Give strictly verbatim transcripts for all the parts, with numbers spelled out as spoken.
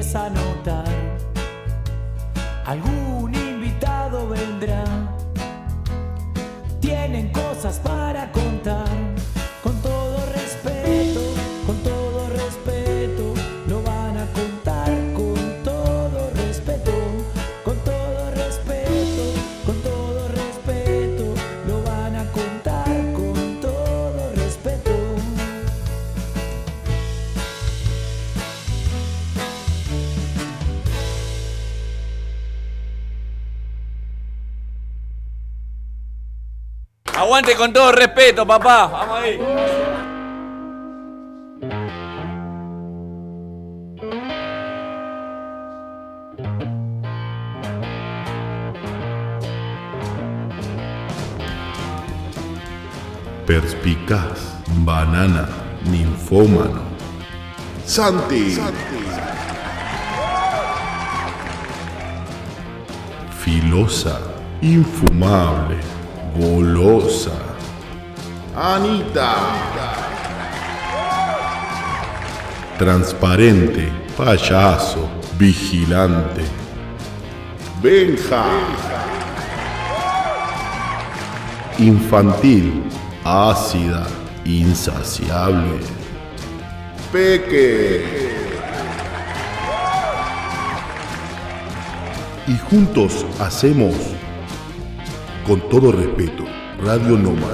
empieza a notar. Algún invitado vendrá. Tienen cosas para contar. Con todo respeto, con todo respeto, lo van a contar con todo respeto. Con todo respeto, con todo respeto, lo van a contar con todo respeto. Aguante con todo respeto, papá. Vamos ahí. Perspicaz, banana, ninfómano. Santi. Filosa, infumable, golosa. Anita. Transparente, payaso, vigilante. Benja. Infantil, ácida, insaciable. Peque. Y juntos hacemos, con todo respeto, Radio Nómada.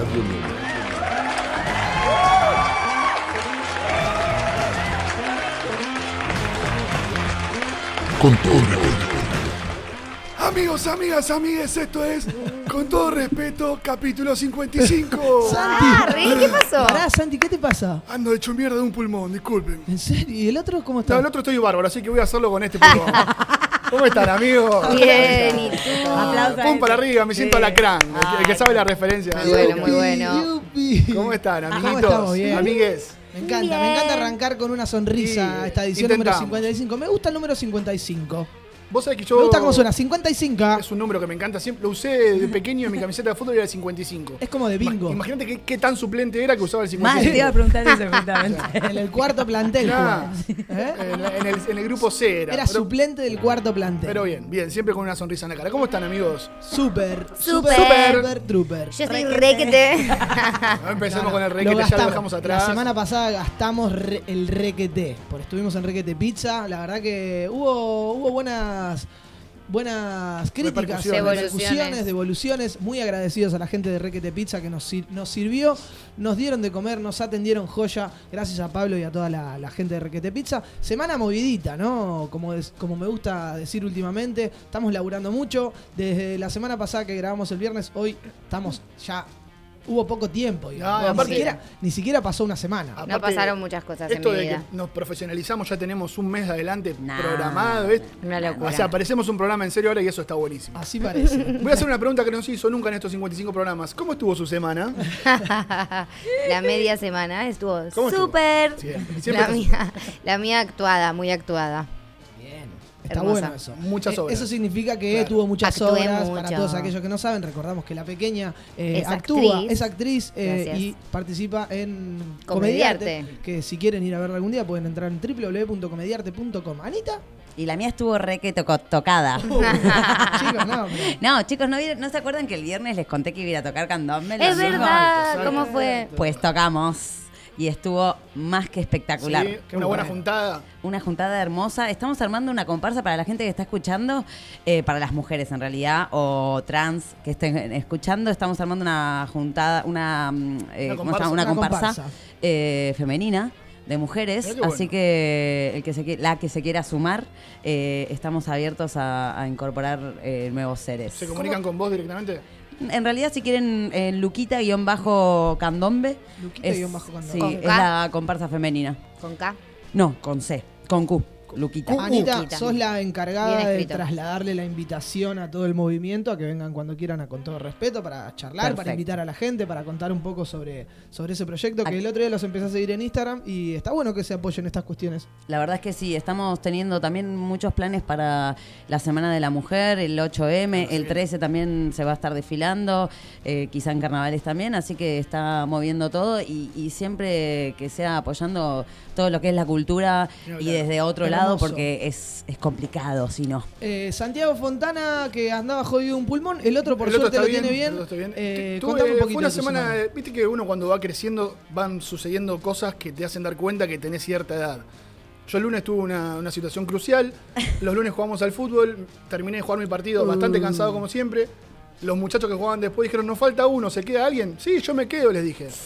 Con todo respeto. Amigos, amigas, amigues, esto es, con todo respeto, capítulo cincuenta y cinco. Santi, Ah, Rey, ¿qué pasó? Pará, Santi, ¿qué te pasa? Ando hecho mierda de un pulmón, disculpen. ¿En serio? ¿Y el otro cómo está? No, el otro estoy bárbaro, así que voy a hacerlo con este pulmón. ¿Cómo están, amigos? Bien, ¿y tú? Aplausos. Pum para arriba, me siento Sí. alacrán, el que- el que sabe la referencia. Muy bueno, muy bueno. Yupi. ¿Cómo están, ¿Cómo amiguitos? estamos? Bien. Amigues. Me encanta, Bien. me encanta arrancar con una sonrisa Sí, esta edición intentamos. número cincuenta y cinco. Me gusta el número cincuenta y cinco. Vos sabés que yo... Me gusta cómo suena, cincuenta y cinco. Es un número que me encanta siempre. Lo usé de pequeño en mi camiseta de fútbol y era el cincuenta y cinco. Es como de bingo. Ima- Imagínate qué, qué tan suplente era que usaba el Mal, cincuenta y te iba a cinco. preguntar eso justamente. En el cuarto plantel. Nah, jugaba. ¿Eh? en, en el, en el grupo C era. Era pero, suplente del cuarto plantel. pero bien, bien, siempre con una sonrisa en la cara. ¿Cómo están, amigos? Súper, Súper. súper, súper trooper. Yo soy requete. No empecemos con el Lo requete, ya lo gastamos. dejamos atrás. La semana pasada gastamos re- el requete, porque estuvimos en Requete Pizza. La verdad que hubo, hubo buenas, buenas críticas, Repercusiones. repercusiones, devoluciones. Muy agradecidos a la gente de Requete Pizza que nos, sir- nos sirvió, nos dieron de comer, nos atendieron joya. Gracias a Pablo y a toda la, la gente de Requete Pizza. Semana movidita, ¿no? Como, des- como me gusta decir últimamente, estamos laburando mucho. Desde la semana pasada que grabamos el viernes, hoy estamos ya... Hubo poco tiempo, digamos. No, y aparte- ni, siquiera, ni siquiera pasó una semana. Aparte, No pasaron muchas cosas en Esto mi de vida. que nos profesionalizamos, ya tenemos un mes de adelante Nah. programado. ¿ves? Una locura. O sea, parecemos un programa en serio ahora y eso está buenísimo. Así parece. Voy a hacer una pregunta que no se hizo nunca en estos cincuenta y cinco programas. ¿Cómo estuvo su semana? La media semana estuvo ¿Cómo estuvo? súper. Siempre, siempre La te- mía, la mía actuada, muy actuada. Bien. Está Hermosa. bueno eso. Muchas Eh, obras. Eso significa que Claro. tuvo muchas Actué obras. mucho. Para todos aquellos que no saben, recordamos que la pequeña eh, Es actúa, actriz. es actriz eh, Gracias. y participa en Comediarte. Comediarte. Que si quieren ir a verla algún día pueden entrar en doble u doble u doble u punto comediarte punto com. Anita. Y la mía estuvo re que toco- tocada. Chicos, no, pero- No, chicos, ¿no, vieron- ¿no se acuerdan que el viernes les conté que iba a ir a tocar candombe? Es Los hijos? verdad, Exacto. ¿cómo fue? Pues tocamos y estuvo más que espectacular. Sí, que una buena juntada. Una juntada hermosa. Estamos armando una comparsa para la gente que está escuchando, eh, para las mujeres en realidad, o trans que estén escuchando. Estamos armando una juntada, una, mm, eh, Una ¿cómo se llama? comparsa. Una Una comparsa, comparsa. eh, femenina de mujeres. Mirá qué bueno. Así que el que se, qui- la que se quiera sumar, eh, estamos abiertos a, a incorporar eh, nuevos seres. ¿Se comunican con vos directamente? En realidad, si quieren, eh, Luquita-Candombe. Luquita-Candombe. Sí, ¿Con es K? la comparsa femenina. Con K. No, con C, con Q, Luquita. Anita, Luquita. sos la encargada Bien de escrito. trasladarle la invitación a todo el movimiento a que vengan cuando quieran a Con Todo Respeto para charlar, para Perfecto. invitar a la gente, para contar un poco sobre, sobre ese proyecto que Ac- el otro día los empecé a seguir en Instagram y está bueno que se apoyen estas cuestiones. La verdad es que sí, estamos teniendo también muchos planes para la Semana de la Mujer, el ocho eme, el trece también se va a estar desfilando, eh, quizá en carnavales también, así que está moviendo todo y, y siempre que sea apoyando todo lo que es la cultura No, y claro. desde otro Es lado cuidado hermoso. porque es, es complicado si no. Eh, Santiago Fontana, que andaba jodido un pulmón, el otro por El otro suerte está lo tiene bien, bien. el otro está bien. Eh, Tuve- contame un poquito fue una de tu semana, semana. eh, viste que uno cuando va creciendo van sucediendo cosas que te hacen dar cuenta que tenés cierta edad. Yo el lunes tuve una, una situación crucial, los lunes jugamos al fútbol, terminé de jugar mi partido bastante cansado como siempre. Los muchachos que jugaban después dijeron, nos falta uno, ¿se queda alguien? Sí, yo me quedo, les dije.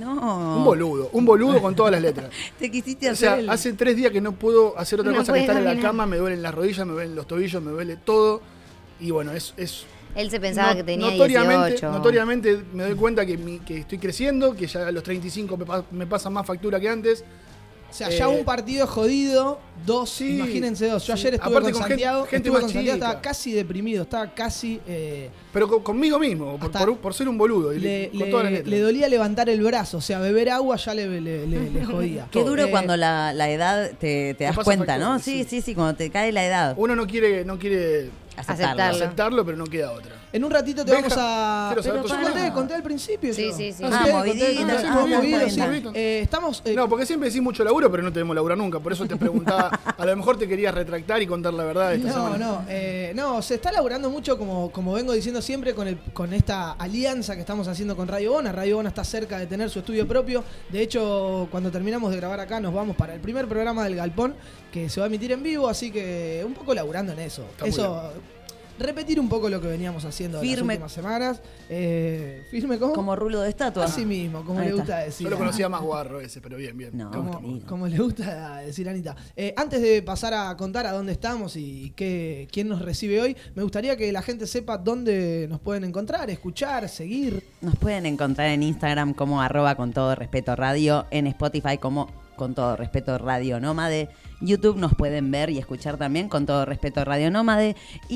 No. Un boludo, un boludo con todas las letras. Te quisiste O hacer sea, el- hace tres días que no puedo hacer otra No cosa que puede estar en la caminar. cama, me duelen las rodillas, me duelen los tobillos, me duele todo. Y bueno, es... es Él se pensaba no- que tenía notoriamente, dieciocho. notoriamente me doy cuenta que, mi- que estoy creciendo, que ya a los treinta y cinco me, pa- me pasa más factura que antes. O sea, ya Eh, un partido jodido, dos, sí, imagínense dos. Yo sí. ayer estuve Aparte con con gente- Santiago, gente estuve más con Santiago, chica. estaba casi deprimido, estaba casi... eh, Pero con- conmigo mismo, por, Hasta por- por ser un boludo. y le, con le- todas las letras. le dolía levantar el brazo, o sea, beber agua ya le, le, le- le jodía. Qué duro Eh, cuando la, la edad te, te das pasa cuenta, factura, ¿no? sí. Sí, sí, sí, cuando te cae la edad. Uno no quiere, no quiere Aceptarlo. Aceptarlo. aceptarlo, pero no queda otra. En un ratito te Benja, vamos a... quiero saber Pero tu yo conté, semana. conté al principio. Sí, yo. sí, sí. No, Ah, sí, movidito, conté, conté, ah, sí, está movido, bien, sí. está bien. Eh, estamos... eh, No, porque siempre decís mucho laburo, pero no tenemos laburo nunca. Por eso te preguntaba, a lo mejor te querías retractar y contar la verdad de esta No, semana. no, eh, no, se está laburando mucho, como, como vengo diciendo siempre, con, el, con esta alianza que estamos haciendo con Radio Bona. Radio Bona está cerca de tener su estudio propio. De hecho, cuando terminamos de grabar acá, nos vamos para el primer programa del Galpón, que se va a emitir en vivo, así que un poco laburando en eso. Está muy eso, repetir un poco lo que veníamos haciendo en las Firme. últimas semanas. Eh, ¿Firme cómo? Como rulo de estatua. Así mismo, como Ahí le está. gusta decir. Yo lo conocía más guarro ese, pero bien, bien. No. Como, querido. como le gusta decir Anita. Eh, antes de pasar a contar a dónde estamos y qué, quién nos recibe hoy, me gustaría que la gente sepa dónde nos pueden encontrar, escuchar, seguir. Nos pueden encontrar en Instagram como arroba con todo respeto radio, en Spotify como con todo respeto Radio Nómade, YouTube nos pueden ver y escuchar también con todo respeto Radio Nómade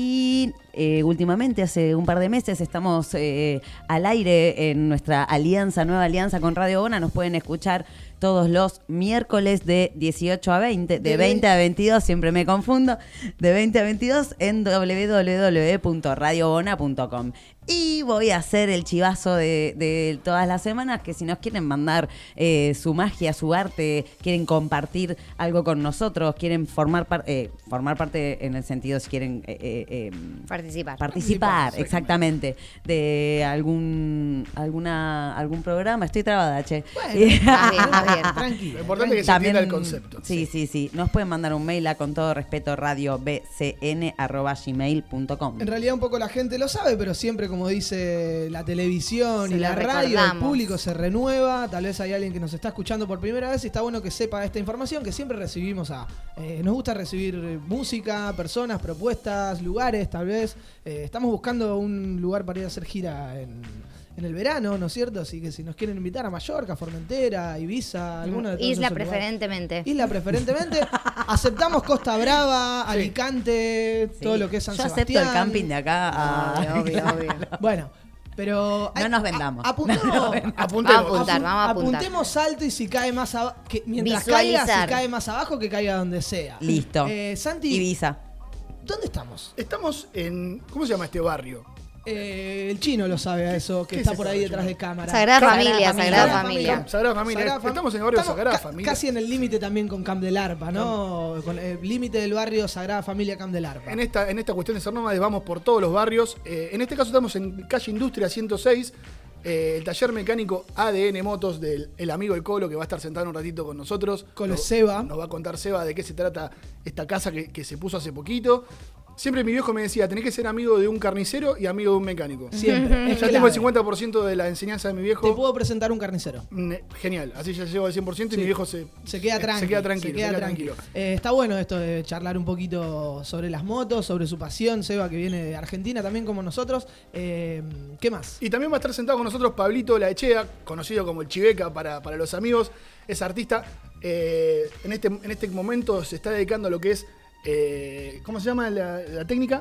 y eh, últimamente hace un par de meses estamos eh, al aire en nuestra alianza, nueva alianza con Radio Bona, nos pueden escuchar todos los miércoles de dieciocho a veinte, de De veinte a veintidós, siempre me confundo, de veinte a veintidós en doble u doble u doble u punto radio bona punto com. Y voy a hacer el chivazo de, de todas las semanas, que si nos quieren mandar eh, su magia, su arte, quieren compartir algo con nosotros, quieren formar, par- eh, formar parte en el sentido, si quieren eh, eh, eh, Participar. participar, exactamente, de algún alguna algún programa. Estoy trabada, che. Más bien, más bien. Tranquilo. Lo importante es que se También- entienda el concepto. Sí, sí, sí. Nos pueden mandar un mail a con todo respeto radio b c n arroba gmail punto com. En realidad un poco la gente lo sabe, pero siempre, como dice la televisión Se y la lo radio, el recordamos. público se renueva. Tal vez hay alguien que nos está escuchando por primera vez y está bueno que sepa esta información, que siempre recibimos a... eh, nos gusta recibir eh, música, personas, propuestas, lugares, tal vez. Eh, estamos buscando un lugar para ir a hacer gira en... en el verano, ¿no es cierto? Así que si nos quieren invitar a Mallorca, Formentera, Ibiza, alguna de todos Isla esos lugares. preferentemente. Isla preferentemente. Aceptamos Costa Brava, Alicante, Sí. todo lo que es San Yo acepto Sebastián. el camping de acá a... Obvio, obvio, obvio. Bueno, pero... No nos vendamos. a- apuntemos- Vamos a Apuntemos. apuntar, vamos a apuntar. Apuntemos alto y si cae más abajo... Mientras Visualizar. caiga, si cae más abajo, que caiga donde sea. Listo. Eh, Santi, Ibiza. ¿dónde estamos? Estamos en. ¿Cómo se llama este barrio? Eh, el chino lo sabe a eso, que qué está es por eso, ahí chino? detrás de cámara. Sagrada Sagrada Familia, Familia. Sagrada Sagrada Familia. Familia. Sagrada Familia. Sagrada Fam- Estamos en el barrio de Estamos Sagrada ca- Familia. Casi en el límite también con Camp del Arpa, ¿no? Con el límite del barrio Sagrada Familia Camp del Arpa. En esta, en esta cuestión de ser nómades vamos por todos los barrios. Eh, en este caso estamos en calle Industria ciento seis, eh, el taller mecánico A D N Motos del el amigo El Colo, que va a estar sentado un ratito con nosotros. Colo Nos- Seba. Nos va a contar Seba de qué se trata esta casa que, que se puso hace poquito. Siempre mi viejo me decía, tenés que ser amigo de un carnicero y amigo de un mecánico. Siempre. Es Ya tengo clave. el cincuenta por ciento de la enseñanza de mi viejo. Te puedo presentar un carnicero. Mm, Genial, así ya llego al cien por ciento y Sí. mi viejo se, Se queda tranquilo. se queda tranquilo. se queda tranquilo. Eh, está bueno esto de charlar un poquito sobre las motos, sobre su pasión. Seba, que viene de Argentina también como nosotros. Eh, ¿Qué más? Y también va a estar sentado con nosotros Pablito Laechea, conocido como el Chiveca para, para los amigos. Es artista. Eh, en, este, en este momento se está dedicando a lo que es, eh, ¿cómo se llama la, la técnica?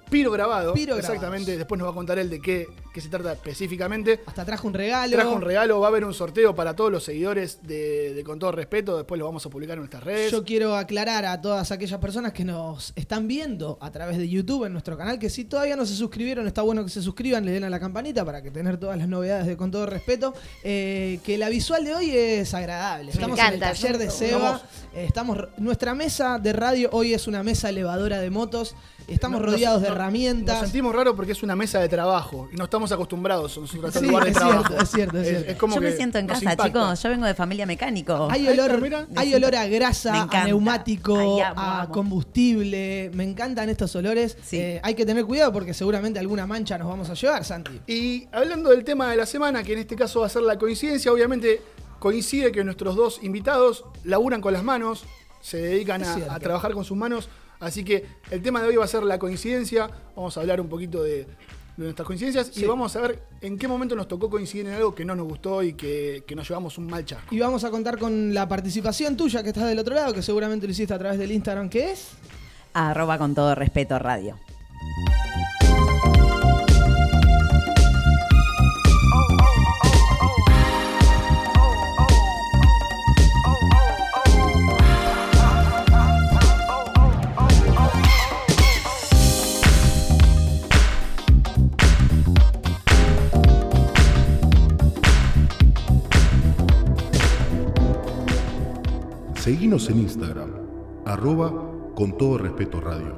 Piro grabado. Piro exactamente. grabados. Después nos va a contar él de qué, qué se trata específicamente. Hasta trajo un regalo. Trajo un regalo, va a haber un sorteo para todos los seguidores de, de Con Todo Respeto. Después lo vamos a publicar en nuestras redes. Yo quiero aclarar a todas aquellas personas que nos están viendo a través de YouTube en nuestro canal que si todavía no se suscribieron, está bueno que se suscriban, le den a la campanita para que tener todas las novedades de Con Todo Respeto. Eh, que la visual de hoy es agradable. Estamos en el encanta. taller de Seba. Eh, estamos, nuestra mesa de radio hoy es una mesa elevadora de motos. Estamos No- rodeados nos- de no- herramientas. Nos sentimos raros porque es una mesa de trabajo y no estamos acostumbrados nosotros a estar Sí, en lugar de es trabajo. cierto, es cierto, es cierto. como Yo me que siento en nos casa, impacta. chicos. Yo vengo de familia mecánico. Hay Ahí está, olor, mira. hay olor a grasa, Me a encanta. neumático, Ay, amo, a amo. combustible. Me encantan estos olores. Sí. Eh, hay que tener cuidado porque seguramente alguna mancha nos vamos a llevar, Santi. Y hablando del tema de la semana, que en este caso va a ser la coincidencia, obviamente coincide que nuestros dos invitados laburan con las manos, se dedican Es a, cierto. a trabajar con sus manos, así que el tema de hoy va a ser la coincidencia, vamos a hablar un poquito de, de nuestras coincidencias Sí. y vamos a ver en qué momento nos tocó coincidir en algo que no nos gustó y que, que nos llevamos un mal chasco. Y vamos a contar con la participación tuya que estás del otro lado, que seguramente lo hiciste a través del Instagram, que es... Arroba Con Todo Respeto Radio. Seguinos en Instagram, arroba Con Todo Respeto Radio.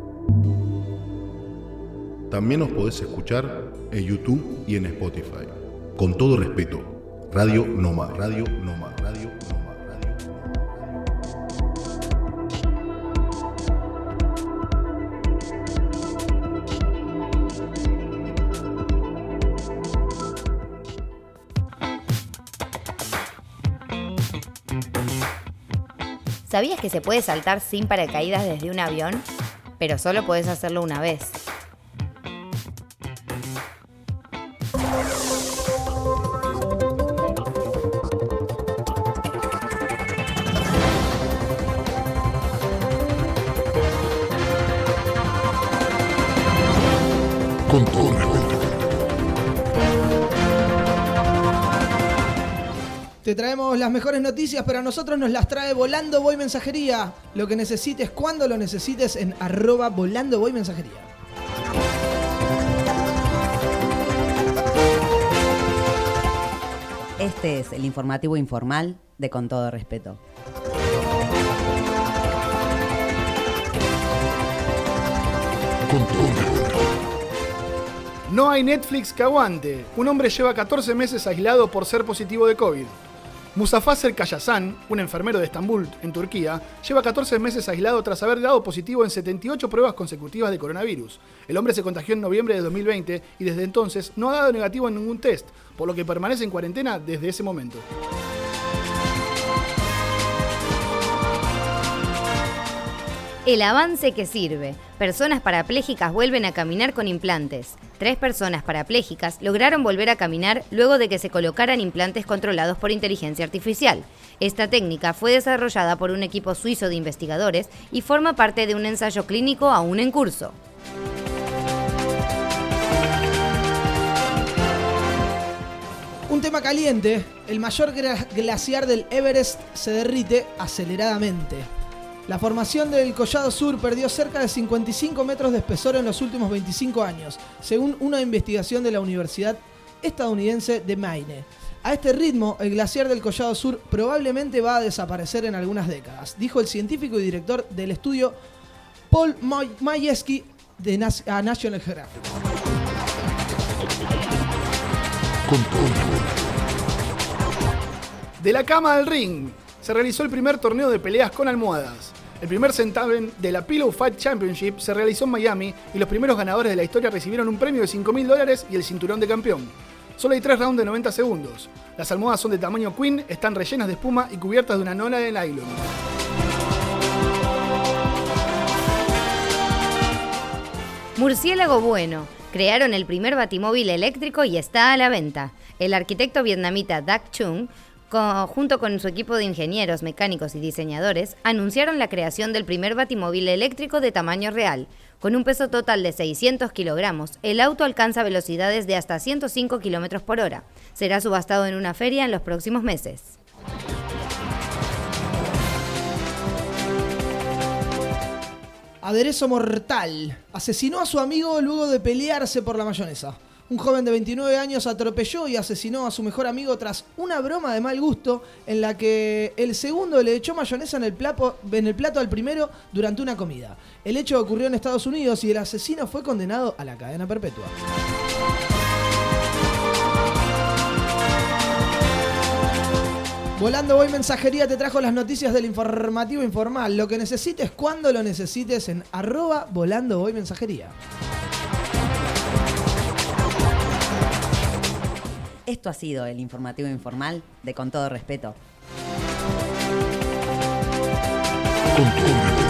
También nos podés escuchar en YouTube y en Spotify. Con Todo Respeto, Radio Noma, Radio Noma, Radio Noma, Radio Noma. ¿Sabías que se puede saltar sin paracaídas desde un avión? Pero solo podés hacerlo una vez. Con Todo Respeto. Te traemos las mejores noticias, pero a nosotros nos las trae Volando Boy Mensajería. Lo que necesites, cuando lo necesites, en arroba Volando Boy Mensajería. Este es el informativo informal de Con Todo Respeto. Con Todo Respeto. No hay Netflix que aguante. Un hombre lleva catorce meses aislado por ser positivo de COVID. Musafazer Kayasan, un enfermero de Estambul, en Turquía, lleva catorce meses aislado tras haber dado positivo en setenta y ocho pruebas consecutivas de coronavirus. El hombre se contagió en noviembre de dos mil veinte y desde entonces no ha dado negativo en ningún test, por lo que permanece en cuarentena desde ese momento. El avance que sirve. Personas parapléjicas vuelven a caminar con implantes. Tres personas parapléjicas lograron volver a caminar luego de que se colocaran implantes controlados por inteligencia artificial. Esta técnica fue desarrollada por un equipo suizo de investigadores y forma parte de un ensayo clínico aún en curso. Un tema caliente, el mayor gra- glaciar del Everest se derrite aceleradamente. La formación del Collado Sur perdió cerca de cincuenta y cinco metros de espesor en los últimos veinticinco años, según una investigación de la Universidad estadounidense de Maine. A este ritmo, el glaciar del Collado Sur probablemente va a desaparecer en algunas décadas, dijo el científico y director del estudio Paul Maj- Majewski de Nas- a National Geographic. Con Todo Respeto. De la cama al ring, se realizó el primer torneo de peleas con almohadas. El primer certamen de la Pillow Fight Championship se realizó en Miami y los primeros ganadores de la historia recibieron un premio de cinco mil dólares y el cinturón de campeón. Solo hay tres rounds de noventa segundos. Las almohadas son de tamaño queen, están rellenas de espuma y cubiertas de una nona de nylon. Murciélago Bueno. Crearon el primer batimóvil eléctrico y está a la venta. El arquitecto vietnamita Dak Chung Co- junto con su equipo de ingenieros, mecánicos y diseñadores, anunciaron la creación del primer batimóvil eléctrico de tamaño real. Con un peso total de seiscientos kilogramos, el auto alcanza velocidades de hasta ciento cinco kilómetros por hora. Será subastado en una feria en los próximos meses. Aderezo mortal. Asesinó a su amigo luego de pelearse por la mayonesa. Un joven de veintinueve años atropelló y asesinó a su mejor amigo tras una broma de mal gusto en la que el segundo le echó mayonesa en el, plato, en el plato al primero durante una comida. El hecho ocurrió en Estados Unidos y el asesino fue condenado a la cadena perpetua. Volando Hoy Mensajería te trajo las noticias del informativo informal. Lo que necesites cuando lo necesites en arroba Volando Hoy Mensajería. Esto ha sido el informativo informal de Con Todo Respeto. Con todo respeto.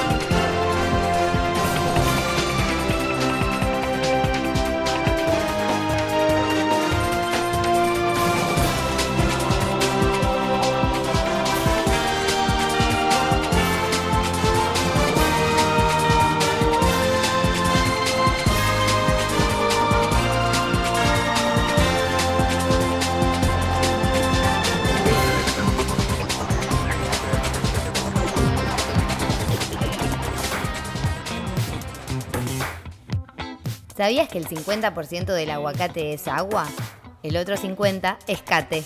¿Sabías que el cincuenta por ciento del aguacate es agua? El otro cincuenta por ciento es cate.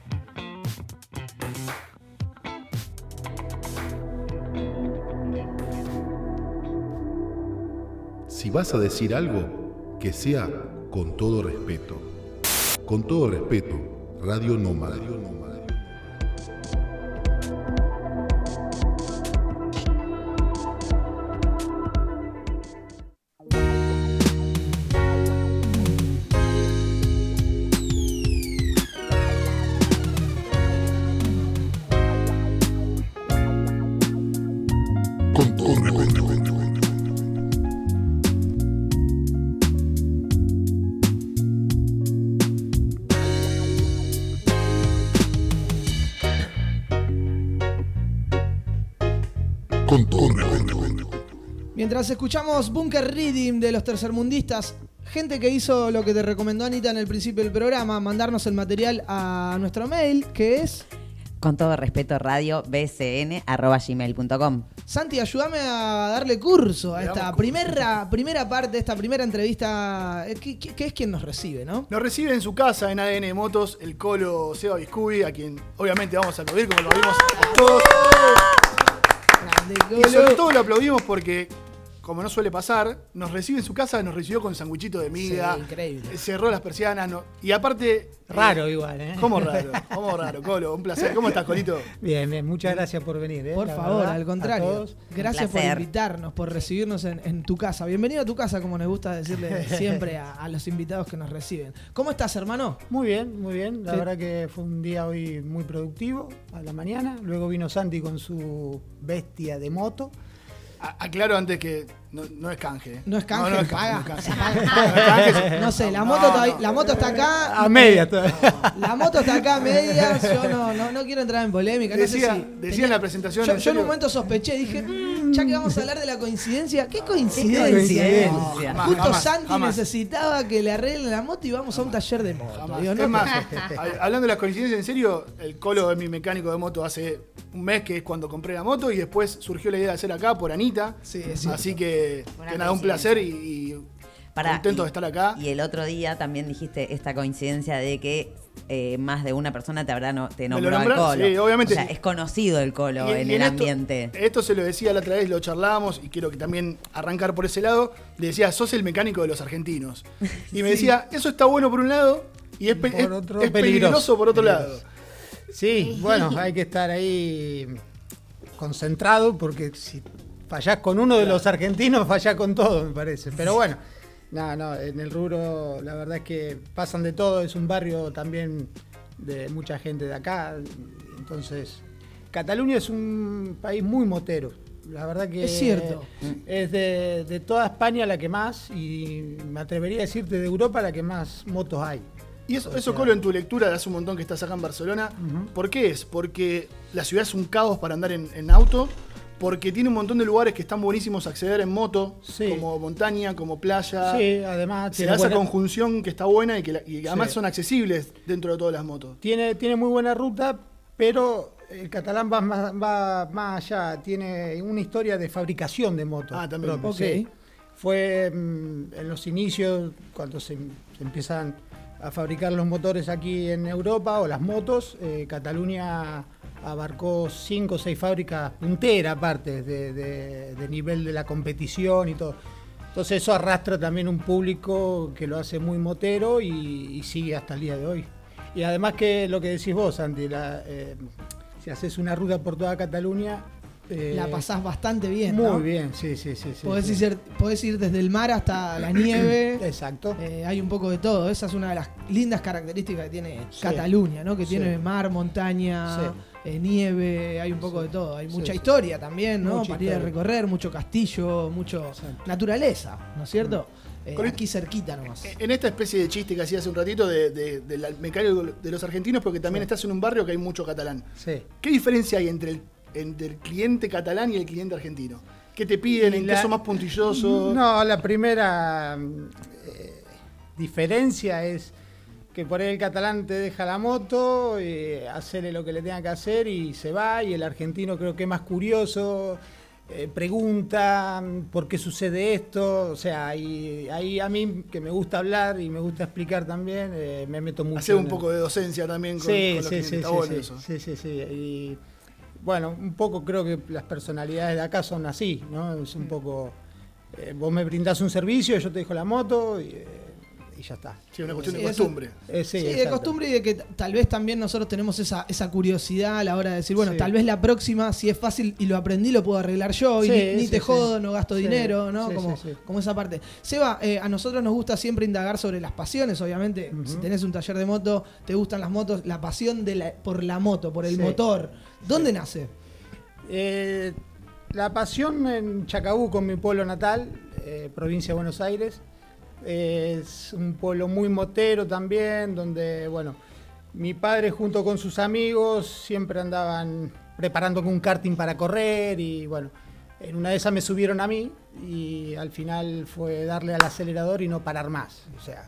Si vas a decir algo, que sea con todo respeto. Con todo respeto, Radio Nómada. Radio Nómada. Con todo respeto. Con todo respeto. Mientras escuchamos Bunker Reading de los tercermundistas, gente que hizo lo que te recomendó Anita en el principio del programa, mandarnos el material a nuestro mail, que es... Con todo respeto, radio bcn arroba gmail punto com. Santi, ayúdame a darle curso a Le esta damos primera, primera parte, esta primera entrevista, que, que- que es quien nos recibe, ¿no? Nos recibe en su casa, en A D N Motos, el colo Seba Viscubi, a quien obviamente vamos a aplaudir como lo vimos a todos. Grande, Y sobre Colo. todo lo aplaudimos porque, como no suele pasar, nos recibe en su casa, nos recibió con sanguichito de miga. Sí, increíble. eh, Cerró las persianas. no- y aparte... Raro eh, igual, ¿eh? ¿Cómo raro? ¿Cómo raro, Colo? Un placer. ¿Cómo estás, Colito? Bien, bien, muchas gracias por venir, ¿eh? Por La favor, verdad, al a contrario. todos. Gracias Un por placer. invitarnos, por recibirnos en, en tu casa. Bienvenido a tu casa, como nos gusta decirle siempre a, a los invitados que nos reciben. ¿Cómo estás, hermano? Muy bien, muy bien. La Sí. verdad que fue un día hoy muy productivo a la mañana. Luego vino Santi con su bestia de moto. A- aclaro antes que no, no es canje. ¿eh? No es canje, no, no es se canje, paga, no es se canje. paga. No es canje. No sé, la No, moto, no, todavía- no. la moto está acá. A media todavía. La moto está acá a medias, yo no, no, no quiero entrar en polémica. No Decía- sé si decía en la presentación, Yo, en yo en serio. un momento sospeché, dije, "Mm, ya que vamos a hablar de la coincidencia, ¿qué coincidencia? coincidencia? No, Jamás, Justo jamás, Santi jamás. necesitaba que le arreglen la moto y vamos a un taller de moto. Jamás. Digo, Es no, más, hab- hablando de las coincidencias en serio, el Colo es mi mecánico de moto hace un mes, que es cuando compré la moto, y después surgió la idea de hacer acá por Anita. Sí, es cierto. Así que, Una que nada, un placer y, y Pará, contento y- de estar acá. Y el otro día también dijiste esta coincidencia de que eh, más de una persona te habrá no, te ¿Me lo nombró al nombraron? Colo. Sí, obviamente. O sea, es conocido el Colo Y- en y el esto- ambiente. Esto se lo decía la otra vez, lo charlábamos, y quiero que también arrancar por ese lado. Le decía, sos el mecánico de los argentinos. Y me decía, eso está bueno por un lado, y es, pe- Por es- otro, es peligroso, peligroso, por otro peligroso. lado. Sí, bueno, hay que estar ahí concentrado porque si fallás con uno de los argentinos, fallás con todo, me parece. Pero bueno, no, no, en el rubro la verdad es que pasan de todo, es un barrio también de mucha gente de acá. Entonces, Cataluña es un país muy motero. La verdad que Es cierto. es de, de toda España la que más, y me atrevería a decirte de Europa la que más motos hay. Y eso, O eso sea, Colo, en tu lectura de hace un montón que estás acá en Barcelona, Ujú. ¿por qué es? Porque la ciudad es un caos para andar en, en auto, porque tiene un montón de lugares que están buenísimos a acceder en moto, Sí. como montaña, como playa. Sí, además Se tiene da esa buena- conjunción que está buena y que la- y además Sí. son accesibles dentro de todas las motos. Tiene, tiene muy buena ruta, pero el catalán va más, va más allá. Tiene una historia de fabricación de motos. Ah, también. propias, Ok. sí. Fue mm, en los inicios, cuando se, se empiezan a fabricar los motores aquí en Europa, o las motos, eh, Cataluña abarcó cinco o seis fábricas punteras, aparte de, de- de nivel de la competición y todo. Entonces eso arrastra también un público que lo hace muy motero y, y sigue hasta el día de hoy. Y además que lo que decís vos, Santi, la, eh, si haces una ruta por toda Cataluña... eh, La pasás bastante bien, Muy ¿no? bien, sí, sí, sí. sí, Podés, sí. ir, podés ir desde el mar hasta la nieve. Exacto. Eh, hay un poco de todo. Esa es una de las lindas características que tiene Sí. Cataluña, ¿no? Que Sí. tiene mar, montaña, Sí. eh, nieve, hay un poco Sí. de todo. Hay Sí, mucha sí. historia también, ¿no? Mucha Para ir a historia. recorrer, mucho castillo, mucho Exacto. naturaleza, ¿no es cierto? Eh, Con aquí cerquita nomás. En esta especie de chiste que hacía hace un ratito de, de, de la mecánica de los argentinos, porque también Sí. estás en un barrio que hay mucho catalán. Sí. ¿Qué diferencia hay entre el, entre el cliente catalán y el cliente argentino? ¿Qué te piden? Y ¿En la- qué son más puntillosos? No, la primera eh, diferencia es que por ahí el catalán te deja la moto, eh, hacerle lo que le tenga que hacer y se va, y el argentino creo que es más curioso, eh, pregunta por qué sucede esto, o sea, ahí, ahí a mí que me gusta hablar y me gusta explicar también, eh, me meto mucho. Hacer un en el- poco de docencia también con, Sí, con los sí, clientes. sí, Está sí, bueno sí, eso. sí, sí, sí. Y bueno, un poco creo que las personalidades de acá son así, ¿no? Es un poco, eh, vos me brindás un servicio, yo te dejo la moto y, eh, y ya está. Sí, una cuestión Sí, de eso- costumbre. Eh, sí, Sí, de exacto. costumbre y de que t- tal vez también nosotros tenemos esa, esa curiosidad a la hora de decir, bueno, Sí. tal vez la próxima, si es fácil y lo aprendí, lo puedo arreglar yo, y Sí, ni, ni sí, te sí. jodo, no gasto Sí, dinero, ¿no? sí, como, sí, sí. como esa parte. Seba, eh, a nosotros nos gusta siempre indagar sobre las pasiones, obviamente. Ujú. Si tenés un taller de moto, te gustan las motos, la pasión de la- por la moto, por el Sí. motor. ¿Dónde nace? Eh, la pasión en Chacabuco, mi pueblo natal, eh, provincia de Buenos Aires. Es un pueblo muy motero también, donde, bueno, mi padre junto con sus amigos siempre andaban preparando un karting para correr y, bueno, en una de esas me subieron a mí y al final fue darle al acelerador y no parar más. O sea,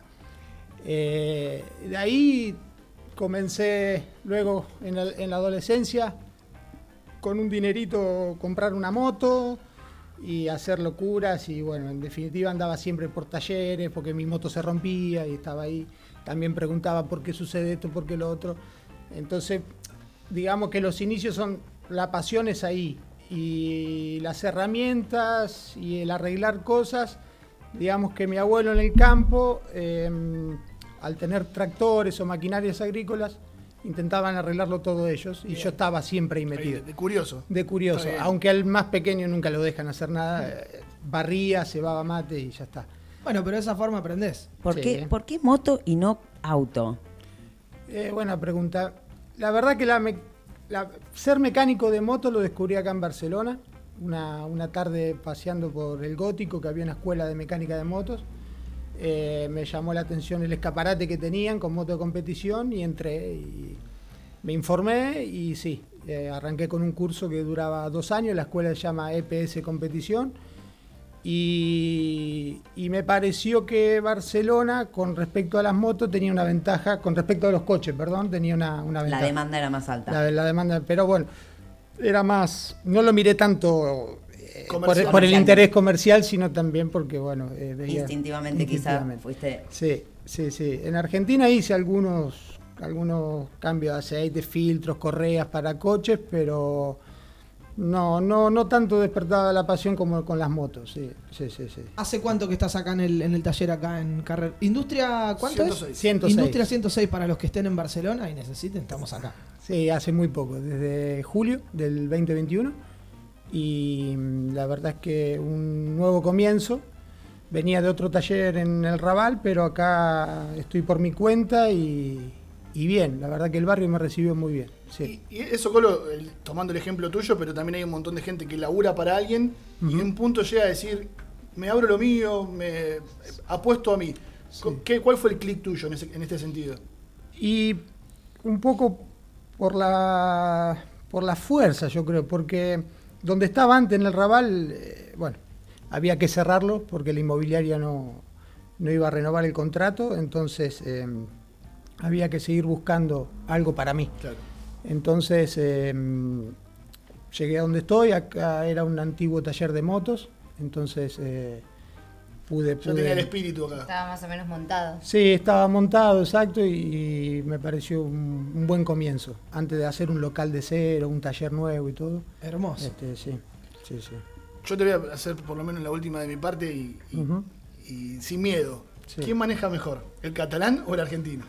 eh, de ahí comencé luego en la, en la adolescencia con un dinerito comprar una moto y hacer locuras y bueno, en definitiva andaba siempre por talleres porque mi moto se rompía y estaba ahí. También preguntaba por qué sucede esto, por qué lo otro. Entonces, digamos que los inicios son, la pasión es ahí y las herramientas y el arreglar cosas, digamos que mi abuelo en el campo, eh, al tener tractores o maquinarias agrícolas, intentaban arreglarlo todo ellos y Bien. yo estaba siempre ahí Ahí, metido. de, de curioso. De curioso, Está bien. aunque al más pequeño nunca lo dejan hacer nada, eh, barría, cebaba mate y ya está. Bueno, pero de esa forma aprendés. ¿Por, Sí. qué, ¿Por qué moto y no auto? Eh, buena pregunta. La verdad que la me- la- ser mecánico de moto lo descubrí acá en Barcelona, una, una tarde paseando por el Gótico, que había una escuela de mecánica de motos. Eh, me llamó la atención el escaparate que tenían con moto de competición y entré y me informé y sí, eh, arranqué con un curso que duraba dos años, la escuela se llama E P S Competición y, y me pareció que Barcelona con respecto a las motos tenía una ventaja, con respecto a los coches, perdón, tenía una, una La ventaja. demanda era más alta. La, la demanda, pero bueno, era más, no lo miré tanto eh, por, Comercial. por el Comercial. interés comercial, sino también porque, bueno, eh, veía- Instintivamente, quizás instintivamente. fuiste... Sí, sí, sí. En Argentina hice algunos, algunos cambios de aceite, filtros, correas para coches, pero no, no, no tanto despertaba la pasión como con las motos, sí, sí, sí, sí. ¿Hace cuánto que estás acá en el, en el taller, acá en Carrer? ¿Industria cuánto ciento es? seis. ciento seis. Industria ciento seis para los que estén en Barcelona y necesiten, estamos acá. Sí, hace muy poco, desde julio del veinte veintiuno. Y mm, la verdad es que un nuevo comienzo. Venía de otro taller en el Raval, pero acá estoy por mi cuenta y, y bien. La verdad que el barrio me recibió muy bien. Sí. Y, y eso, Colo, el- tomando el ejemplo tuyo, pero también hay un montón de gente que labura para alguien y en un punto llega a decir, me abro lo mío, me apuesto a mí. Sí. ¿Qué, ¿Cuál fue el clic tuyo en, ese, en este sentido? Y un poco por la, por la fuerza, yo creo, porque donde estaba antes en el Raval, eh, bueno, había que cerrarlo porque la inmobiliaria no, no iba a renovar el contrato, entonces eh, había que seguir buscando algo para mí. Claro. Entonces eh, llegué a donde estoy, acá era un antiguo taller de motos, entonces eh, pude, pude... Ya tenía el espíritu acá. Estaba más o menos montado. Sí, estaba montado, exacto, y, y me pareció un, un buen comienzo, antes de hacer un local de cero, un taller nuevo y todo. Hermoso. Este, sí, sí, sí. Yo te voy a hacer por lo menos la última de mi parte y, y, Ujú. y sin miedo. Sí. ¿Quién maneja mejor? ¿El catalán o el argentino?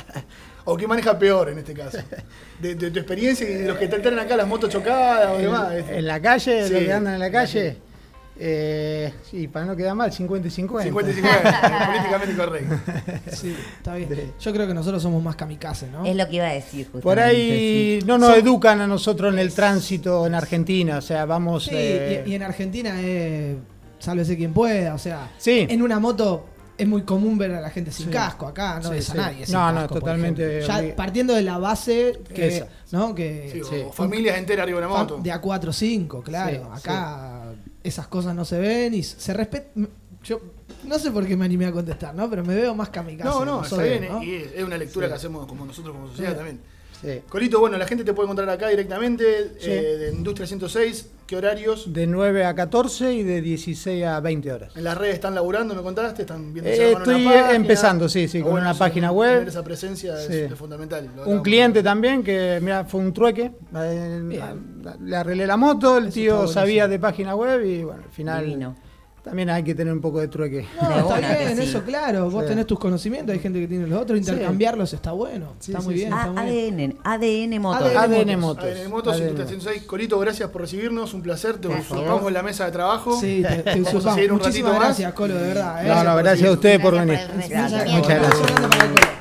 ¿O quién maneja peor en este caso? De, de tu experiencia y de los que te traen acá las motos chocadas o En, demás. este. en la calle, Sí, los que andan en la calle, sí. eh, sí, para no quedar mal, cincuenta y cincuenta. cincuenta y cincuenta, políticamente correcto. Sí, está bien. Sí. Yo creo que nosotros somos más kamikaze, ¿no? Es lo que iba a decir justamente. Por ahí sí. no nos educan a nosotros en el tránsito en Argentina, o sea, vamos... Sí, eh, y, y en Argentina es sálvese quien pueda, o sea, Sí. en una moto es muy común ver a la gente sin Sí. casco, acá no Sí, ves a sí. nadie sin No, no, casco, por totalmente ejemplo. Ya obli- partiendo de la base que, Esa. ¿no? que Sí, Sí. o familias enteras arriba de una moto. de A cuatro o cinco, claro, Sí, acá esas cosas no se ven y se respetan. Yo no sé por qué me animé a contestar, ¿no? Pero me veo más kamikaze. No, no, está nosotros, bien. ¿no? Y es una lectura Sí. que hacemos como nosotros como sociedad Sí. también. sí. Colito, bueno, la gente te puede encontrar acá directamente, Sí. eh, de Industria ciento seis. ¿Qué horarios? De nueve a catorce y de dieciséis a veinte horas. En las redes están laburando, me contaste, están viendo si Eh, arman una estoy página. empezando, sí, sí, Está con bueno una eso, página ¿no? web. Tener esa presencia es, Sí. es fundamental. Lo Un hablábamos. cliente también que, mira, fue un trueque. eh, Bien. Le arreglé la moto, el Eso tío está sabía buenísimo. de página web y bueno, al final Divino. también hay que tener un poco de trueque. No, De está una que bien, sí. eso claro. Vos Sí. tenés tus conocimientos, hay gente que tiene los otros, intercambiarlos está bueno. Sí, está sí, muy sí. bien. Ah, está muy bien. A D N, A D N Motor. A D N A D N Motos. A D N Motos, A D N Industria ciento seis. Colito, gracias por recibirnos, un placer. Te Por usurpamos favor. en la mesa de trabajo. Sí, te, te Vamos a usurpamos. seguir un Muchísimas ratito más. gracias, Colo, de verdad. ¿eh? No, no, por gracias a recibirnos. ustedes por Gracias venir. por el Muchas recibimiento. Muchas gracias. Un abrazo grande para el Colo.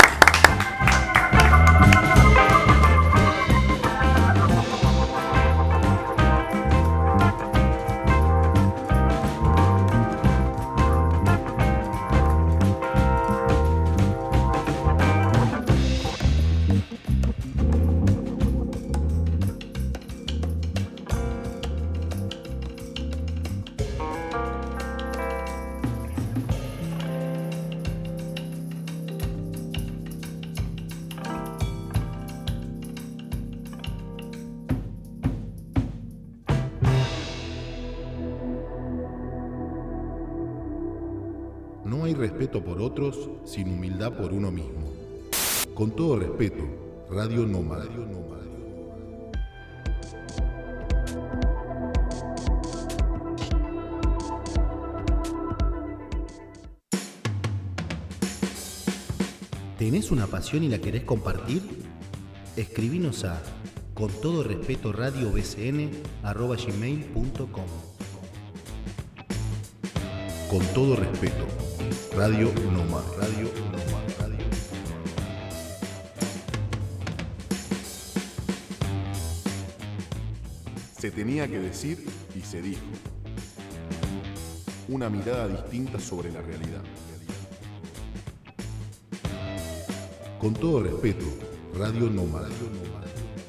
No hay respeto por otros sin humildad por uno mismo. Con todo respeto, Radio Nómada. Radio Nómada. ¿Tenés una pasión y la querés compartir? Escribinos a con todo respeto radio b c n arroba gmail punto com. Con todo respeto, Radio Nómada. Radio Nómada. Radio Se tenía que decir y se dijo. Una mirada distinta sobre la realidad. Con todo respeto, Radio Nómada. Radio Nómada.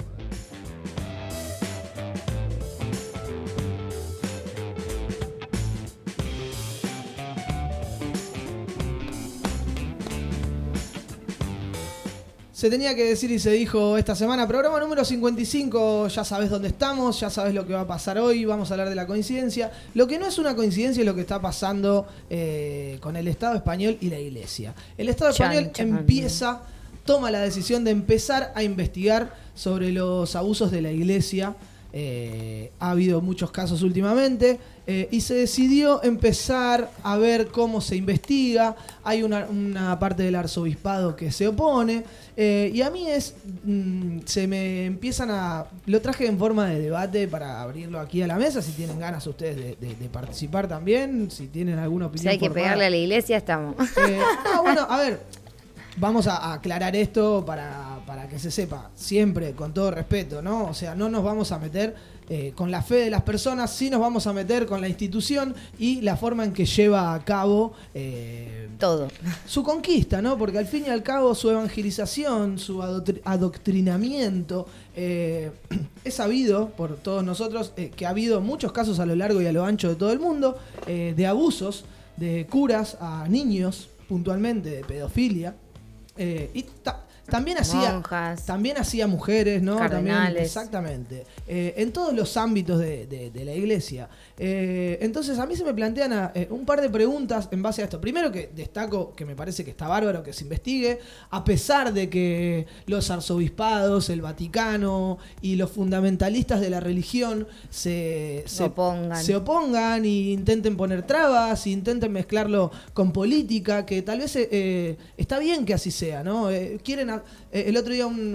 Se tenía que decir y se dijo esta semana, programa número cincuenta y cinco, ya sabes dónde estamos, ya sabes lo que va a pasar hoy, vamos a hablar de la coincidencia. Lo que no es una coincidencia es lo que está pasando eh, con el Estado español y la Iglesia. El Estado Chan, español chan. empieza, toma la decisión de empezar a investigar sobre los abusos de la Iglesia. Eh, ha habido muchos casos últimamente eh, y se decidió empezar a ver cómo se investiga. Hay una, una parte del arzobispado que se opone eh, y a mí es mm, se me empiezan a lo traje en forma de debate para abrirlo aquí a la mesa, si tienen ganas ustedes de, de- de participar también, si tienen alguna opinión Si hay que formada. pegarle a la iglesia, estamos. Eh, no, bueno, a ver, vamos a, a aclarar esto para, para que se sepa, siempre con todo respeto, ¿no? O sea, no nos vamos a meter eh, con la fe de las personas, sí nos vamos a meter con la institución y la forma en que lleva a cabo eh, todo su conquista, ¿no? Porque al fin y al cabo su evangelización, su adoctri- adoctrinamiento, eh, es sabido por todos nosotros eh, que ha habido muchos casos a lo largo y a lo ancho de todo el mundo eh, de abusos de curas a niños, puntualmente de pedofilia, eh, y ta- también hacía monjas, también hacía mujeres, ¿no? También, cardenales. exactamente, eh, en todos los ámbitos de, de- de la iglesia. Eh, entonces a mí se me plantean a- eh, un par de preguntas en base a esto. Primero, que destaco que me parece que está bárbaro que se investigue, a pesar de que los arzobispados, el Vaticano y los fundamentalistas de la religión se, se opongan. se opongan e intenten poner trabas, e intenten mezclarlo con política, que tal vez eh, está bien que así sea, ¿no? Eh, quieren a- eh, el otro día un,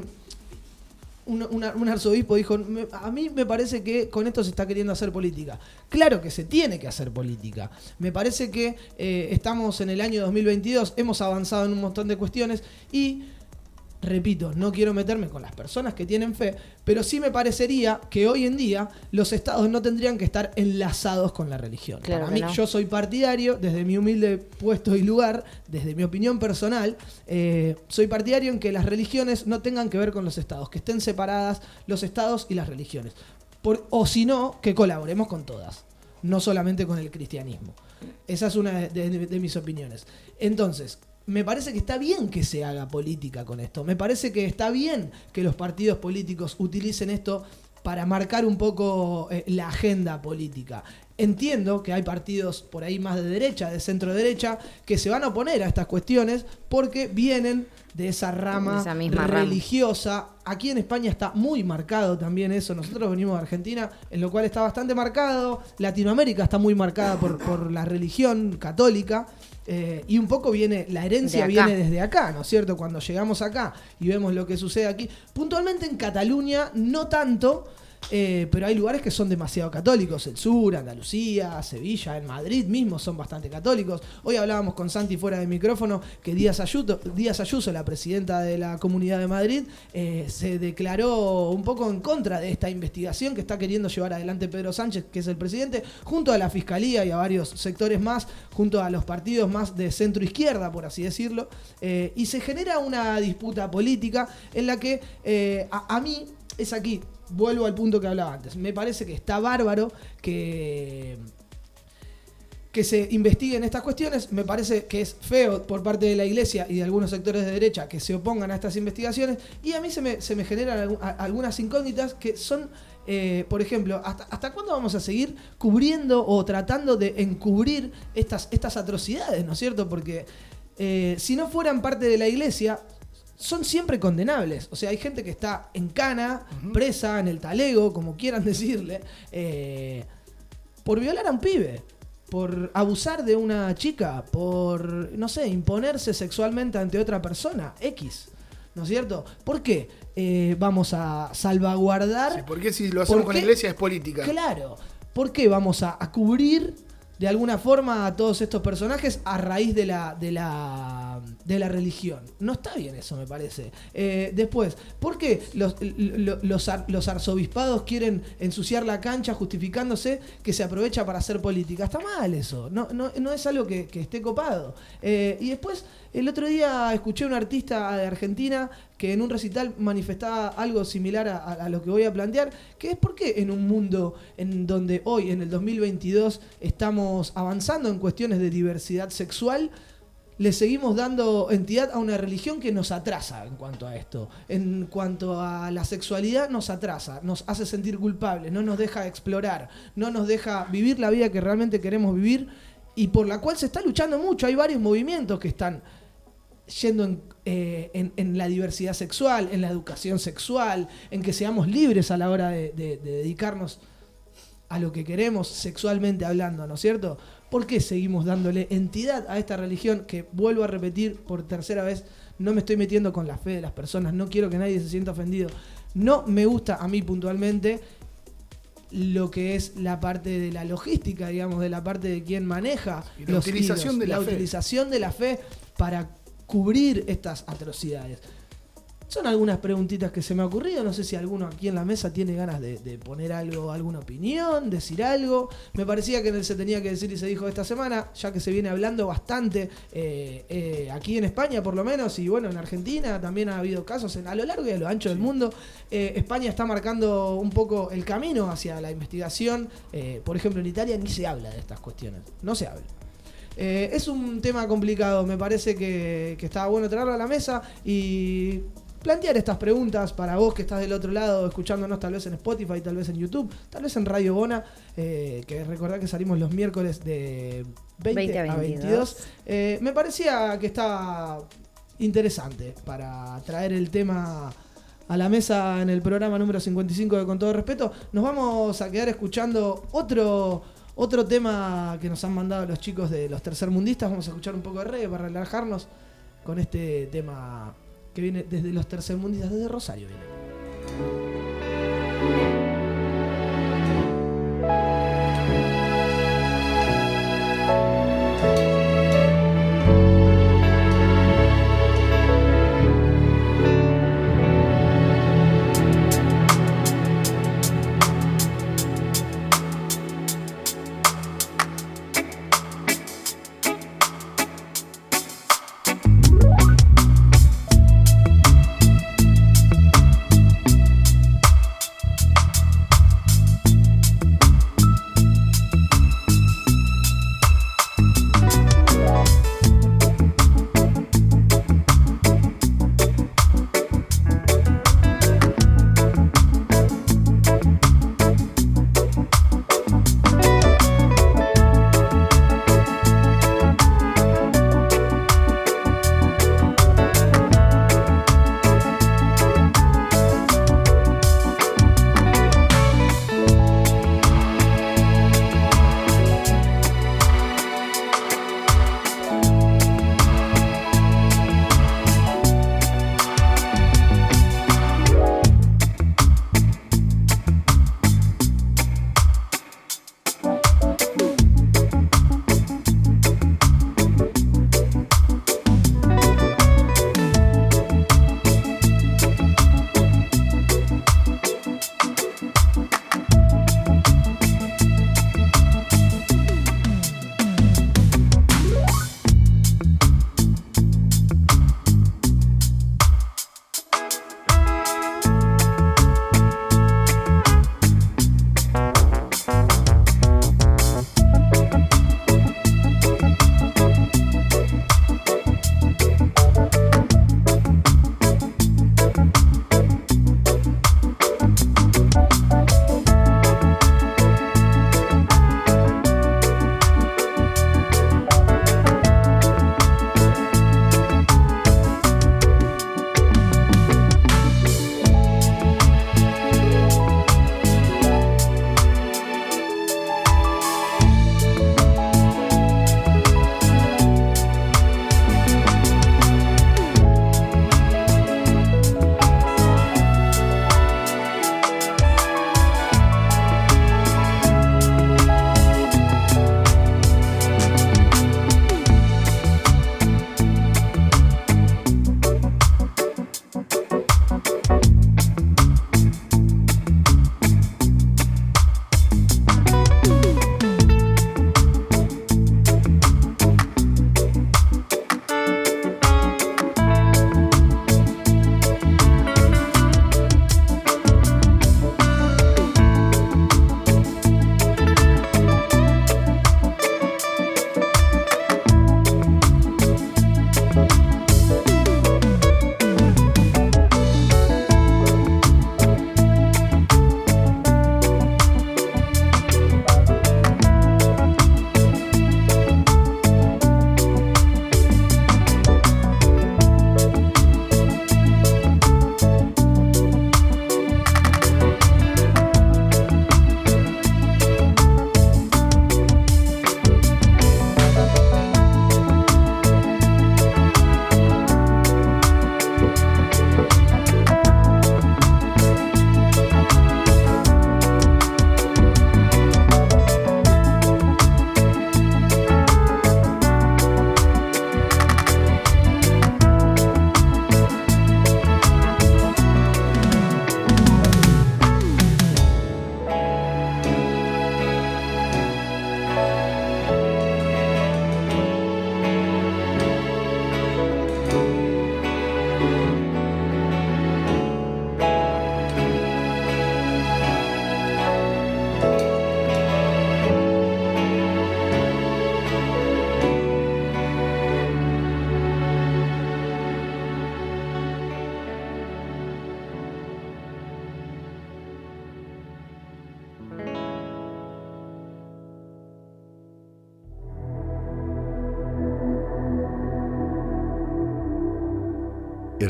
un, una- un arzobispo dijo, "Me- a mí me parece que con esto se está queriendo hacer política". Claro que se tiene que hacer política. Me parece que eh, estamos en el año dos mil veintidós, hemos avanzado en un montón de cuestiones y... Repito, no quiero meterme con las personas que tienen fe, pero sí me parecería que hoy en día los estados no tendrían que estar enlazados con la religión. Claro Para que mí, no. yo soy partidario, desde mi humilde puesto y lugar, desde mi opinión personal, eh, soy partidario en que las religiones no tengan que ver con los estados, que estén separadas los estados y las religiones. Por, o si no, que colaboremos con todas, no solamente con el cristianismo. Esa es una de, de- de mis opiniones. Entonces, me parece que está bien que se haga política con esto. Me parece que está bien que los partidos políticos utilicen esto para marcar un poco eh, la agenda política. Entiendo que hay partidos por ahí más de derecha, de centro derecha, que se van a oponer a estas cuestiones porque vienen de esa rama Esa misma rama. religiosa. Aquí en España está muy marcado también eso. Nosotros venimos de Argentina, en lo cual está bastante marcado. Latinoamérica está muy marcada por, por la religión católica. Eh, y un poco viene, la herencia De acá. viene desde acá, ¿no es cierto? Cuando llegamos acá y vemos lo que sucede aquí. Puntualmente en Cataluña, no tanto, eh, pero hay lugares que son demasiado católicos. El sur, Andalucía, Sevilla, en Madrid mismo son bastante católicos. Hoy hablábamos con Santi fuera de micrófono que Díaz Ayuso, Díaz Ayuso, la presidenta de la Comunidad de Madrid, eh, se declaró un poco en contra de esta investigación que está queriendo llevar adelante Pedro Sánchez, que es el presidente, junto a la Fiscalía y a varios sectores más, junto a los partidos más de centro izquierda, por así decirlo, eh, y se genera una disputa política en la que eh, a, a mí es aquí, vuelvo al punto que hablaba antes, me parece que está bárbaro que... que se investiguen estas cuestiones. Me parece que es feo por parte de la iglesia y de algunos sectores de derecha que se opongan a estas investigaciones, y a mí se me, se me generan algu- a- algunas incógnitas que son, eh, por ejemplo, ¿hasta, ¿hasta cuándo vamos a seguir cubriendo o tratando de encubrir estas, estas atrocidades, ¿no es cierto? Porque eh, si no fueran parte de la iglesia, son siempre condenables. O sea, hay gente que está en cana, presa, en el talego, como quieran decirle, eh, por violar a un pibe, por abusar de una chica, por, no sé, imponerse sexualmente ante otra persona, X, ¿no es cierto? ¿Por qué eh, vamos a salvaguardar? Sí, porque si lo hacemos ¿Por con qué? la iglesia es política. Claro. ¿Por qué vamos a, a cubrir de alguna forma a todos estos personajes a raíz de la, de la, de la religión? No está bien eso, me parece. Eh, después, ¿por qué los, lo- los, ar- los arzobispados quieren ensuciar la cancha justificándose que se aprovecha para hacer política? Está mal eso, no, no, no es algo que, que esté copado. Eh, y después, el otro día escuché a un artista de Argentina que en un recital manifestaba algo similar a, a lo que voy a plantear, que es por qué en un mundo en donde hoy, en el dos mil veintidós, estamos avanzando en cuestiones de diversidad sexual, le seguimos dando entidad a una religión que nos atrasa en cuanto a esto. En cuanto a la sexualidad, nos atrasa, nos hace sentir culpables, no nos deja explorar, no nos deja vivir la vida que realmente queremos vivir y por la cual se está luchando mucho. Hay varios movimientos que están yendo en, eh, en, en la diversidad sexual, en la educación sexual, en que seamos libres a la hora de, de- de dedicarnos a lo que queremos sexualmente hablando, ¿no es cierto? ¿Por qué seguimos dándole entidad a esta religión que, vuelvo a repetir por tercera vez, no me estoy metiendo con la fe de las personas, no quiero que nadie se sienta ofendido? No me gusta a mí puntualmente lo que es la parte de la logística, digamos, de la parte de quien maneja Y la los utilización hilos, de la la fe. utilización de la fe para cubrir estas atrocidades. Son algunas preguntitas que se me ha ocurrido. No sé si alguno aquí en la mesa tiene ganas de, de poner algo, alguna opinión, decir algo. Me parecía que se tenía que decir y se dijo esta semana, ya que se viene hablando bastante eh, eh, aquí en España por lo menos, y bueno, en Argentina también ha habido casos en, a lo largo y a lo ancho del mundo. Eh, España está marcando un poco el camino hacia la investigación. Eh, por ejemplo, en Italia ni se habla de estas cuestiones. No se habla. Eh, es un tema complicado. Me parece que, que estaba bueno traerlo a la mesa y plantear estas preguntas para vos que estás del otro lado escuchándonos, tal vez en Spotify, tal vez en YouTube, tal vez en Radio Bona, eh, que recordad que salimos los miércoles de veinte a veintidós. Eh, me parecía que está interesante para traer el tema a la mesa en el programa número cincuenta y cinco de Con Todo Respeto. Nos vamos a quedar escuchando otro, otro tema que nos han mandado los chicos de los tercermundistas. Vamos a escuchar un poco de reggae para relajarnos con este tema que viene desde los tercermundistas, desde Rosario viene.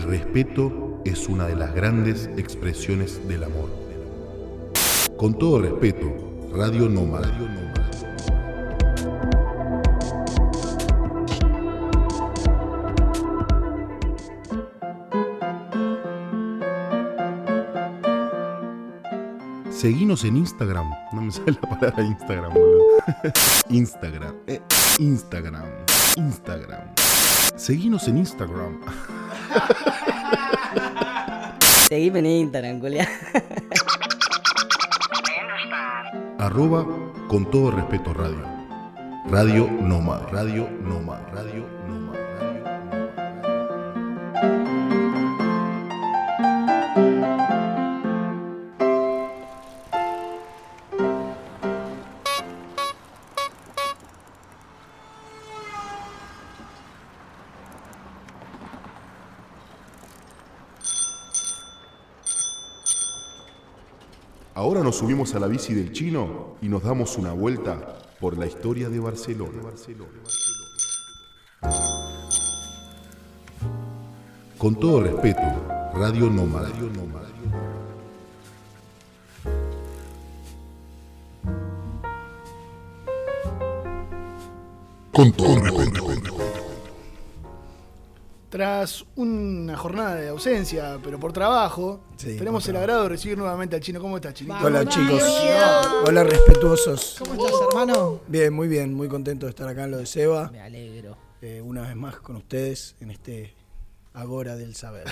respeto es una de las grandes expresiones del amor. Con todo respeto, Radio Nómada. Seguinos en Instagram. No me sale la palabra Instagram, boludo. Instagram. Eh, Instagram. Instagram. Seguinos en Instagram. Seguime en Instagram, Julián. Arroba con todo respeto radio. Radio Nómada. Radio Nómada. Radio Nómada. Ahora nos subimos a la bici del Chino y nos damos una vuelta por la historia de Barcelona. Con todo respeto, Radio Nómada. Con todo respeto. Tras una jornada de ausencia, pero por trabajo, Sí, tenemos por el agrado de recibir nuevamente al Chino. ¿Cómo estás, Chinito? Hola chicos, hola respetuosos. ¿Cómo estás, hermano? Bien, muy bien, muy contento de estar acá en lo de Seba. Me alegro. Eh, una vez más con ustedes en este Agora del Saber.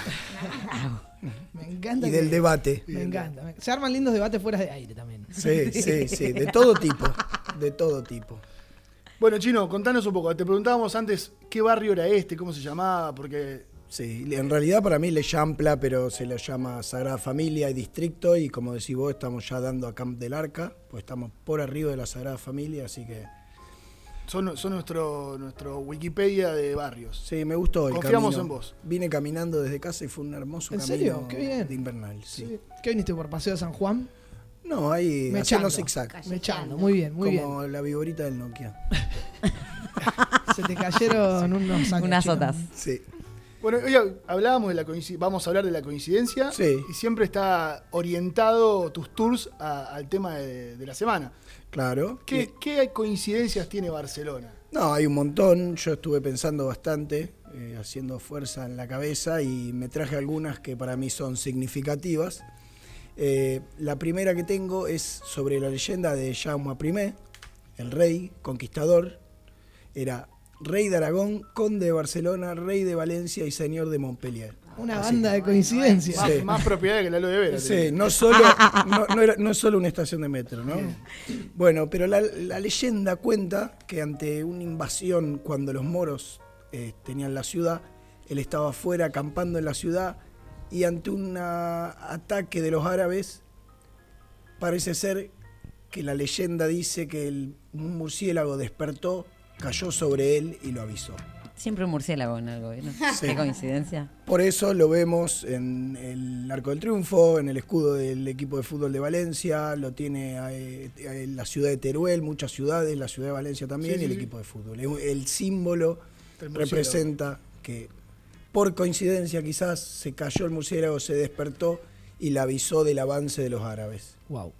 Me encanta. Y del que- debate. Me encanta. Me- Se arman lindos debates fuera de aire también. Sí, sí, sí, de todo tipo, de todo tipo. Bueno, Chino, contanos un poco. Te preguntábamos antes qué barrio era este, cómo se llamaba, porque... Sí, en realidad para mí Le Champla, pero se lo llama Sagrada Familia y Distrito, y como decís vos, estamos ya dando a Camp del Arca, pues estamos por arriba de la Sagrada Familia, así que... Son, son nuestro, nuestro Wikipedia de barrios. Sí, me gustó el Confiamos camino. en vos. Vine caminando desde casa y fue un hermoso ¿En camino serio? Qué bien. de invernal. Sí. Sí. ¿Qué viniste por Paseo de San Juan? No, ahí Me haciendo echando. zigzag. Me echando, muy bien, muy Como la viborita del Nokia. bien. Se te cayeron unos años. Unas Chino. otras. Sí. Bueno, hoy hablábamos de la coincidencia, vamos a hablar de la coincidencia, Sí. y siempre está orientado tus tours a- al tema de, de la semana. Claro. ¿Qué, Y- ¿Qué coincidencias tiene Barcelona? No, hay un montón. Yo estuve pensando bastante, eh, haciendo fuerza en la cabeza, y me traje algunas que para mí son significativas. Eh, la primera que tengo es sobre la leyenda de Jaume I, el rey conquistador. Era rey de Aragón, conde de Barcelona, rey de Valencia y señor de Montpellier. Una Así banda que- de coincidencias. Más, Sí. más propiedades que la de Vera. Sí, no solo, no, no era- no es solo una estación de metro, ¿no? Bueno, pero la, la leyenda cuenta que ante una invasión, cuando los moros eh, tenían la ciudad, él estaba afuera acampando en la ciudad, y ante un ataque de los árabes, parece ser que la leyenda dice que el, un murciélago despertó, cayó sobre él y lo avisó. Siempre un murciélago en algo, ¿no? Sí. Qué coincidencia. Por eso lo vemos en el Arco del Triunfo, en el escudo del equipo de fútbol de Valencia, lo tiene eh, en la ciudad de Teruel, muchas ciudades, la ciudad de Valencia también, Sí, y el sí, sí. equipo de fútbol. Es- El símbolo El murciélago. representa que, por coincidencia quizás, se cayó el murciélago, se despertó y le avisó del avance de los árabes. Wow.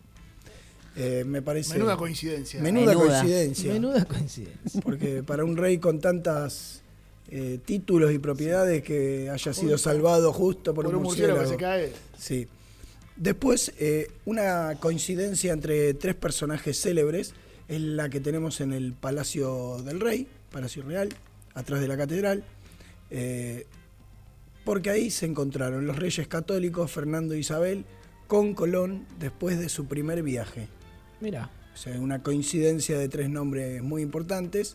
Eh, me parece... Menuda coincidencia. Menuda, Menuda. coincidencia. Menuda coincidencia. Porque para un rey con tantas eh, títulos y propiedades que haya sido salvado justo por, Por un un murciélago murciélago. que se cae. Sí. Después, eh, una coincidencia entre tres personajes célebres es la que tenemos en el Palacio del Rey, Palacio Real, atrás de la catedral, eh, porque ahí se encontraron los reyes católicos Fernando e Isabel con Colón después de su primer viaje. Mira. O sea, una coincidencia de tres nombres muy importantes.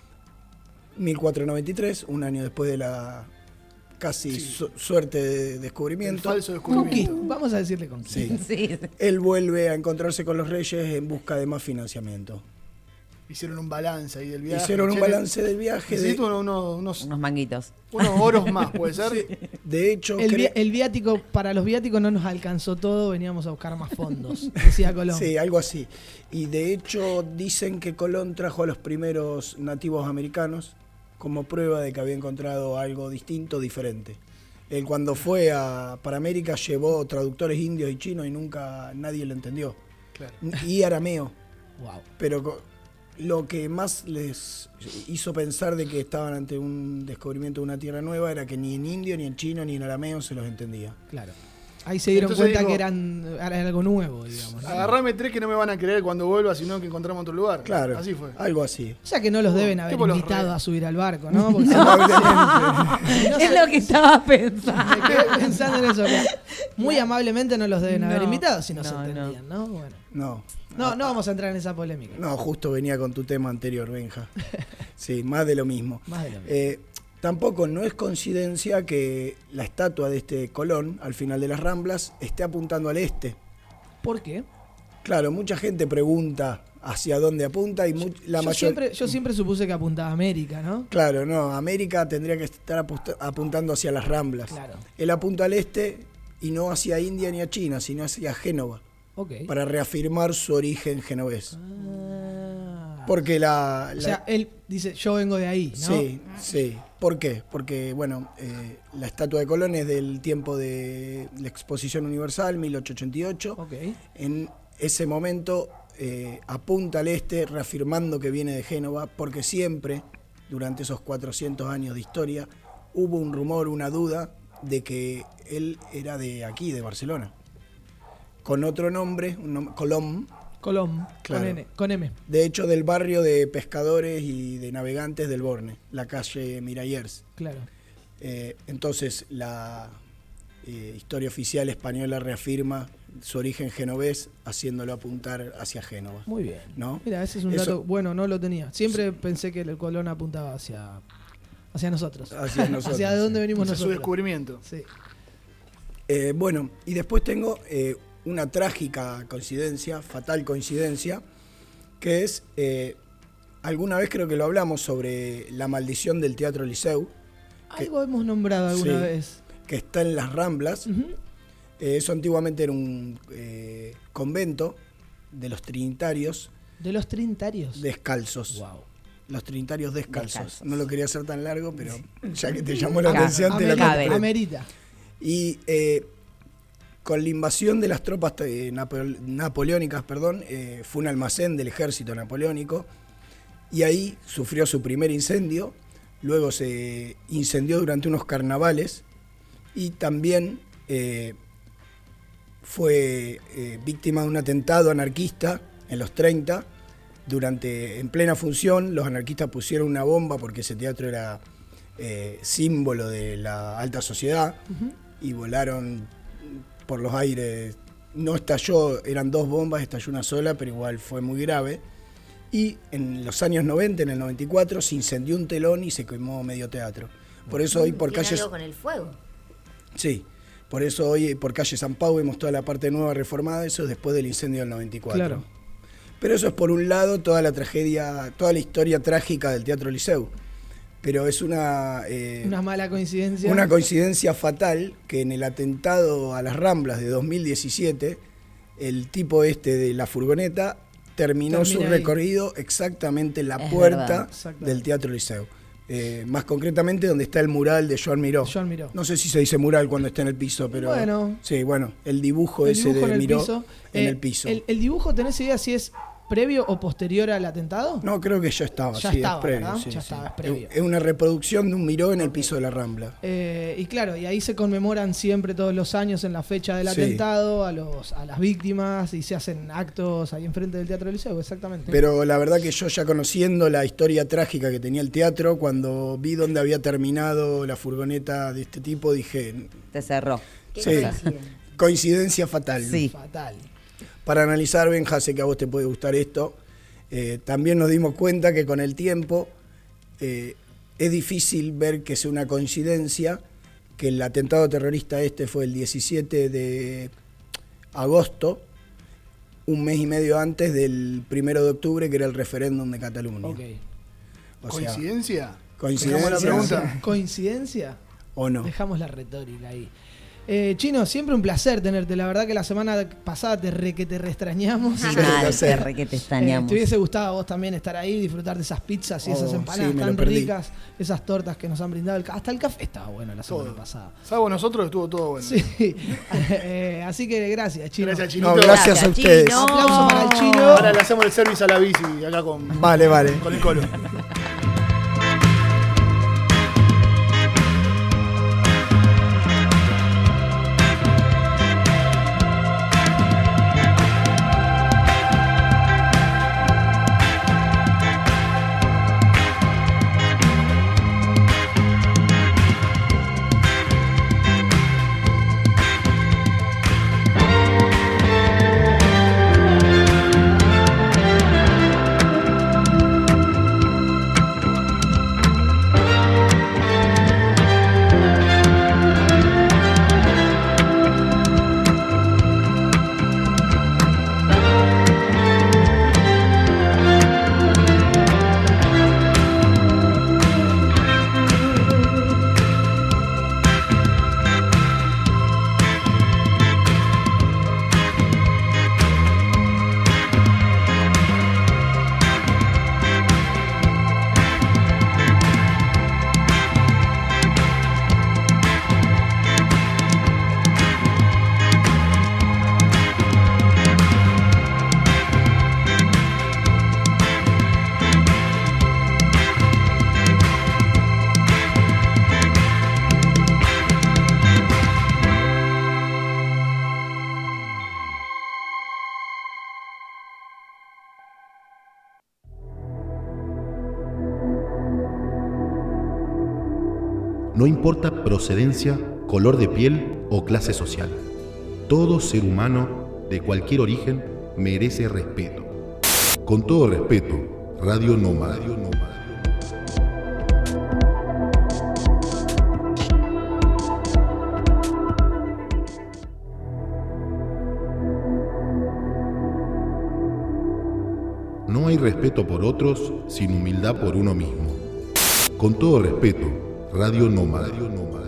mil cuatrocientos noventa y tres, un año después de la casi su- suerte de El descubrimiento. falso Conquist. descubrimiento. Vamos a decirle conquist. Sí. Sí. Él vuelve a encontrarse con los reyes en busca de más financiamiento. Hicieron un balance ahí del viaje. Hicieron un Che, balance del viaje. De, Necesito unos, unos, unos, Unos manguitos. unos oros más, ¿puede ser? de hecho, El, cre- vi- el viático, para los viáticos no nos alcanzó todo, veníamos a buscar más fondos, decía Colón. sí, algo así. Y de hecho dicen que Colón trajo a los primeros nativos americanos como prueba de que había encontrado algo distinto, diferente. Él cuando fue a, para América llevó traductores indios y chinos y nunca nadie lo entendió. Claro. Y arameo. Wow. Pero co- lo que más les hizo pensar de que estaban ante un descubrimiento de una tierra nueva era que ni en indio, ni en chino, ni en arameo se los entendía. Claro. Ahí se dieron Entonces cuenta dijo, que eran era algo nuevo, digamos. ¿no? Agarrame tres que no me van a creer cuando vuelva, sino que encontramos otro lugar. Claro, Así fue. algo así. O sea que no los deben haber tipo los invitado re- a subir al barco, ¿no? Porque Es lo que estaba pensando. me quedé pensando en eso. que muy amablemente no los deben haber No, invitado si no, se no, entendían, ¿no? Bueno. No. No, no vamos a entrar en esa polémica. No, justo venía con tu tema anterior, Benja. Sí, más de lo mismo. Más de lo mismo. Eh, tampoco no es coincidencia que la estatua de este Colón, al final de las Ramblas, esté apuntando al este. ¿Por qué? Claro, mucha gente pregunta hacia dónde apunta y mu- la yo, mayoría... siempre, yo siempre supuse que apuntaba a América, ¿no? Claro, no, América tendría que estar apusta- apuntando hacia las Ramblas. Claro. Él apunta al este y no hacia India ni a China, sino hacia Génova, Ok. para reafirmar su origen genovés. Ah. Porque la... O la- sea, él dice, yo vengo de ahí, ¿no? Sí, sí. ¿Por qué? Porque, bueno, eh, la estatua de Colón es del tiempo de la Exposición Universal, mil ochocientos ochenta y ocho. Ok. En ese momento eh, apunta al este, reafirmando que viene de Génova, porque siempre, durante esos cuatrocientos años de historia, hubo un rumor, una duda, de que él era de aquí, de Barcelona. Con otro nombre, un nom- Colom. Colom, Claro. con N, con M. De hecho, del barrio de pescadores y de navegantes del Borne, la calle Mirallers. Claro. Eh, entonces, la eh, historia oficial española reafirma su origen genovés, haciéndolo apuntar hacia Génova. Muy bien. ¿No? Mira, ese es un Eso- dato bueno, no lo tenía. Siempre pensé que el Colón apuntaba hacia, hacia nosotros. Hacia nosotros, hacia de dónde sí. venimos Hacia su nosotros. descubrimiento. Sí. Eh, bueno, y después tengo eh, una trágica coincidencia, fatal coincidencia, que es, eh, alguna vez creo que lo hablamos sobre la maldición del Teatro Liceu, Algo hemos nombrado alguna Sí. vez. que está en las Ramblas. Ujú. Eh, eso antiguamente era un eh, convento de los trinitarios De los trinitarios. descalzos. Wow. Los trinitarios descalzos. Descalzos. No lo quería hacer tan largo, pero ya que te llamó la Cabe. atención, te lo Amerita, compré. amerita. Y eh, con la invasión de las tropas eh, napo- napoleónicas, perdón, eh, fue un almacén del ejército napoleónico y ahí sufrió su primer incendio. Luego se incendió durante unos carnavales y también eh, fue eh, víctima de un atentado anarquista en los treinta. Durante, en plena función, los anarquistas pusieron una bomba porque ese teatro era eh, símbolo de la alta sociedad y volaron por los aires. No estalló, eran dos bombas, estalló una sola, pero igual fue muy grave. Y en los años noventa, en el noventa y cuatro, se incendió un telón y se quemó medio teatro. Por eso hoy por ¿Tiene calles... algo con el fuego? Sí, por eso hoy por calle San Pau vemos toda la parte nueva reformada, eso es después del incendio del noventa y cuatro. Claro. Pero eso es por un lado toda la tragedia, toda la historia trágica del Teatro Liceu. Pero es una... eh, Una mala coincidencia. una coincidencia fatal que en el atentado a las Ramblas de dos mil diecisiete, el tipo este de la furgoneta terminó Termina su ahí. recorrido exactamente en la Es puerta verdad. Exactamente. del Teatro Liceu. Eh, más concretamente donde está el mural de Joan Miró. Joan Miró. No sé si se dice mural cuando está en el piso, pero... Bueno. Sí, bueno, el dibujo El ese dibujo de en el Miró piso. en Eh, el piso. El, el dibujo, ¿tenés idea si es previo o posterior al atentado? No, creo que ya estaba, Ya sí, estaba, es previo. ¿verdad? sí, Ya sí. estaba, es previo. Es una reproducción de un Miró en el piso de la Rambla. Eh, y claro, y ahí se conmemoran siempre todos los años en la fecha del Sí. atentado a los a las víctimas y se hacen actos ahí enfrente del Teatro Liceo, exactamente. Pero la verdad que yo ya conociendo la historia trágica que tenía el teatro, cuando vi dónde había terminado la furgoneta de este tipo, dije, Te cerró. ¿Qué Sí. coincide? coincidencia fatal. Sí. Fatal. Para analizar, Benja, sé que a vos te puede gustar esto, eh, también nos dimos cuenta que con el tiempo eh, es difícil ver que sea una coincidencia que el atentado terrorista este fue el diecisiete de agosto, un mes y medio antes del primero de octubre, que era el referéndum de Cataluña. Ok. O sea, ¿Coincidencia? coincidencia Dejamos la pregunta. ¿Coincidencia? o no. Dejamos la retórica ahí. Eh, Chino, siempre un placer tenerte. La verdad que la semana pasada te re que te reextrañamos. Sí, mal, te re que te extrañamos. Eh, ¿Te hubiese gustado a vos también estar ahí, disfrutar de esas pizzas y Oh, esas sí, empanadas me lo tan perdí. ricas, esas tortas que nos han brindado? El ca- Hasta el café estaba bueno la semana Todo. pasada. Salvo nosotros, estuvo todo bueno. Sí. Eh, así que gracias, Chino. Gracias, Chinito. No, gracias, Gracias, a ustedes. Chino. Aplauso para el Chino. Ahora le hacemos el service a la bici acá con, Vale, vale. con el colo. No importa procedencia, color de piel o clase social. Todo ser humano de cualquier origen merece respeto. Con todo respeto, Radio Nómada. Radio Nómada. No hay respeto por otros sin humildad por uno mismo. Con todo respeto, Radio Nómada. Radio Nómada.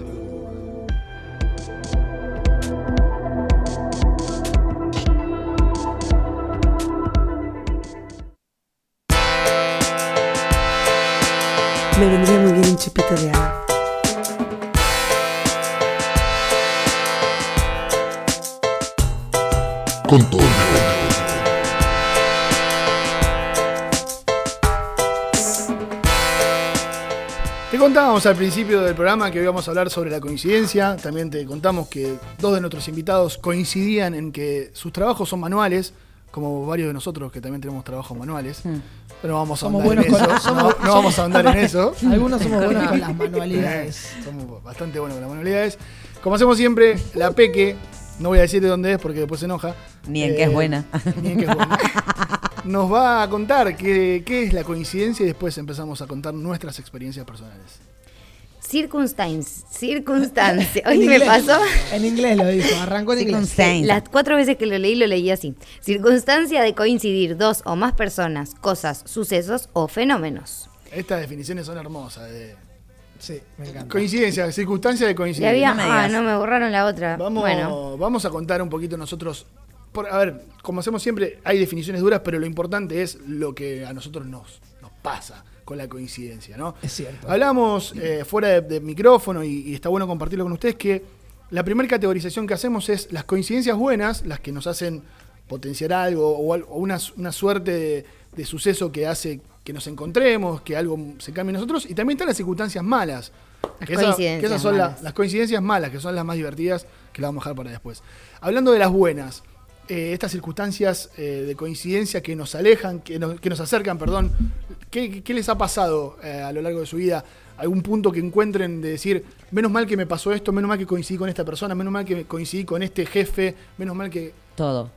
Me vendría muy bien un chupito de agua. Con todo respeto. Te contábamos al principio del programa que hoy vamos a hablar sobre la coincidencia. También te contamos que dos de nuestros invitados coincidían en que sus trabajos son manuales, como varios de nosotros que también tenemos trabajos manuales. Mm. Pero no vamos a Somos ahondar en buenos eso. con- somos- no, no vamos a ahondar en eso. Algunos somos buenos con las manualidades. Eh, somos bastante buenos con las manualidades. Como hacemos siempre, la Peque, no voy a decir de dónde es porque después se enoja. Ni en qué es buena. Ni en qué es buena. Nos va a contar qué, qué es la coincidencia y después empezamos a contar nuestras experiencias personales. Circunstance, circunstancia. En Hoy me inglés. pasó. En inglés lo dijo, arrancó en inglés. Circunstancia. Las cuatro veces que lo leí, lo leí así. Circunstancia de coincidir dos o más personas, cosas, sucesos o fenómenos. Estas definiciones son hermosas. De Sí, me encanta. coincidencia, circunstancia de Y coincidir. había, no me ah, digas. no, me borraron la otra. Vamos, Bueno, vamos a contar un poquito nosotros. Por, a ver, como hacemos siempre, hay definiciones duras, pero lo importante es lo que a nosotros nos, nos pasa con la coincidencia, ¿no? Es cierto. Hablamos eh, fuera de, de micrófono y, y está bueno compartirlo con ustedes que la primera categorización que hacemos es las coincidencias buenas, las que nos hacen potenciar algo o, al- o una, una suerte de, de suceso que hace que nos encontremos, que algo se cambie en nosotros, y también están las circunstancias malas. Las Que esa- coincidencias que esas son la- malas. las coincidencias malas, que son las más divertidas, que las vamos a dejar para después. Hablando de las buenas, eh, estas circunstancias eh, de coincidencia que nos alejan, que nos, que nos acercan, perdón, ¿qué, qué les ha pasado eh, a lo largo de su vida? ¿Algún punto que encuentren de decir, menos mal que me pasó esto, menos mal que coincidí con esta persona, menos mal que coincidí con este jefe, menos mal que... Todo.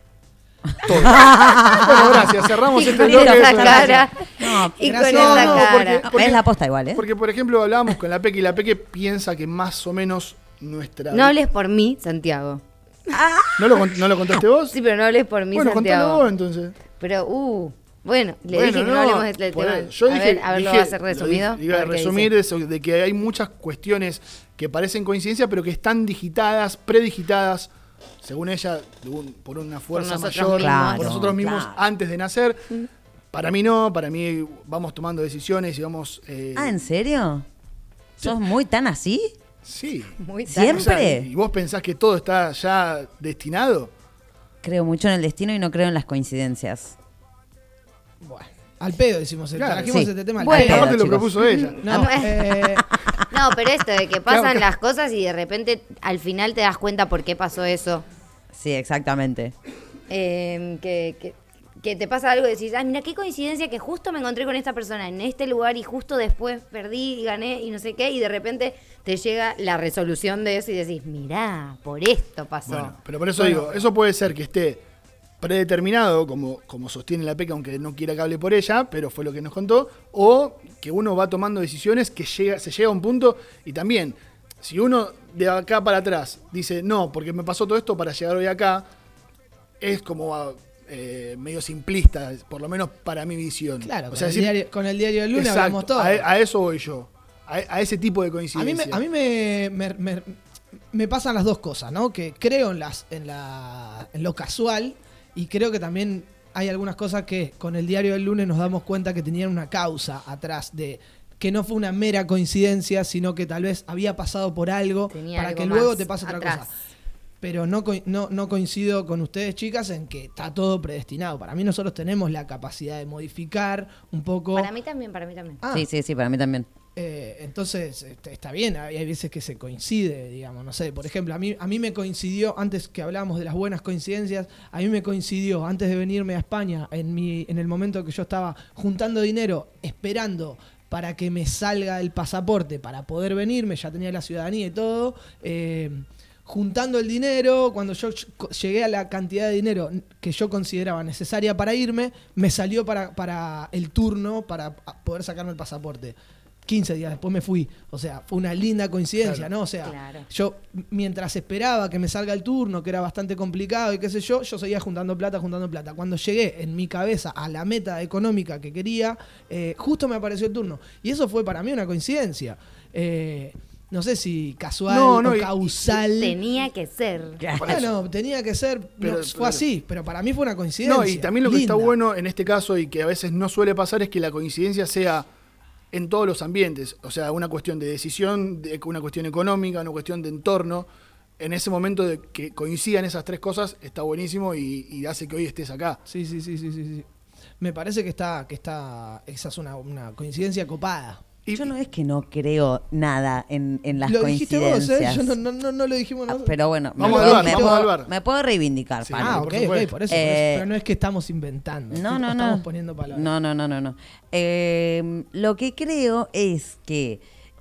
Todo. Bueno, gracias, cerramos y este con bloque. esa Eso, cara. No, y con gracias. esa No, no, cara. porque- porque- es la posta igual, ¿eh? Porque, por ejemplo, hablábamos con la Peque y la Peque piensa que más o menos nuestra... No hables por mí, Santiago. ¿No lo, cont- ¿no lo contaste vos? Sí, pero no hables por mí, Bueno, contalo Santiago. vos entonces. Pero, uh, Bueno, le Bueno, dije que no, no, hablemos del por tema. ahí. Yo a dije, ver, a ver, dije- lo va a hacer lo resumido. dije- Iba a A ver qué resumir dice. eso, de que hay muchas cuestiones que parecen coincidencia, pero que están digitadas, predigitadas, según ella, de un- por una fuerza nosotros mayor, mismos. por nosotros mismos Claro. antes de nacer. Para mí no, para mí vamos tomando decisiones y vamos... eh, Ah, ¿en serio? ¿Sos muy tan así? Sí. Muy ¿Siempre? O sea, ¿y vos pensás que todo está ya destinado? Creo mucho en el destino y no creo en las coincidencias. Bueno, al pedo decimos, el- Claro, trajimos sí. este tema al Bueno, pedo. Aparte lo chicos. propuso ella. No, eh, No, pero esto de que pasan Claro, claro. las cosas y de repente al final te das cuenta por qué pasó eso. Sí, exactamente. Eh, que, que, que te pasa algo y decís, ah, mira qué coincidencia que justo me encontré con esta persona en este lugar y justo después perdí y gané y no sé qué, y de repente te llega la resolución de eso y decís, mirá, por esto pasó. Bueno, pero por eso digo, eso puede ser que esté predeterminado, como, como sostiene la P E C A, aunque no quiera que hable por ella, pero fue lo que nos contó, o que uno va tomando decisiones que llega, se llega a un punto, y también, si uno de acá para atrás dice, no, porque me pasó todo esto para llegar hoy acá, es como eh, medio simplista, por lo menos para mi visión. claro, o con, sea, el decir- diario, con el diario del lunes exacto, hablamos todo. a, a eso voy yo, a, a ese tipo de A mí, coincidencia. me, a mí me, me, me- me pasan las dos cosas, ¿no? Que creo en, las, en, la, en lo casual y creo que también hay algunas cosas que con el diario del lunes nos damos cuenta que tenían una causa atrás de que no fue una mera coincidencia, sino que tal vez había pasado por algo Tenía para algo que luego más te pase otra atrás. cosa. Pero no, coi- no, no coincido con ustedes, chicas, en que está todo predestinado. Para mí nosotros tenemos la capacidad de modificar un poco... Para mí también, para mí también. Ah. Sí, sí, sí, para mí también. Eh, entonces, este, está bien, hay, hay veces que se coincide, digamos, no sé, por ejemplo, a mí, a mí me coincidió, antes que hablábamos de las buenas coincidencias, a mí me coincidió, antes de venirme a España, en, mi, en el momento que yo estaba juntando dinero, esperando para que me salga el pasaporte para poder venirme, ya tenía la ciudadanía y todo, eh, juntando el dinero, cuando yo ch- llegué a la cantidad de dinero que yo consideraba necesaria para irme, me salió para, para el turno para poder sacarme el pasaporte. quince días después me fui. O sea, fue una linda coincidencia, Claro. ¿no? O sea, Claro. yo mientras esperaba que me salga el turno, que era bastante complicado y qué sé yo, yo seguía juntando plata, juntando plata. Cuando llegué en mi cabeza a la meta económica que quería, eh, justo me apareció el turno. Y eso fue para mí una coincidencia. Eh, no sé si casual No, o no, y- causal. Tenía que ser. Bueno, tenía que ser, no, Pero- fue pero- así, pero para mí fue una coincidencia. No, y también lo que está linda. bueno en este caso y que a veces no suele pasar es que la coincidencia sea en todos los ambientes. O sea, una cuestión de decisión, de- una cuestión económica, una cuestión de entorno. En ese momento de que coincidan esas tres cosas está buenísimo y, y hace que hoy estés acá. Sí, sí, sí, sí, sí, sí. Me parece que está, que está, esa es una, una coincidencia copada. Y, Yo no es que no creo nada en, en las Lo dijiste vos, coincidencias. ¿eh? Yo no, no, no, no lo dijimos Ah, nosotros. pero bueno, Vamos me, al puedo, bar, me, vamos puedo, al bar. me puedo reivindicar, Sí. Pablo. Ah, por ok, ok, supuesto. por eso, por Eh, eso. Pero no es que estamos inventando. No, no, estamos no. poniendo palabras. No, no, no, no, no. Eh, lo que creo es que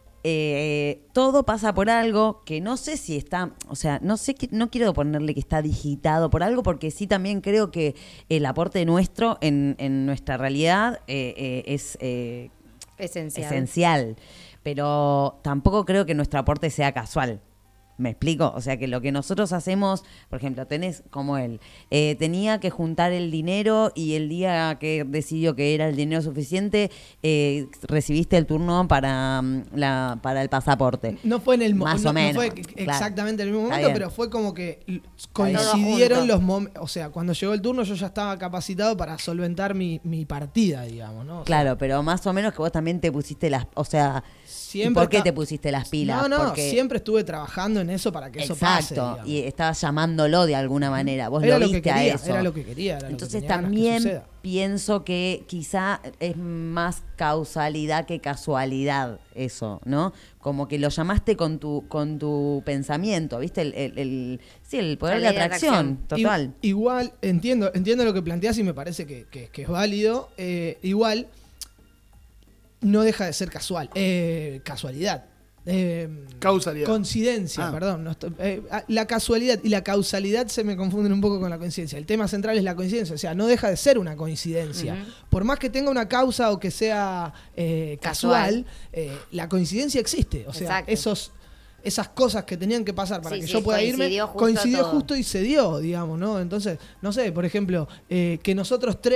eh, todo pasa por algo que no sé si está, o sea, no sé, que, no quiero ponerle que está digitado por algo, porque sí también creo que el aporte nuestro en, en nuestra realidad eh, eh, es eh, Esencial. esencial, pero tampoco creo que nuestro aporte sea casual. ¿Me explico? O sea, que lo que nosotros hacemos, por ejemplo, tenés como él, eh, tenía que juntar el dinero y el día que decidió que era el dinero suficiente, eh, recibiste el turno para, mm, la, para el pasaporte. No fue en el mo- Más no, o no menos, fue claro. exactamente en el mismo Está momento, bien. pero fue como que l- bien. coincidieron Todo los momentos. O sea, cuando llegó el turno yo ya estaba capacitado para solventar mi, mi partida, digamos, ¿no? O sea, Claro, pero más o menos que vos también te pusiste las... O sea, ¿y siempre por qué está- te pusiste las pilas? No, no, Porque- siempre estuve trabajando en eso para que eso pase. Exacto, digamos. y estabas llamándolo de alguna manera. Vos Era lo lo que viste a quería, eso. era lo que quería, era lo que Entonces tenía ganas que también suceda. pienso que quizá es más causalidad que casualidad eso, ¿no? Como que lo llamaste con tu con tu pensamiento, ¿viste? El, el, el- sí, el poder La de ley de atracción, atracción. total. I- Igual, entiendo, entiendo lo que planteas y me parece que, que- que es válido. Eh, igual, no deja de ser casual. Eh, casualidad. Eh, Causalidad. Coincidencia, Ah. perdón. no estoy- eh, ah, la casualidad y la causalidad se me confunden un poco con la coincidencia. El tema central es la coincidencia, o sea, no deja de ser una coincidencia. Ujú. Por más que tenga una causa o que sea eh, casual, Casual. eh, la coincidencia existe. O sea, Exacto. esos, esas cosas que tenían que pasar para Sí, que sí, yo pueda irme, coincidió justo coincidió todo. justo y se dio, digamos, ¿no? Entonces, no sé, por ejemplo, eh, que nosotros tres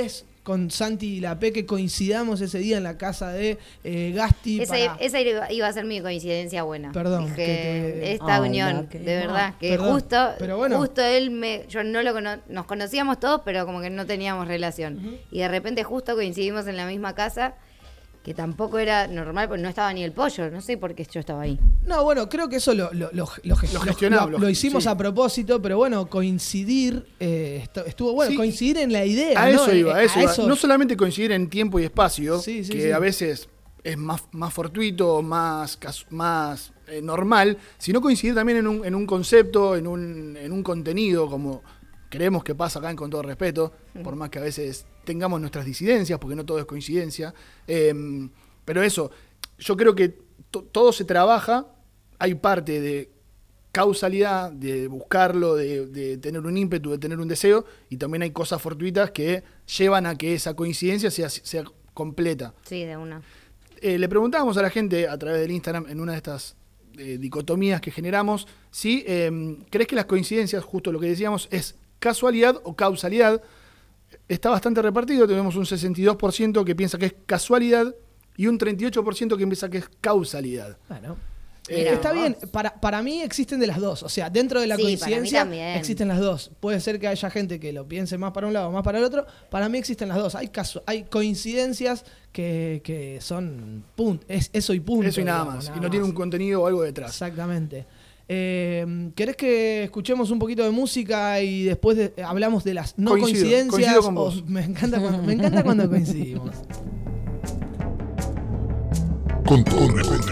con Santi y la P que coincidamos ese día en la casa de eh, Gasti. Esa, para... esa iba a ser mi coincidencia buena. Perdón. Dije, que te... Esta Ay, unión, no, que... de verdad, no, que perdón. justo, pero bueno. justo él, me, yo no lo cono nos conocíamos todos, pero como que no teníamos relación. Uh-huh. Y de repente justo coincidimos en la misma casa, que tampoco era normal, porque no estaba ni el pollo, no sé por qué yo estaba ahí. No, bueno, creo que eso lo, lo, lo, lo, lo gestionamos. Lo, lo hicimos sí. a propósito, pero bueno, coincidir, eh, estuvo bueno, sí. coincidir en la idea. A ¿no? eso iba, a eso, a iba. eso. No solamente coincidir en tiempo y espacio, sí, sí, que sí. a veces es más, más fortuito, más, más eh, normal, sino coincidir también en un, en un concepto, en un, en un contenido, como creemos que pasa acá en Con Todo Respeto, uh-huh. por más que a veces tengamos nuestras disidencias, porque no todo es coincidencia. Eh, pero eso, yo creo que to- todo se trabaja, hay parte de causalidad, de buscarlo, de, de tener un ímpetu, de tener un deseo, y también hay cosas fortuitas que llevan a que esa coincidencia sea, sea completa. Sí, de una. Eh, le preguntábamos a la gente a través del Instagram, en una de estas eh, dicotomías que generamos, si eh, crees que las coincidencias, justo lo que decíamos, es casualidad o causalidad. Está bastante repartido, tenemos un sesenta y dos por ciento que piensa que es casualidad y un treinta y ocho por ciento que piensa que es causalidad. Bueno. Eh, está bien, para, para mí existen de las dos, o sea, dentro de la sí, coincidencia existen las dos. Puede ser que haya gente que lo piense más para un lado o más para el otro, para mí existen las dos. Hay caso, hay coincidencias que, que son punto, es eso y punto. Eso y nada digamos, más, nada y no más. tiene un contenido o algo detrás. Exactamente. Eh, ¿Querés que escuchemos un poquito de música y después de, eh, hablamos de las no coincido, coincidencias? Coincido con vos. O, me encanta cuando, me encanta cuando coincidimos. Con todo respeto.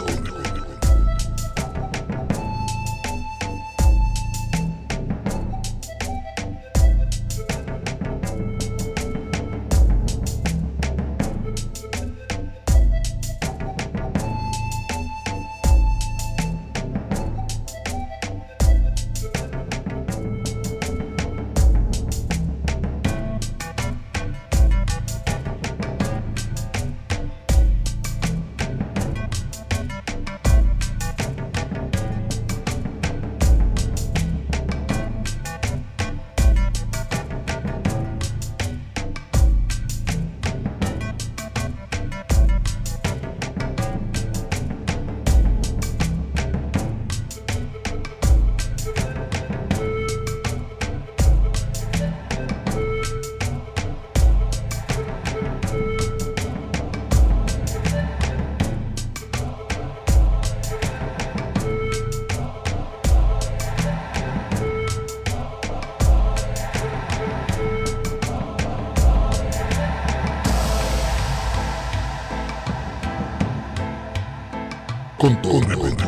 Con todo respeto.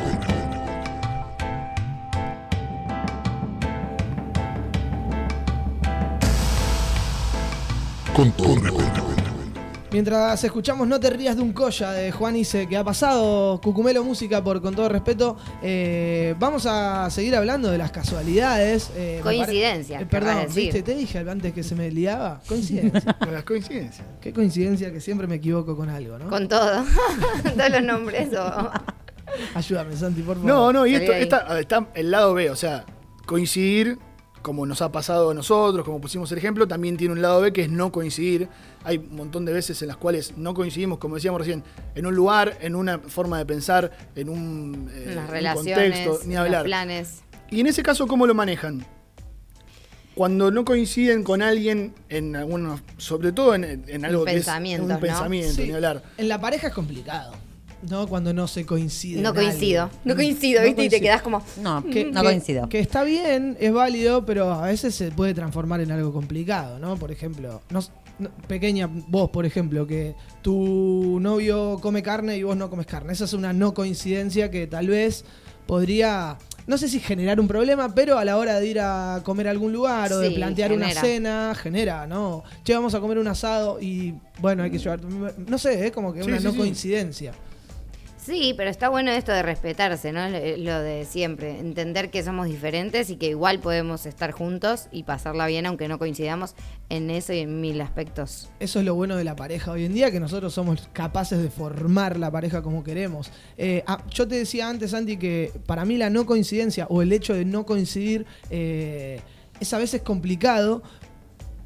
Con todo respeto. Mientras escuchamos No te rías de un colla de Juan Ise, que ha pasado Cucumelo Música por Con Todo Respeto, eh, vamos a seguir hablando de las casualidades. Eh, Coincidencias, eh, perdón, decir. ¿viste? Te dije antes que se me liaba. Coincidencia. Con las coincidencias. Qué coincidencia que siempre me equivoco con algo, ¿no? Con todo. Todos los nombres. O... Ayúdame, Santi, por favor. No, no, y esto está, está el lado B, o sea, coincidir, como nos ha pasado a nosotros, como pusimos el ejemplo, también tiene un lado B que es no coincidir. Hay un montón de veces en las cuales no coincidimos, como decíamos recién, en un lugar, en una forma de pensar, en un, eh, Las un relaciones, contexto, ni hablar. los planes. Y en ese caso, ¿cómo lo manejan? Cuando no coinciden con alguien en alguna, sobre todo en, en algo que es un ¿no? pensamiento, Sí, ni hablar. En la pareja es complicado, ¿no? Cuando no se coincide. No en coincido, algo. no coincido, No ¿viste? Y te coincido. quedás como... No, Que, no que- coincido. Que está bien, es válido, pero a veces se puede transformar en algo complicado, ¿no? Por ejemplo, no, no- pequeña, vos, por ejemplo, que tu novio come carne y vos no comes carne. Esa es una no coincidencia que tal vez podría, no sé si generar un problema, pero a la hora de ir a comer a algún lugar o de Sí, plantear una genera. cena, genera, ¿no? Che, vamos a comer un asado y, bueno, hay que llevar... No sé, es como que Sí, una sí, no sí. coincidencia. Sí, pero está bueno esto de respetarse, ¿no? Lo lo de siempre, entender que somos diferentes y que igual podemos estar juntos y pasarla bien aunque no coincidamos en eso y en mil aspectos. Eso es lo bueno de la pareja hoy en día, que nosotros somos capaces de formar la pareja como queremos. Eh, ah, yo te decía antes, Santi, que para mí la no coincidencia o el hecho de no coincidir eh, es a veces complicado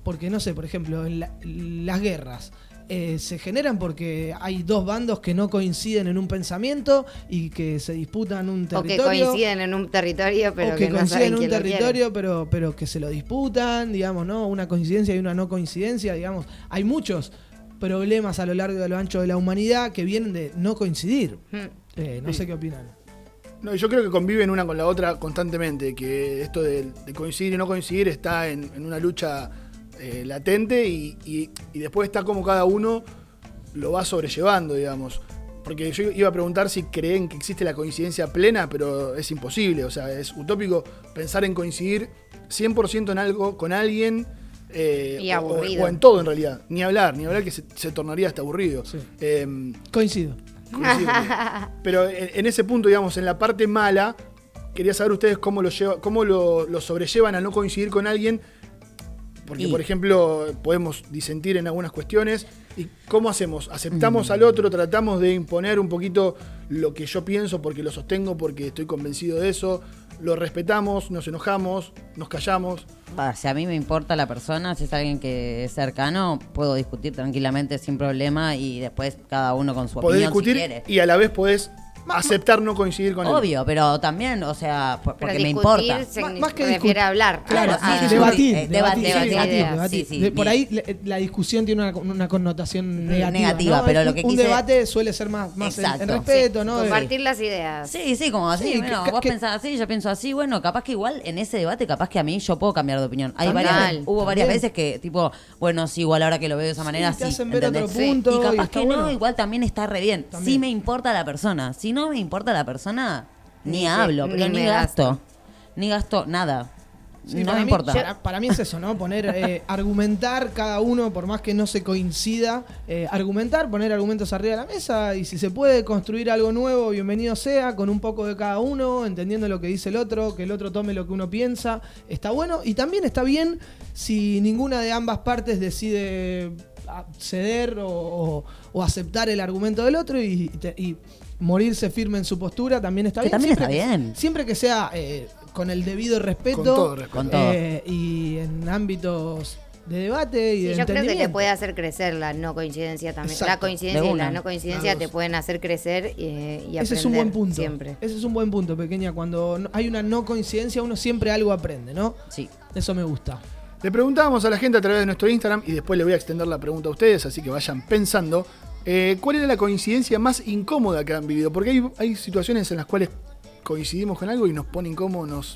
porque no sé, por ejemplo, en la- las guerras. Eh, se generan porque hay dos bandos que no coinciden en un pensamiento y que se disputan un O que territorio. coinciden en un territorio, pero o que, que no coinciden saben en un quién lo quiere. territorio, pero, pero que se lo disputan, digamos, ¿no? Una coincidencia y una no coincidencia, digamos. Hay muchos problemas a lo largo y a lo ancho de la humanidad que vienen de no coincidir. Hmm. Eh, no Sí. sé qué opinan. No, yo creo que conviven una con la otra constantemente, que esto de, de coincidir y no coincidir está en, en una lucha eh, latente y, y- y después está como cada uno lo va sobrellevando, digamos. Porque yo iba a preguntar si creen que existe la coincidencia plena, pero es imposible, o sea, es utópico pensar en coincidir cien por ciento en algo con alguien. eh, Y o- aburrido. O, en todo en realidad, ni hablar, ni hablar que se, se tornaría hasta aburrido. Eh, Coincido. Coincido. Pero en, en ese punto, digamos, en la parte mala, quería saber ustedes cómo lo lleva, cómo lo, lo sobrellevan a no coincidir con alguien. Porque, Y- por ejemplo, podemos disentir en algunas cuestiones. ¿Y cómo hacemos? ¿Aceptamos al otro? ¿Tratamos de imponer un poquito lo que yo pienso porque lo sostengo, porque estoy convencido de eso? ¿Lo respetamos? ¿Nos enojamos? ¿Nos callamos? Va, si a mí me importa la persona, si es alguien que es cercano, puedo discutir tranquilamente sin problema y después cada uno con su Podés opinión discutir si quiere. y a la vez podés aceptar no coincidir con él. Obvio, pero también, o sea, por- Pero porque me discutir importa. se Más- más que refiere discut- a hablar. Claro, Ah, sí, sí, debatir, eh, debatir, debatir, debatir, debatir, debatir. sí, sí, De- por mi- ahí la, la discusión tiene una, una connotación negativa. negativa, ¿no? pero Un- lo que un quise- debate suele ser más, más en- en, Exacto. respeto, ¿no? De- Compartir las ideas. Sí, sí, como así, Sí, bueno, que- vos que- pensás así, yo pienso así, bueno, capaz que igual en ese debate, capaz que a mí yo puedo cambiar de opinión. Hay También. varias, hubo varias También. veces que, tipo, bueno, sí, igual ahora que lo veo de esa manera, te sí, hacen ver ¿entendés? otro punto Y y capaz está que no, bueno. igual también está re bien. También. Si me importa la persona, si no me importa la persona, ni, Ni hablo, que- pero ni ni me gasto. gasto. Ni gasto nada. Sí, no para me mí- importa. Para, para mí es eso, ¿no? Poner, eh, argumentar cada uno, por más que no se coincida, eh, argumentar, poner argumentos arriba de la mesa y si se puede construir algo nuevo, bienvenido sea, con un poco de cada uno, entendiendo lo que dice el otro, que el otro tome lo que uno piensa, está bueno. Y también está bien si ninguna de ambas partes decide a- ceder o, o- o aceptar el argumento del otro y, te- y morirse firme en su postura, también está Que bien. también Siempre está que- bien. Siempre que sea eh, con el debido respeto. Con todo respeto. Con todo. Eh, y en ámbitos de debate y Sí, de yo creo que te entendimiento. puede hacer crecer la no coincidencia también. Exacto. La coincidencia De y una. la no coincidencia Las te dos. pueden hacer crecer eh, y aprender Ese es un buen punto. siempre. Ese es un buen punto, pequeña. Cuando no- hay una no coincidencia, uno siempre algo aprende, ¿no? Sí. Eso me gusta. Le preguntábamos a la gente a través de nuestro Instagram y después le voy a extender la pregunta a ustedes, así que vayan pensando. eh, ¿Cuál era la coincidencia más incómoda que han vivido? Porque hay, hay situaciones en las cuales coincidimos con algo y nos pone incómodo, nos...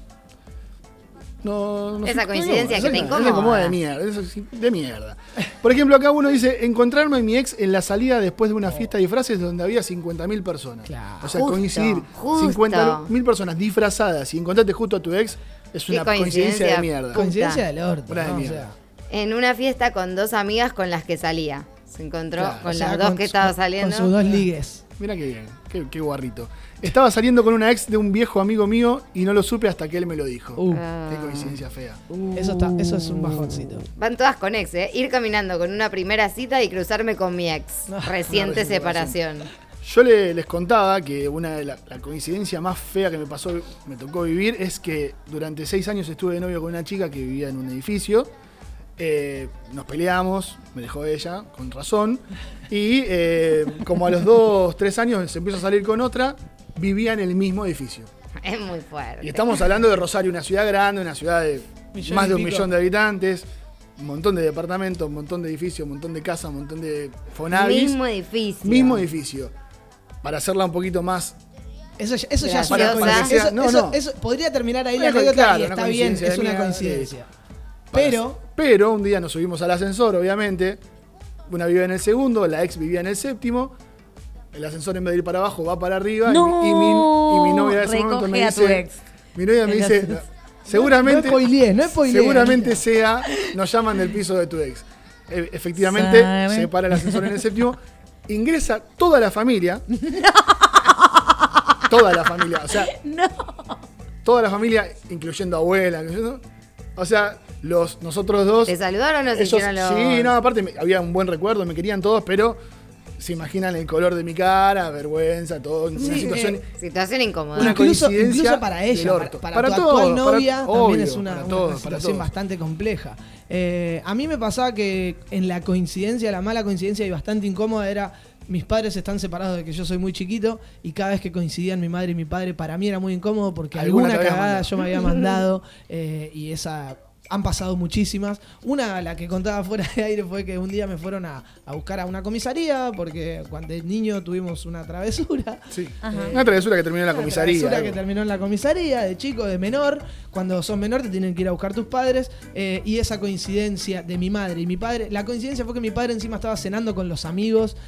no- nos Esa incomoda, coincidencia que te exacto, incomoda. nos incomoda de mierda, eso sí, de mierda. Por ejemplo, acá uno dice, encontrarme a mi ex en la salida después de una fiesta de disfraces donde había cincuenta mil personas. Claro. O sea, Justo, coincidir justo. cincuenta mil personas disfrazadas y encontrarte justo a tu ex es Qué una coincidencia de coincidencia. mierda. Coincidencia del orto. Una de ¿no? O mierda. sea, En una fiesta con dos amigas con las que salía. Se encontró Claro, con o sea, las dos con que su- estaba Con saliendo. sus dos ligues. Mira qué bien, qué, qué guarrito. Estaba saliendo con una ex de un viejo amigo mío y no lo supe hasta que él me lo dijo. Uh, Ah. Qué coincidencia fea. eso, está, eso es un bajoncito. Van todas con ex, ¿eh? Ir caminando con una primera cita y cruzarme con mi ex. No. Reciente Una separación. Yo le- les contaba que una de la, la coincidencia más fea que me pasó, me tocó vivir, es que durante seis años estuve de novio con una chica que vivía en un edificio. Eh, nos peleamos, me dejó ella, con razón. Y eh, como a los dos, tres años se empezó a salir con otra, vivía en el mismo edificio. Es muy fuerte. Y estamos hablando de Rosario, una ciudad grande, una ciudad de Millón más y de un pico. millón de habitantes, un montón de departamentos, un montón de edificios, un montón de casas, un montón de Fonavis. Mismo edificio. Mismo edificio. Para hacerla un poquito más... Eso, ya- eso ya es una Graciosa. coincidencia. Eso, No, eso- no. eso podría terminar ahí Una la co- anécdota claro, y una está bien, coincidencia es de una mierda, coincidencia. Para- Pero, Pero un día nos subimos al ascensor, obviamente. Una vivía en el segundo, la ex vivía en el séptimo. El ascensor en vez de ir para abajo va para arriba. y- No, y, mi, y mi novia de ese momento me recoge a tu dice... ex. Mi novia me El dice... ascensor. Seguramente... no spoilees, no spoilees. Seguramente sea, nos llaman del piso de tu ex. E- efectivamente, ¿Sabe? se para el ascensor en el séptimo, ingresa toda la familia. Toda la familia, o sea, toda la familia, incluyendo abuela, incluyendo- o sea, los, nosotros dos. ¿Te saludaron o se ellos- hicieron los...? Sí, no, aparte me- había un buen recuerdo, me querían todos, pero se imaginan el color de mi cara, vergüenza, todo. Sí, una situación, eh, situación incómoda. una Incluso, coincidencia incluso para del ella, orto. para, para, Para tu todo, actual para- novia, también obvio, es una, para una todos, para situación todos. bastante compleja. Eh, a mí me pasaba que en la coincidencia, la mala coincidencia y bastante incómoda era, mis padres están separados de que yo soy muy chiquito y cada vez que coincidían mi madre y mi padre, para mí era muy incómodo porque Alguna alguna te habías cagada mandado. yo me había mandado eh, y esa... Han pasado muchísimas. Una, la que contaba fuera de aire, fue que un día me fueron a, a buscar a una comisaría porque cuando de niño tuvimos una travesura. Sí. Ajá. Una travesura que terminó en la Una comisaría. travesura algo. que terminó en la comisaría, de chico, de menor. Cuando sos menor te tienen que ir a buscar tus padres. eh, y esa coincidencia de mi madre y mi padre. La coincidencia fue que mi padre encima estaba cenando con los amigos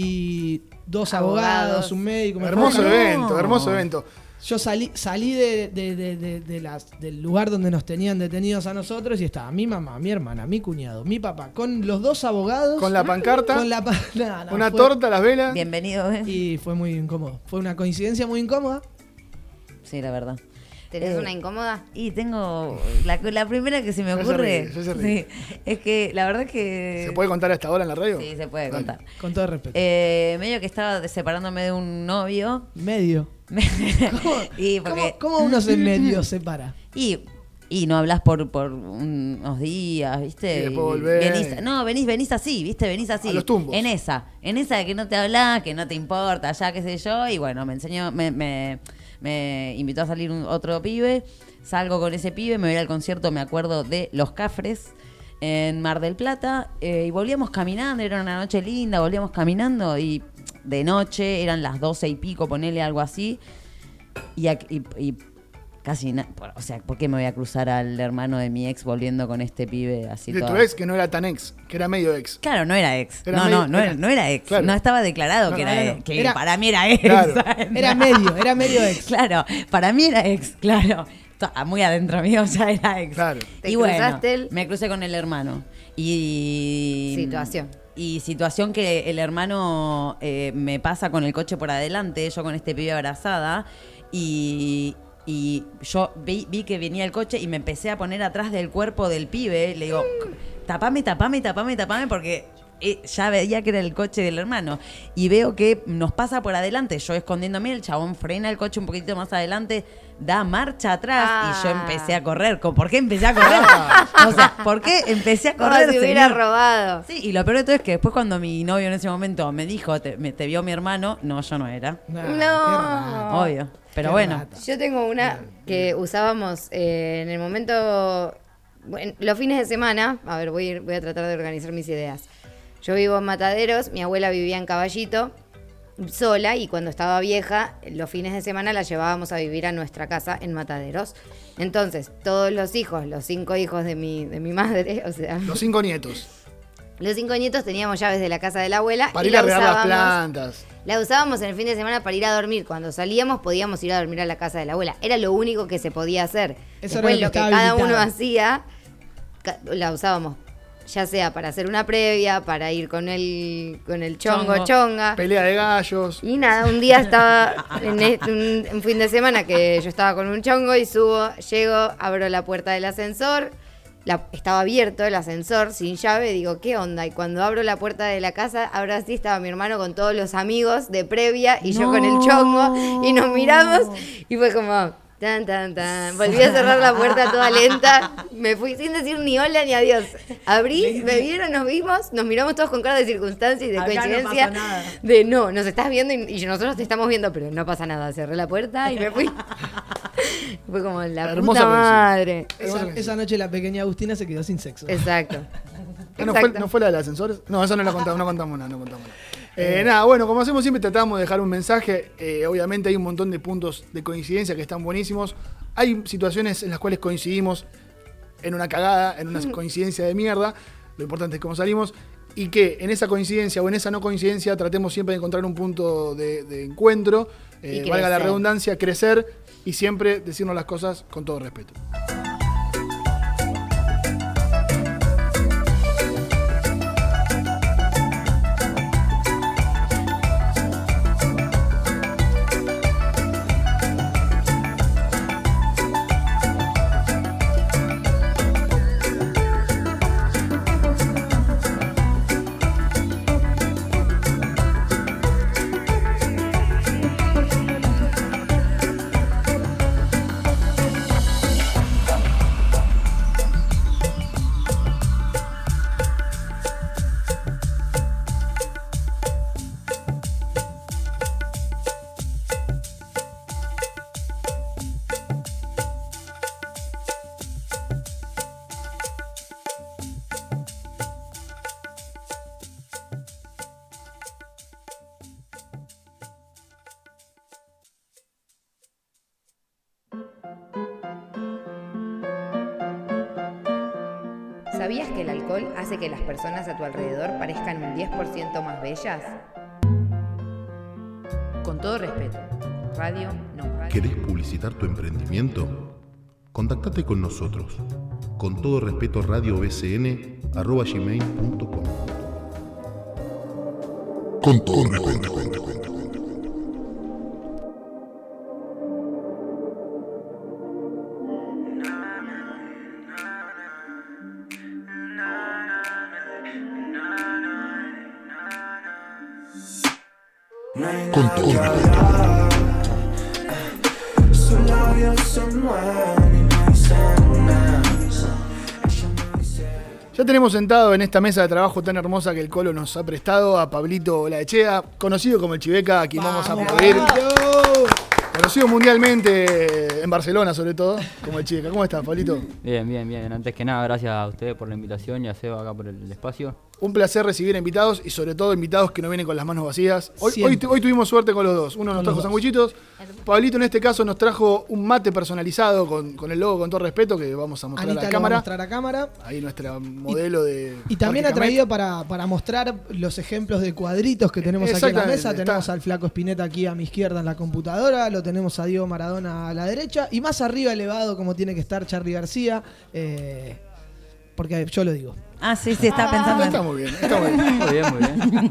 y dos abogados, Abogados. un médico. me Hermoso acuerdo. evento, hermoso evento. Yo salí, salí de, de- de- de- de las, del lugar donde nos tenían detenidos a nosotros y estaba mi mamá, mi hermana, mi cuñado, mi papá, con los dos abogados. Con la pancarta, Con la pa- no, no, una fue- torta, las velas. Bienvenido, ¿eh? Y fue muy incómodo. Fue una coincidencia muy incómoda. Sí, la verdad. ¿Tenés Eh, una incómoda? Y tengo la, la primera que se me Ya se ocurre. ríe, ya se ríe. sí, es que la verdad que ¿Se puede contar hasta ahora en la radio? Sí, se puede Dale. contar. Con todo respeto. Eh, medio que estaba separándome de un novio. Medio. ¿Cómo, y porque, cómo- cómo uno se medio separa? Y, y no hablas por, por unos días, ¿viste? Y después Y volvés. venís- no, venís, venís así, ¿viste? Venís así. A los tumbos. En esa, en esa de que no te hablas, que no te importa, ya qué sé yo. Y bueno, me enseñó, me, me, me invitó a salir un, otro pibe. Salgo con ese pibe, me voy al concierto, me acuerdo de Los Cafres en Mar del Plata. eh, y volvíamos caminando, era una noche linda, volvíamos caminando y de noche, eran las doce y pico, ponele algo así. Y, ac- y, y casi nada, o sea, ¿por qué me voy a cruzar al hermano de mi ex volviendo con este pibe así De todo? tu ex, que no era tan ex, que era medio ex. Claro, no era ex. Era no, medio- no, no era, era- no era ex. claro. No estaba declarado No, que no, era, no, ex, no. que Era- para mí era ex. Claro. Era medio, era medio ex. Claro, para mí era ex, claro. To- Muy adentro mío ya era ex. Claro. Te Y bueno, cruzaste el- me crucé con el hermano. Y... Situación. Y situación que el hermano eh, me pasa con el coche por adelante, yo con este pibe abrazada, y, y yo vi, vi que venía el coche y me empecé a poner atrás del cuerpo del pibe, le digo, tapame, tapame, tapame, tapame, porque eh, ya veía que era el coche del hermano. Y veo que nos pasa por adelante, yo escondiéndome, el chabón frena el coche un poquito más adelante, da marcha atrás y yo Ah. empecé a correr. ¿Por qué empecé a correr? O sea, ¿por qué empecé a Como correr? si hubiera señor? robado. Sí, y lo peor de todo es que después cuando mi novio en ese momento me dijo, te, me- te vio mi hermano, no, yo no era. Nah, No. qué raro. Obvio. Pero Qué bueno. rata. Yo tengo una que usábamos eh, en el momento, bueno, los fines de semana. A ver, voy a, ir- voy a tratar de organizar mis ideas. Yo vivo en Mataderos, mi abuela vivía en Caballito, sola, y cuando estaba vieja, los fines de semana la llevábamos a vivir a nuestra casa en Mataderos. Entonces, todos los hijos, los cinco hijos de mi, de mi madre, o sea, Los cinco nietos. los cinco nietos teníamos llaves de la casa de la abuela Para y ir a la regar las usábamos, plantas. la usábamos en el fin de semana para ir a dormir. Cuando salíamos podíamos ir a dormir a la casa de la abuela. Era lo único que se podía hacer. Eso era Después lo que lo que estaba cada uno habilitado. hacía, ca- la usábamos ya sea para hacer una previa, para ir con el, con el chongo, Chongo. chonga. Pelea de gallos. Y nada, un día estaba en este- un, un fin de semana que yo estaba con un chongo y subo, llego, abro la puerta del ascensor, la- estaba abierto el ascensor sin llave, digo, ¿qué onda? Y cuando abro la puerta de la casa, ahora sí estaba mi hermano con todos los amigos de previa y yo con el chongo y nos miramos y fue como... Tan, tan, tan. Volví a cerrar la puerta toda lenta. Me fui sin decir ni hola ni adiós. Abrí, me vieron, nos vimos, nos miramos todos con cara de circunstancia y de Acá no coincidencia. pasa nada. De no, nos estás viendo y, y nosotros te estamos viendo, pero no pasa nada. Cerré la puerta y me fui. Fue como la Hermosa puta coincidencia. madre. Esa, esa noche la pequeña Agustina se quedó sin sexo. Exacto. Ah, ¿No fue, Exacto. ¿No fue la del ascensor? No, eso no la contamos, no contamos nada, no contamos nada. Eh, nada, bueno, como hacemos siempre tratamos de dejar un mensaje. Eh, obviamente hay un montón de puntos de coincidencia que están buenísimos. Hay situaciones en las cuales coincidimos en una cagada, en una coincidencia de mierda. Lo importante es cómo salimos. Y que en esa coincidencia o en esa no coincidencia tratemos siempre de encontrar un punto de, de encuentro. eh, Y valga la crecer. redundancia, crecer y siempre decirnos las cosas con todo respeto. ¿Sabías que el alcohol hace que las personas a tu alrededor parezcan un diez por ciento más bellas? Con todo respeto, Radio Nómade. ¿Querés publicitar tu emprendimiento? Contactate con nosotros. Con todo respeto, radio b c n arroba gmail punto com. Con todo respeto. Con todo respeto. Sus labios se mueven y no dicen nada. Ya tenemos sentado en esta mesa de trabajo tan hermosa que el Colo nos ha prestado a Pablito Olaechea, conocido como el Chiveca, a quien vamos a aplaudir. Conocido mundialmente en Barcelona, sobre todo, como el Chiveca. ¿Cómo estás, Pablito? Bien, bien, bien. Antes que nada, gracias a ustedes por la invitación y a Seba acá por el espacio. Un placer recibir invitados y sobre todo invitados que no vienen con las manos vacías. Hoy, hoy, hoy tuvimos suerte con los dos. Uno nos trajo sandwichitos. Pablito en este caso nos trajo un mate personalizado con, con el logo, con todo respeto, que vamos a mostrar Anita a la lo cámara. va a mostrar a cámara. Ahí nuestra modelo y, de... Y también ha traído para, para mostrar los ejemplos de cuadritos que tenemos aquí en la mesa. Tenemos está. al Flaco Spinetta aquí a mi izquierda en la computadora. Lo tenemos a Diego Maradona a la derecha. Y más arriba elevado como tiene que estar Charly García. Eh, porque yo lo digo. Ah, sí, sí, estaba pensando. Ah, está muy bien, está muy bien. Muy bien, muy bien.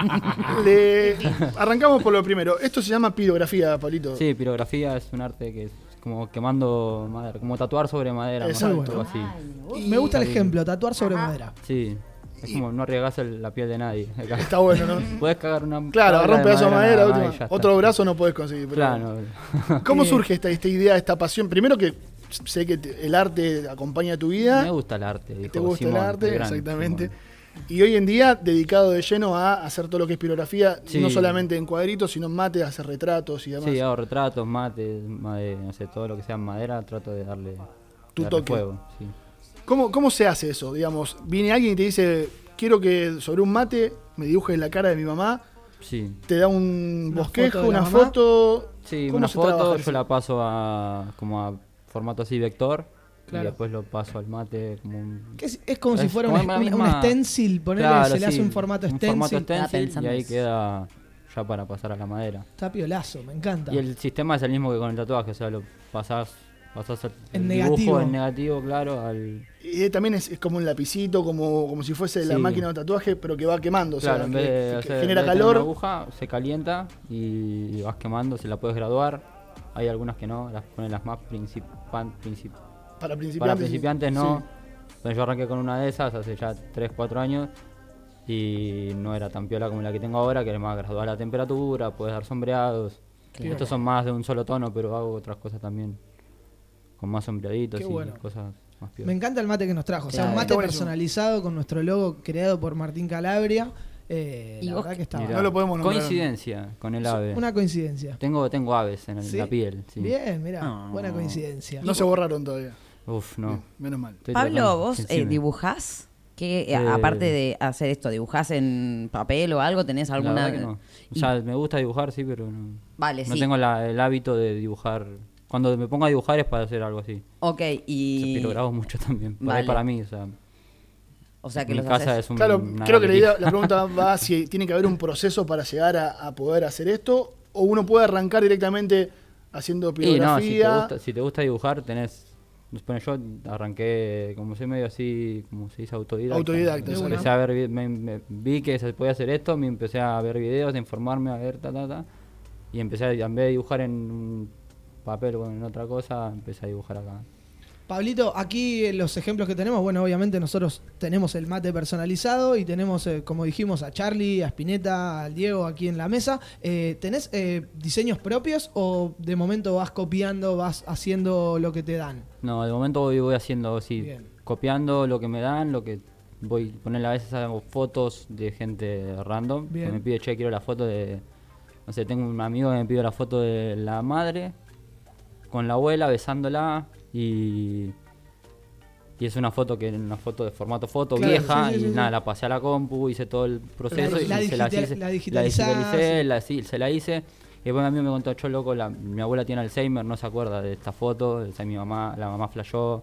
Le... Arrancamos por lo primero. Esto se llama pirografía, Pablito. Sí, pirografía es un arte que es como quemando madera, como tatuar sobre madera. Exacto. Más, así. Y me gusta el ejemplo, tatuar sobre madera. Sí. Es como no arriesgas la piel de nadie. Acá. Está bueno, ¿no? Puedes cagar una. Claro, agarrar un pedazo de madera, de madera última. Otro brazo no puedes conseguir. Pero claro. ¿Cómo surge esta, esta idea, esta pasión? Primero que sé que te, el arte acompaña tu vida. Me gusta el arte. Dijo Te gusta Simón, el arte, gran, exactamente. Simón. Y hoy en día dedicado de lleno a hacer todo lo que es pirografía, sí. no solamente en cuadritos, sino en mate, hacer retratos y demás. Sí, hago retratos, mates, mate, no sé, todo lo que sea en madera, trato de darle, tu darle toque. fuego. Sí. ¿Cómo, ¿Cómo se hace eso? Digamos, viene alguien y te dice, quiero que sobre un mate me dibujes la cara de mi mamá. Sí. Te da un Una bosquejo, foto una mamá. foto. Sí, ¿Cómo una se foto, trabaja yo eso? la paso a como a formato así vector. Claro. Y después lo paso al mate como un... Que es, es como si fuera como un, la un- misma- un stencil, ponerle, Claro, se le sí, hace un formato un stencil. formato Estaba stencil pensando y ahí eso. queda ya para pasar a la madera. Está piolazo, me encanta. Y el sistema es el mismo que con el tatuaje, o sea, lo pasás, pasás el, En el negativo. dibujo en negativo, claro, al... Y eh, también es, es como un lapicito, como, como si fuese la Sí. máquina de tatuaje, pero que va quemando. Claro, o sea, en que, vez de, que hacer- en genera vez de tener calor. una aguja, se calienta y vas quemando, se la puedes graduar. Hay algunas que no, las ponen las más principan, princip- Para principiantes. para principiantes no. Sí. Entonces yo arranqué con una de esas hace ya tres, cuatro años y no era tan piola como la que tengo ahora, que es más graduar la temperatura, puedes dar sombreados. Claro. Estos son más de un solo tono, pero hago otras cosas también con más sombreaditos Qué y bueno. cosas más Me piolas. encanta el mate que nos trajo. O sea, Claro. un mate Está buenísimo. personalizado con nuestro logo creado por Martín Calabria. Eh, ¿Y la vos verdad qué- que estaba. Mirá, No lo podemos nombrar. coincidencia con el ave. Una coincidencia. Tengo, tengo aves en el- ¿Sí? la piel. Sí. Bien, mira, Ah. buena coincidencia. No se borraron todavía. Uf, no. Menos mal. Estoy Pablo, tratando. vos Sí, eh, sí, me- dibujás. ¿Qué, Eh, aparte de hacer esto, dibujás en papel o algo? ¿Tenés La alguna...? verdad que no. O sea, me gusta dibujar, sí, pero no, Vale, no sí. tengo la- el hábito de dibujar. Cuando me pongo a dibujar es para hacer algo así. Ok, y... Pero grabo mucho también. Por Vale. ahí para mí, o sea, O sea, que mi los casa haces- es un... Claro, una creo que la, galería. idea- la pregunta va si tiene que haber un proceso para llegar a, a poder hacer esto, o uno puede arrancar directamente haciendo Y no, si te, pirografía. gusta, si te gusta dibujar, tenés... Bueno, yo arranqué, como soy medio así, como se dice, autodidacta. Autodidacta, Empecé exacto. a ver, vi- me, me- vi que se podía hacer esto, me empecé a ver videos, a informarme, a ver, ta, ta, ta. Y empecé, a, en vez de dibujar en un papel o en otra cosa, empecé a dibujar acá. Pablito, aquí eh, los ejemplos que tenemos, bueno, obviamente nosotros tenemos el mate personalizado y tenemos, eh, como dijimos, a Charly, a Spinetta, al Diego aquí en la mesa. Eh, ¿Tenés eh, diseños propios o de momento vas copiando, vas haciendo lo que te dan? No, de momento voy, voy haciendo así, Bien. copiando lo que me dan, lo que voy a poner a veces hago fotos de gente random. Bien. Que me pide, che, quiero la foto de, no sé, tengo un amigo que me pide la foto de la madre con la abuela besándola y y es una foto que una foto de formato foto Claro, vieja sí, sí, y sí, sí. nada, la pasé a la compu, hice todo el proceso La- y la se la, digital- hice, la la digitalizás, digitalicé, sí. la, sí, se la hice. Y después a mí me contó, yo loco, la- mi abuela tiene Alzheimer, no se acuerda de esta foto, o sea, mi mamá, la mamá flasheó,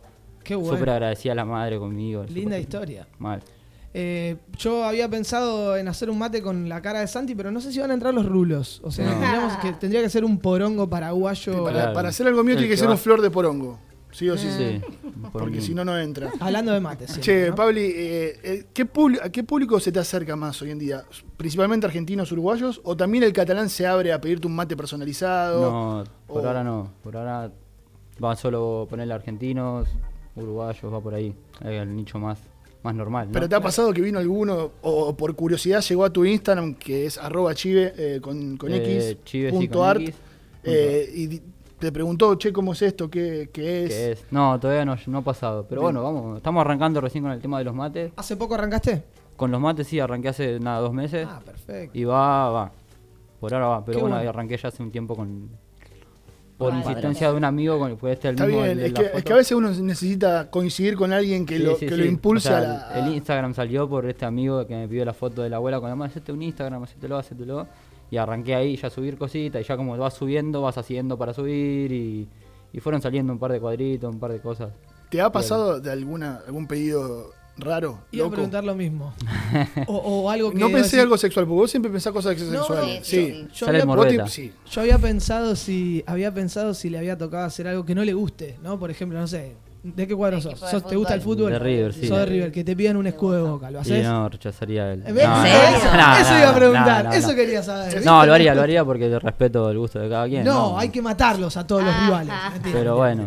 Qué bueno. Súper agradecida a la madre conmigo. Linda súper- historia. Mal. Eh, yo había pensado en hacer un mate con la cara de Santi, pero no sé si van a entrar los rulos. O sea, No. tendríamos que, tendría que ser un porongo paraguayo. Para, Claro. para hacer algo mío El tiene que que ser va- un flor de porongo. Sí o sí. Sí. Porque si no, no entra. Hablando de mate, sí. Che, ¿no? Pabli, eh, eh, ¿qué pub- ¿a qué público se te acerca más hoy en día? ¿Principalmente argentinos, uruguayos? ¿O también el catalán se abre a pedirte un mate personalizado? No, por o- ahora no. Por ahora van solo ponerle argentinos, uruguayos, va por ahí. Es el nicho más, más normal. ¿no? ¿Pero te ha pasado que vino alguno, o por curiosidad llegó a tu Instagram, que es arroba chive eh, con, con Eh, X, chive, sí, punto con art, X, eh, y di- te preguntó, che, ¿cómo es esto? ¿Qué, qué es? ¿Qué es? No, todavía no, no ha pasado. Pero Bien. bueno, vamos. Estamos arrancando recién con el tema de los mates. ¿Hace poco arrancaste? Con los mates sí, arranqué hace nada, dos meses. Ah, perfecto. Y va, va. Por ahora va. Pero Qué bueno, bueno. arranqué ya hace un tiempo con. Por Ah, insistencia de un amigo, con, fue este el Está mismo. bien, el de es la que, foto. es que a veces uno necesita coincidir con alguien que, Sí, lo, sí, que sí. lo impulse O sea, a la... El, el Instagram salió por este amigo que me pidió la foto de la abuela con la mamá, hacete un Instagram, hacételo, hacételo. Y arranqué ahí ya a subir cositas y ya como vas subiendo, vas haciendo para subir y, y fueron saliendo un par de cuadritos, un par de cosas. ¿Te ha pasado de alguna algún pedido raro, Iba a loco? preguntar lo mismo. O, o algo que. No iba a pensé decir- algo sexual, porque vos siempre pensás cosas No, sexuales. sí, Sí, sí. Yo Sale el había, Vos morbeta. te- sí. yo había pensado si había pensado si le había tocado hacer algo que no le guste, ¿no? Por ejemplo, no sé, ¿de qué cuadro sos? Equipo de ¿Sos- ¿Te gusta el fútbol. fútbol? De River, sí. Sos de River, que te pidan un escudo de Boca, ¿lo Y haces? no, rechazaría él. ¿Ves? No, ¿En eso serio? no, eso no, iba a no, preguntar, no, eso no. quería saber. No, lo haría, lo haría porque respeto el gusto de cada quien. No, No, hay que matarlos a todos los Ajá. rivales. Mentira. Pero bueno.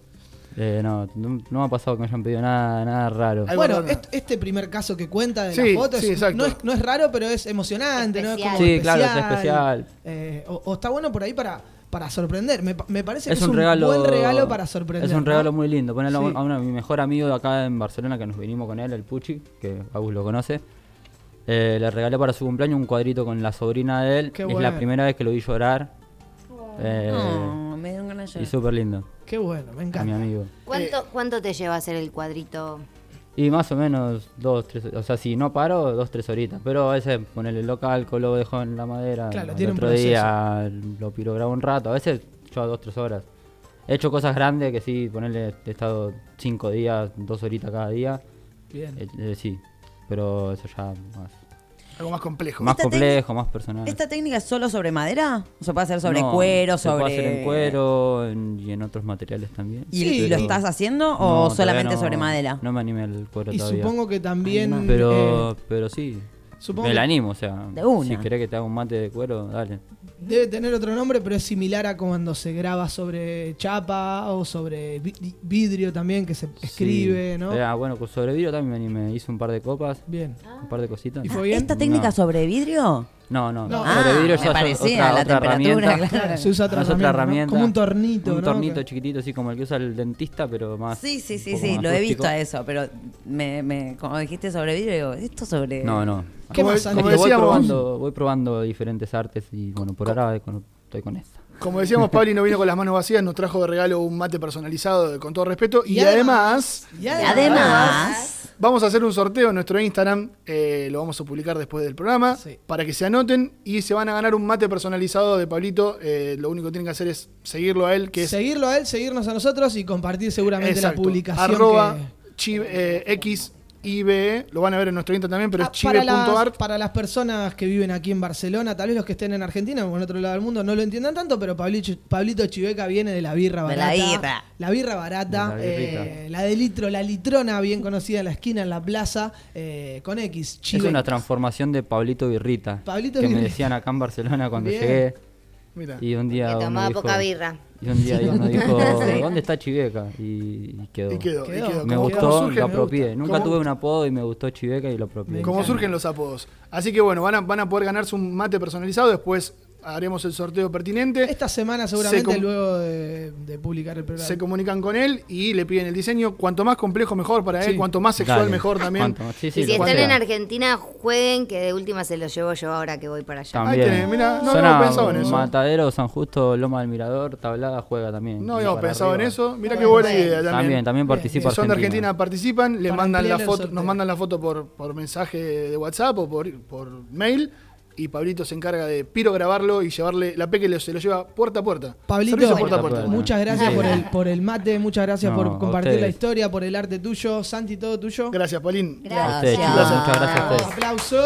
Eh, no, no, no me ha pasado que me hayan pedido nada, nada raro. Algo Bueno, raro. est- este primer caso que cuenta de Sí, la foto es- sí, exacto. no, es, no es raro, pero es emocionante, ¿no? Es como Sí, claro, es especial. especial. Eh, o, o está bueno por ahí para, para sorprender. Me, pa- me parece que Es es un un regalo, buen regalo para sorprender. Es un ¿no? regalo muy lindo. Ponerlo a Sí. un- a uno de mi mejor amigo de acá en Barcelona que nos vinimos con él, el Puchi, que Agus lo conoce. Eh, le regalé para su cumpleaños un cuadrito con la sobrina de él. Qué es bueno. la primera vez que lo vi llorar. Eh, No, me dieron ganas de y llorar. súper lindo, Qué bueno, me a mi encanta. amigo. ¿Cuánto, ¿Cuánto te lleva hacer el cuadrito? Y más o menos dos, tres, o sea, si no paro, dos, tres horitas. Pero a veces ponerle lo calco, lo dejo en la madera. Claro, el tiene un otro día lo pirograbo un rato. A veces yo a dos, tres horas. He hecho cosas grandes que sí, ponerle, he estado cinco días, dos horitas cada día. Bien. Eh, eh, sí, pero eso ya más, Algo más complejo. más Esta complejo, más personal. ¿Esta técnica es solo sobre madera? ¿O se puede hacer sobre No, cuero, se sobre...? puede hacer en cuero en- y en otros materiales también. ¿Y Sí, lo Pero- estás haciendo No, o todavía solamente no- sobre madera? No me animé al cuero Y todavía. supongo que también. Animal. Pero, eh, pero sí, supongo me que la animo, o sea, De una. si querés que te haga un mate de cuero, dale. debe tener otro nombre, pero es similar a cuando se graba sobre chapa o sobre vi- vidrio también, que se escribe, Sí. ¿no? Eh, ah, bueno, con sobre vidrio también me animé, hice un par de copas, Bien. un par de cositas. ¿Y fue bien? ¿Esta técnica No. sobre vidrio? No, no, No. sobre Ah, vidrio me es parecía, otra, la otra temperatura, herramienta. claro. Se usa otra Es otra herramienta, ¿no? herramienta. Como un tornito, Un ¿no? tornito Que- chiquitito, así como el que usa el dentista, pero más. Sí, sí, sí, un poco sí, más lo he rústico. visto a eso, pero me, me, como dijiste sobre vidrio, digo, ¿esto sobre...? No, no. ¿Qué Como- más, Es Santi? como que voy decíamos- probando, voy probando diferentes artes y bueno, por ahora estoy con, estoy con esta. Como decíamos, Pabli no vino con las manos vacías, nos trajo de regalo un mate personalizado, de- con todo respeto. Y, Y además, además- y Y además- además... vamos a hacer un sorteo en nuestro Instagram, eh, lo vamos a publicar después del programa, Sí. para que se anoten y se van a ganar un mate personalizado de Pablito. Eh, lo único que tienen que hacer es seguirlo a él, que es Seguirlo a él, seguirnos a nosotros y compartir seguramente exacto, la publicación. arroba que- chiv- eh, X I B E, lo van a ver en nuestro Instagram también, pero Ah, es para, las, chive.art. para las personas que viven aquí en Barcelona, tal vez los que estén en Argentina o en otro lado del mundo no lo entiendan tanto, pero Pablito, Pablito Chiveca viene de la birra De barata. la birra. La birra barata, De la birrita. eh, la de litro, la litrona, bien conocida en la esquina, en la plaza, eh, con X. Es Chiveca. una transformación de Pablito Birrita. Pablito que me Birrita. decían acá en Barcelona cuando Bien. llegué. Mira. Y un día Que uno tomaba dijo, poca birra. Y un día Sí. uno dijo, Sí. ¿dónde está Chiveca? Y, y quedó. Y quedó, y Quedó. quedó. Me Como- gustó, como surgen- lo apropié. Nunca como- tuve un apodo y me gustó Chiveca y lo apropié. Como surgen los apodos. Así que bueno, van a, van a poder ganarse un mate personalizado. Después haremos el sorteo pertinente. Esta semana seguramente Se com- luego de, de publicar el programa. Se comunican con él y le piden el diseño. Cuanto más complejo, mejor para él. Sí. Cuanto más sexual, Dale. mejor también. Cuanto más- sí, sí, Y si lo que están sea. en Argentina, jueguen, que de última se los llevo yo ahora que voy para allá. Ahí También. tenés, mirá, no Zona habíamos pensado en eso. Matadero, San Justo, Loma del Mirador, Tablada juega también. No Y habíamos para pensado en arriba. eso. Mira Muy qué buena bien. idea también. También, también Bien. participa Eh, son de Argentina. Argentina, participan, le Para mandan la ampliar el foto, sorteo. nos mandan la foto por, por mensaje de WhatsApp o por, por mail y Pablito se encarga de Piro grabarlo y llevarle, la Peque lo- se lo lleva puerta a puerta. Pablito, Servicio puerta a puerta. muchas gracias Sí. por el, por el mate, muchas gracias No, por a compartir ustedes. la historia, por el arte tuyo. Santi, todo tuyo. Gracias, Paulín. Gracias. A ustedes, chicos, muchas gracias a ustedes. Aplauso.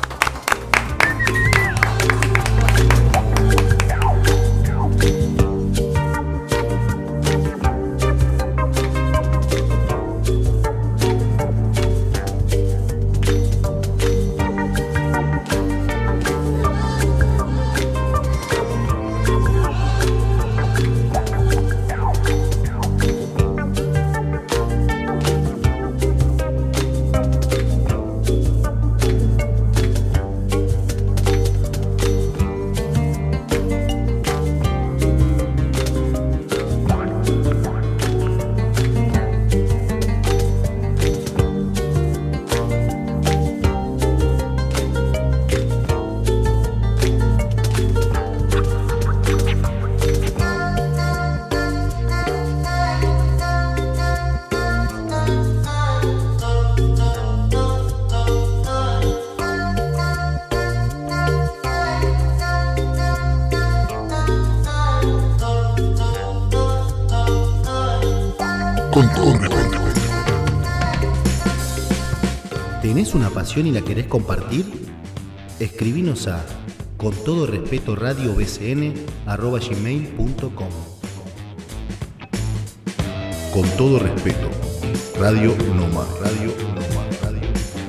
Con todo respeto. ¿Tenés una pasión y la querés compartir? Escribinos a con todo respeto radio b c n arroba gmail punto com. Con todo respeto, Radio Noma, Radio Noma, Radio.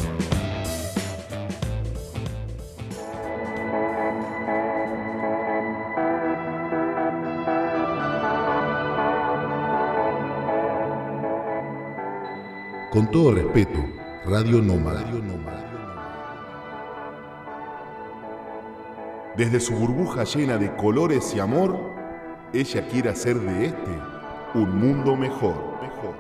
Con todo respeto, Radio Nómada. Radio Nómada. Desde su burbuja llena de colores y amor, ella quiere hacer de este un mundo mejor. Mejor.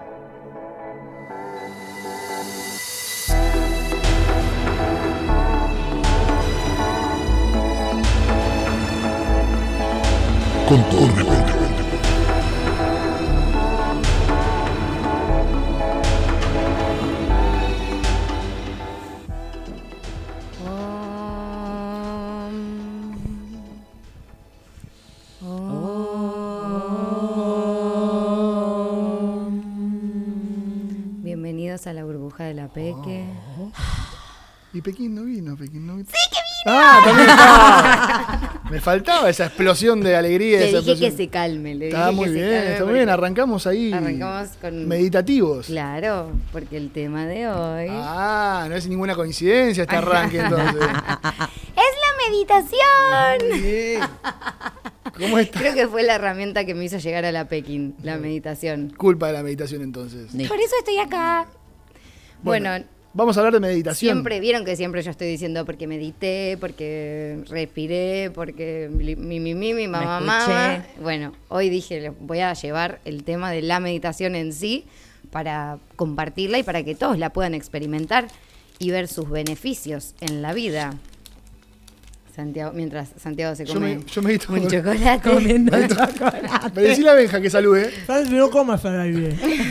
Con todo respeto. Bienvenidos a la burbuja de la Peque. Y Pekín no vino, Pekín no vino. ¡Sí que vino! Ah, también estaba. Me faltaba esa explosión de alegría. Le esa dije explosión. que se calme. Le Está dije muy que se bien, calme está muy porque- bien. Arrancamos ahí. Arrancamos con... Meditativos. Claro, porque el tema de hoy... Ah, no es ninguna coincidencia este arranque entonces. ¡Es la meditación! ¿Cómo está? Creo que fue la herramienta que me hizo llegar a la Pekín, la meditación. Culpa de la meditación entonces. Por eso estoy acá. Bueno, vamos a hablar de meditación. siempre, vieron que siempre yo estoy diciendo porque medité, porque respiré, porque mi, mi, mi, mi, mi mamá, escuché. mamá. Bueno, hoy dije, les voy a llevar el tema de la meditación en sí para compartirla y para que todos la puedan experimentar y ver sus beneficios en la vida. Santiago, mientras Santiago se Yo come me, yo medito un con- chocolate. Comiendo Medito- chocolate. Me decí la Benja que salude. No comas al aire.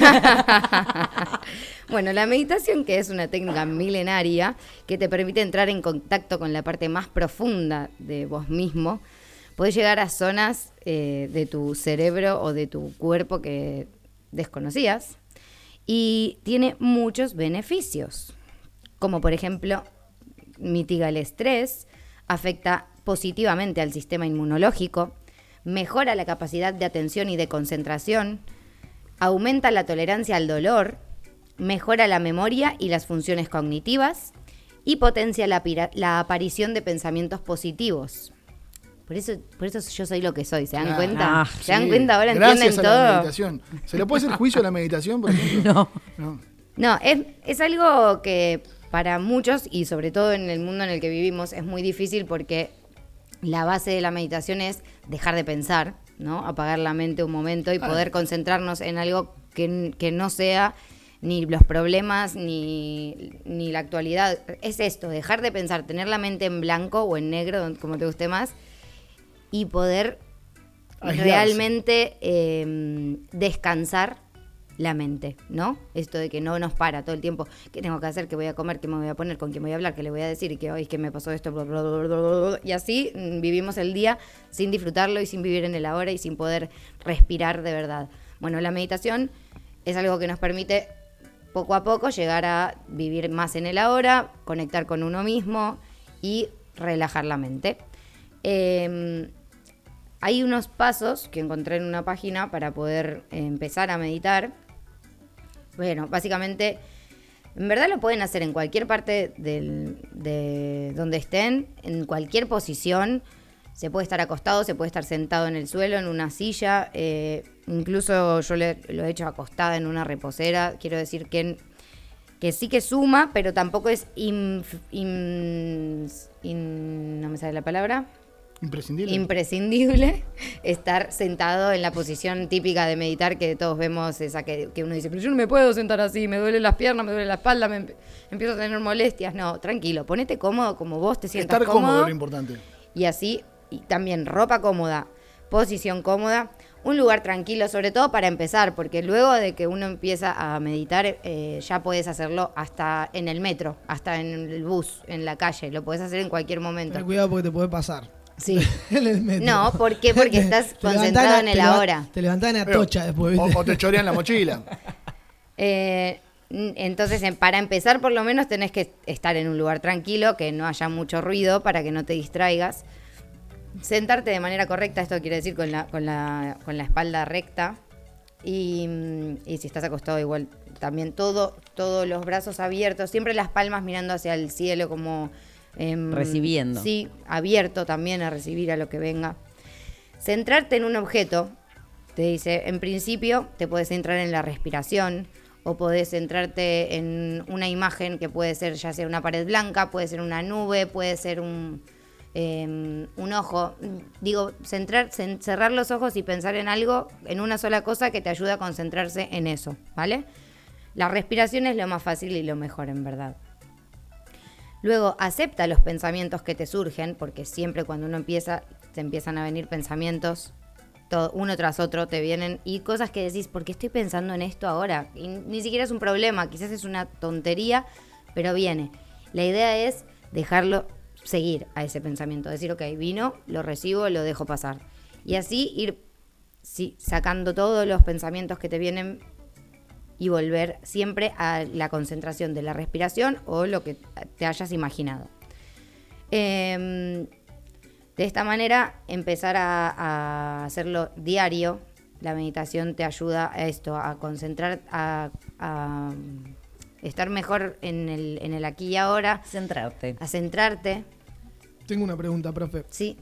Bueno, la meditación, que es una técnica milenaria que te permite entrar en contacto con la parte más profunda de vos mismo, podés llegar a zonas eh, de tu cerebro o de tu cuerpo que desconocías y tiene muchos beneficios, como por ejemplo mitiga el estrés, afecta positivamente al sistema inmunológico, mejora la capacidad de atención y de concentración, aumenta la tolerancia al dolor, mejora la memoria y las funciones cognitivas y potencia la, pira- la aparición de pensamientos positivos. Por eso, por eso yo soy lo que soy, ¿se dan Ah, cuenta? ah, ¿Se dan sí. cuenta ahora? Gracias ¿Entienden a la todo? meditación. ¿Se le puede hacer juicio a la meditación, por ejemplo? No. No. No, es, es algo que para muchos, y sobre todo en el mundo en el que vivimos, es muy difícil porque la base de la meditación es dejar de pensar, ¿no? Apagar la mente un momento y Ah. poder concentrarnos en algo que, que no sea ni los problemas ni, ni la actualidad. Es esto, dejar de pensar, tener la mente en blanco o en negro, como te guste más, y poder Aislarse. realmente eh, descansar la mente, ¿no? Esto de que no nos para todo el tiempo, qué tengo que hacer, qué voy a comer, qué me voy a poner, con quién voy a hablar, qué le voy a decir, y que hoy que me pasó esto, bla, bla, bla, bla, bla, bla. Y así mm, vivimos el día sin disfrutarlo y sin vivir en el ahora y sin poder respirar de verdad. Bueno, la meditación es algo que nos permite poco a poco llegar a vivir más en el ahora, conectar con uno mismo y relajar la mente. Eh, hay unos pasos que encontré en una página para poder eh, empezar a meditar. Bueno, básicamente, en verdad lo pueden hacer en cualquier parte del, de donde estén, en cualquier posición. Se puede estar acostado, se puede estar sentado en el suelo, en una silla. Eh, incluso yo le, lo he hecho acostada en una reposera. Quiero decir que, que sí que suma, pero tampoco es... In, in, in, no me sale la palabra. Imprescindible. Imprescindible estar sentado en la posición típica de meditar que todos vemos, esa que, que uno dice, pero yo no me puedo sentar así, me duelen las piernas, me duele la espalda, me empiezo a tener molestias. No, tranquilo, ponete cómodo como vos te sientas estar cómodo. cómodo es lo importante. Y así, y también ropa cómoda, posición cómoda, un lugar tranquilo, sobre todo para empezar, porque luego de que uno empieza a meditar, eh, ya puedes hacerlo hasta en el metro, hasta en el bus, en la calle, lo puedes hacer en cualquier momento. Ten cuidado porque te puede pasar. Sí. En el metro. No, ¿por qué? Porque estás Te concentrado levantan a- en el te leva- ahora. Te levantás en Pero, Atocha después, O, ¿viste? o te chorean la mochila. Eh, n- entonces, en- para empezar, por lo menos tenés que estar en un lugar tranquilo, que no haya mucho ruido para que no te distraigas. Sentarte de manera correcta, esto quiere decir con la, con la, con la espalda recta. Y, mm, y si estás acostado igual, también todo, todos los brazos abiertos, siempre las palmas mirando hacia el cielo como... em, Recibiendo. Sí, abierto también a recibir a lo que venga. Centrarte en un objeto, te dice, en principio te puedes centrar en la respiración o podés centrarte en una imagen que puede ser ya sea una pared blanca, puede ser una nube, puede ser un, eh, un ojo. Digo, centrar, cen- cerrar los ojos y pensar en algo, en una sola cosa que te ayuda a concentrarse en eso, ¿vale? La respiración es lo más fácil y lo mejor, en verdad. Luego, acepta los pensamientos que te surgen, porque siempre cuando uno empieza, te empiezan a venir pensamientos, todo, uno tras otro te vienen, y cosas que decís, ¿por qué estoy pensando en esto ahora? Y ni siquiera es un problema, quizás es una tontería, pero viene. La idea es dejarlo seguir a ese pensamiento, decir, ok, vino, lo recibo, lo dejo pasar. Y así ir sí, sacando todos los pensamientos que te vienen y volver siempre a la concentración de la respiración o lo que te hayas imaginado. Eh, de esta manera, empezar a, a hacerlo diario. La meditación te ayuda a esto, a concentrar, a, a estar mejor en el, en el aquí y ahora. Centrarte. A centrarte. Tengo una pregunta, profe. Sí.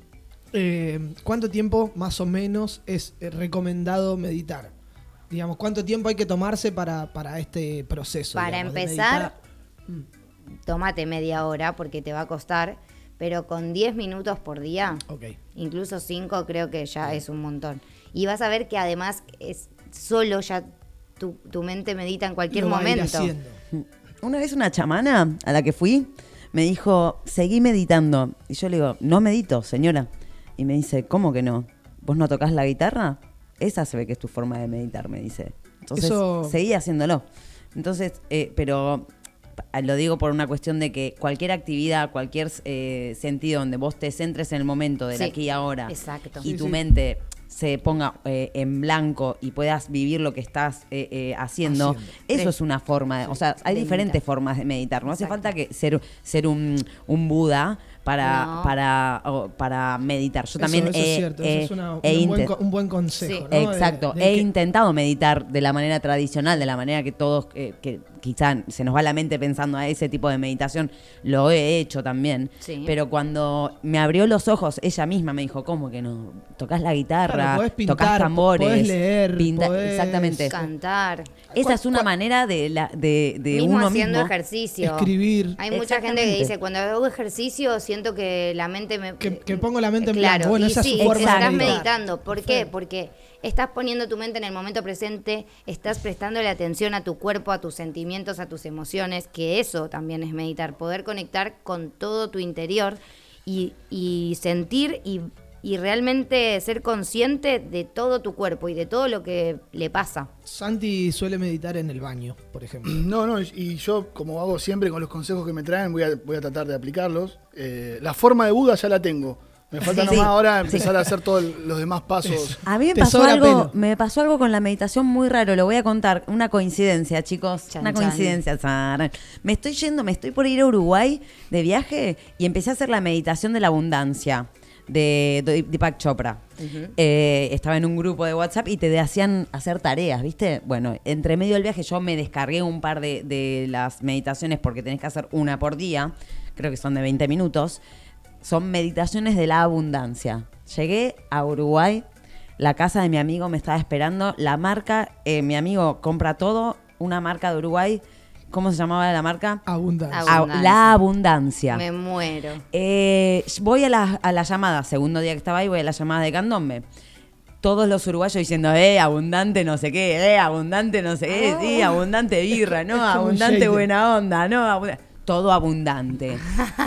Eh, ¿Cuánto tiempo más o menos es eh, recomendado meditar? Digamos, ¿cuánto tiempo hay que tomarse para, para este proceso? Para digamos, de empezar, meditar? tómate media hora porque te va a costar, pero con diez minutos por día, Ok. incluso cinco, creo que ya es un montón. Y vas a ver que además es solo ya tu, tu mente medita en cualquier Lo va a ir momento. haciendo. Una vez una chamana a la que fui me dijo, seguí meditando. Y yo le digo, no medito, señora. Y me dice, ¿cómo que no? ¿Vos no tocás la guitarra? Esa se ve que es tu forma de meditar, me dice. Entonces, Eso- seguí haciéndolo. Entonces, eh, pero pa- lo digo por una cuestión de que cualquier actividad, cualquier eh, sentido donde vos te centres en el momento del Sí, aquí y ahora exacto. y Sí, tu sí. mente se ponga eh, en blanco y puedas vivir lo que estás eh, eh, haciendo, Haciendo. eso Sí. es una forma, de, o sea, hay de diferentes meditar. formas de meditar, no hace Exacto. falta que ser, ser un, un Buda para, No. para, o- para meditar. Yo Eso- también eso he, es cierto, he- eso es una- he un, buen, inte- co- un buen consejo. Sí. ¿no? De- Exacto, de he que- intentado meditar de la manera tradicional, de la manera que todos, eh, que quizá se nos va la mente pensando a ese tipo de meditación, lo he hecho también, Sí. pero cuando me abrió los ojos, ella misma me dijo, ¿cómo que no? Tocas la guitarra, Claro, podés pintar, tocas tambores, podés leer, pinta- podés exactamente. Cantar. Esa ¿Cuál- es una cuál- manera de, la, de, de Mismo uno haciendo mismo. ejercicio. Escribir. Hay mucha gente que Exactamente. dice, cuando hago ejercicio siento que la mente me... Que- que pongo la mente en Claro, blanco. Bueno, y esa es sí, su forma de estás meditar. meditando. ¿Por qué? Porque estás poniendo tu mente en el momento presente, estás prestándole atención a tu cuerpo, a tus sentimientos, a tus emociones, que eso también es meditar, poder conectar con todo tu interior y, y sentir y y realmente ser consciente de todo tu cuerpo y de todo lo que le pasa. Santi suele meditar en el baño, por ejemplo. No, no, y yo, como hago siempre con los consejos que me traen, voy a, voy a tratar de aplicarlos. Eh, la forma de Buda ya la tengo. Me falta Sí. nomás ahora Sí. empezar a hacer todos los demás pasos. A mí me Te pasó sobra algo, pelo. me pasó algo con la meditación muy raro, lo voy a contar, una coincidencia, chicos, Chan, una chan. coincidencia. Zar. Me estoy yendo, me estoy por ir a Uruguay de viaje y empecé a hacer la meditación de la abundancia de de Deepak Chopra. Ujú. Eh, estaba en un grupo de WhatsApp y te hacían hacer tareas, ¿viste? Bueno, entre medio del viaje yo me descargué un par de, de las meditaciones porque tenés que hacer una por día, creo que son de veinte minutos. Son meditaciones de la abundancia. Llegué a Uruguay, la casa de mi amigo me estaba esperando, la marca, eh, mi amigo compra todo, una marca de Uruguay, ¿cómo se llamaba la marca? Abundancia. A- Abundancia. la abundancia. Me muero. Eh, voy a la, a la llamada, segundo día que estaba ahí, voy a la llamada de Candombe. Todos los uruguayos diciendo, eh, abundante no sé qué, eh, abundante no sé qué, sí, abundante birra, no, como un abundante shaker. buena onda, no, abunda- todo abundante.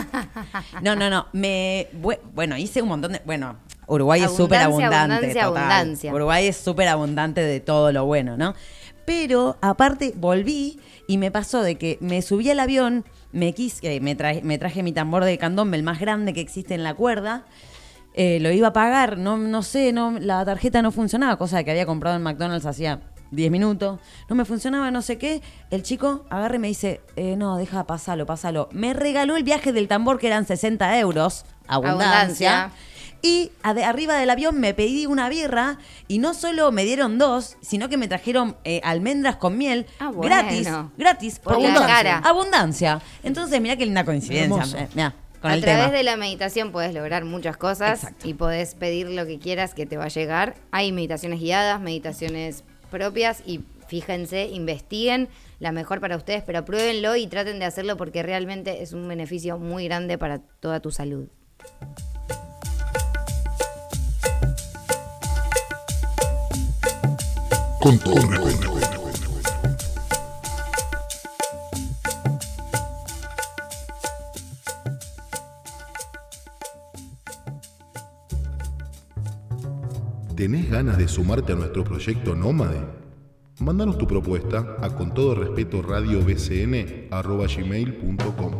No, no, no, me, bu- bueno, hice un montón de, bueno, Uruguay es súper Abundancia, abundante, abundancia, total. abundancia. Uruguay es súper abundante de todo lo bueno, ¿no? Pero aparte volví y me pasó de que me subí al avión, me quise, eh, me, traje, me traje mi tambor de candombe, el más grande que existe en la cuerda. Eh, lo iba a pagar, no, no sé, no, la tarjeta no funcionaba, cosa que había comprado en McDonald's hacía diez minutos. No me funcionaba, no sé qué. El chico agarra y me dice, eh, no, deja, pásalo, pásalo. Me regaló el viaje del tambor, que eran sesenta euros, abundancia. Abundancia. Y ade- arriba del avión me pedí una birra y no solo me dieron dos, sino que me trajeron eh, almendras con miel Ah, bueno. gratis, gratis. Por porque- la cara. Abundancia. Entonces, mirá qué linda coincidencia. Hermoso. Eh, mirá, con a el través tema. de la meditación podés lograr muchas cosas y podés pedir lo que quieras que te va a llegar. Hay meditaciones guiadas, meditaciones propias y fíjense, investiguen la mejor para ustedes, pero pruébenlo y traten de hacerlo porque realmente es un beneficio muy grande para toda tu salud. Con todo respeto. ¿Tenés ganas de sumarte a nuestro proyecto Nómade? Mándanos tu propuesta a con todo respeto radio b c n arroba gmail punto com.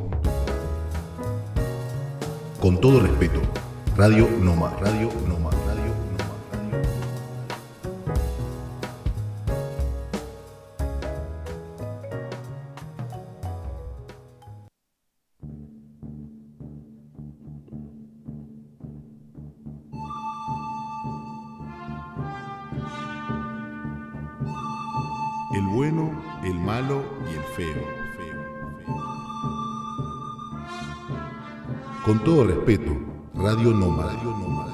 Con todo respeto, Radio Nómade, Radio Nómade, Radio Nómade, Radio. El bueno, el malo y el feo. Con todo respeto, Radio Nómada. Radio Nómada.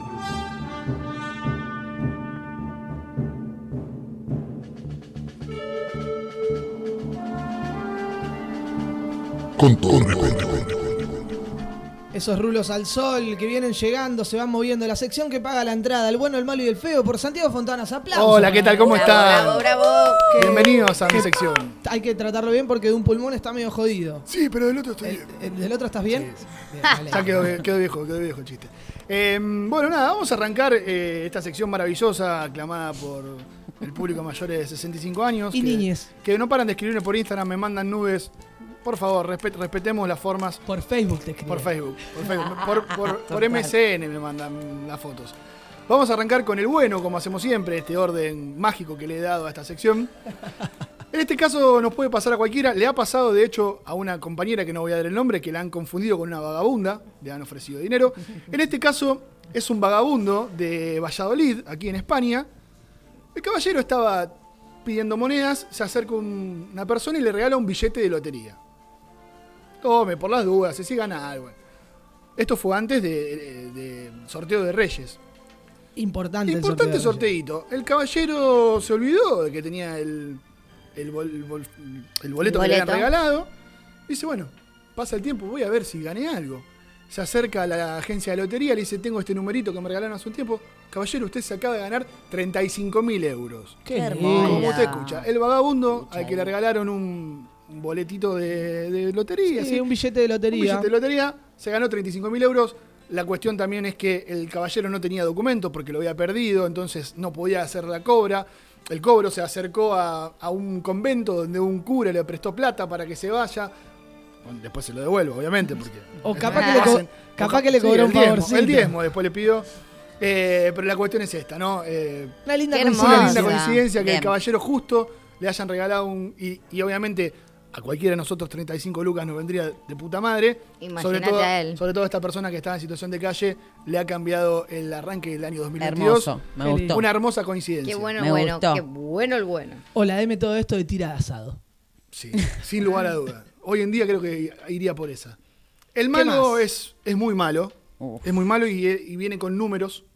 Con todo respeto. Esos rulos al sol que vienen llegando, se van moviendo. La sección que paga la entrada, el bueno, el malo y el feo, por Santiago Fontanas. ¡Aplausos! Hola, ¿qué tal? ¿Cómo Bravo, están? bravo, bravo. Que- Bienvenidos a mi que- sección. Hay que tratarlo bien porque de un pulmón está medio jodido. Sí, pero del otro estoy ¿El, bien. el del otro estás bien? Sí, sí. Bien, me alegro. Ya quedó, quedó viejo, quedó viejo el chiste. Eh, bueno, nada, vamos a arrancar eh, esta sección maravillosa, aclamada por el público mayor de sesenta y cinco años. Y que, niñes. Que no paran de escribirme por Instagram, me mandan nubes. Por favor, respet- respetemos las formas. Por Facebook te escribo. Por Facebook, por, Facebook, por, por- por M S N me mandan las fotos. Vamos a arrancar con el bueno, como hacemos siempre, este orden mágico que le he dado a esta sección. En este caso nos puede pasar a cualquiera. Le ha pasado, de hecho, a una compañera que no voy a dar el nombre, que la han confundido con una vagabunda, le han ofrecido dinero. En este caso es un vagabundo de Valladolid, aquí en España. El caballero estaba pidiendo monedas, se acerca un- una persona y le regala un billete de lotería. Tome, por las dudas, si gana algo. Esto fue antes de, de- de sorteo de Reyes. Importante, Importante el sorteo de Reyes. sorteito. El caballero se olvidó de que tenía el, el, bol- el bol- el boleto que le habían Boleto. regalado. Dice, bueno, pasa el tiempo, voy a ver si gané algo. Se acerca a la agencia de lotería, le dice, tengo este numerito que me regalaron hace un tiempo. Caballero, usted se acaba de ganar treinta y cinco mil euros. Qué hermoso. Como usted escucha, el vagabundo al que le regalaron un, un boletito de, de lotería. Sí, ¿sí? un billete de Un lotería. billete de lotería, se ganó treinta y cinco mil euros. La cuestión también es que el caballero no tenía documento porque lo había perdido, entonces no podía hacer la cobra. El cobro se acercó a, a un convento donde un cura le prestó plata para que se vaya. Bueno, después se lo devuelvo, obviamente, porque... O capaz que le, co capaz que le cobró un favorcito. El diezmo después le pidió. Eh, pero la cuestión es esta, ¿no? Eh, una linda coincidencia. Una linda coincidencia que Bien. el caballero justo le hayan regalado un... Y, y obviamente a cualquiera de nosotros treinta y cinco lucas nos vendría de puta madre. Imagínate sobre todo, a él. Sobre todo a esta persona que está en situación de calle, le ha cambiado el arranque del año dos mil veintidós. Hermoso, me gustó. Una hermosa coincidencia. Qué bueno, Me bueno, gustó. qué bueno el bueno. O la deme todo esto de tira de asado. Sí, sin lugar a duda. Hoy en día creo que iría por esa. El malo más? es, es muy malo. Uf. Es muy malo y, y viene con números.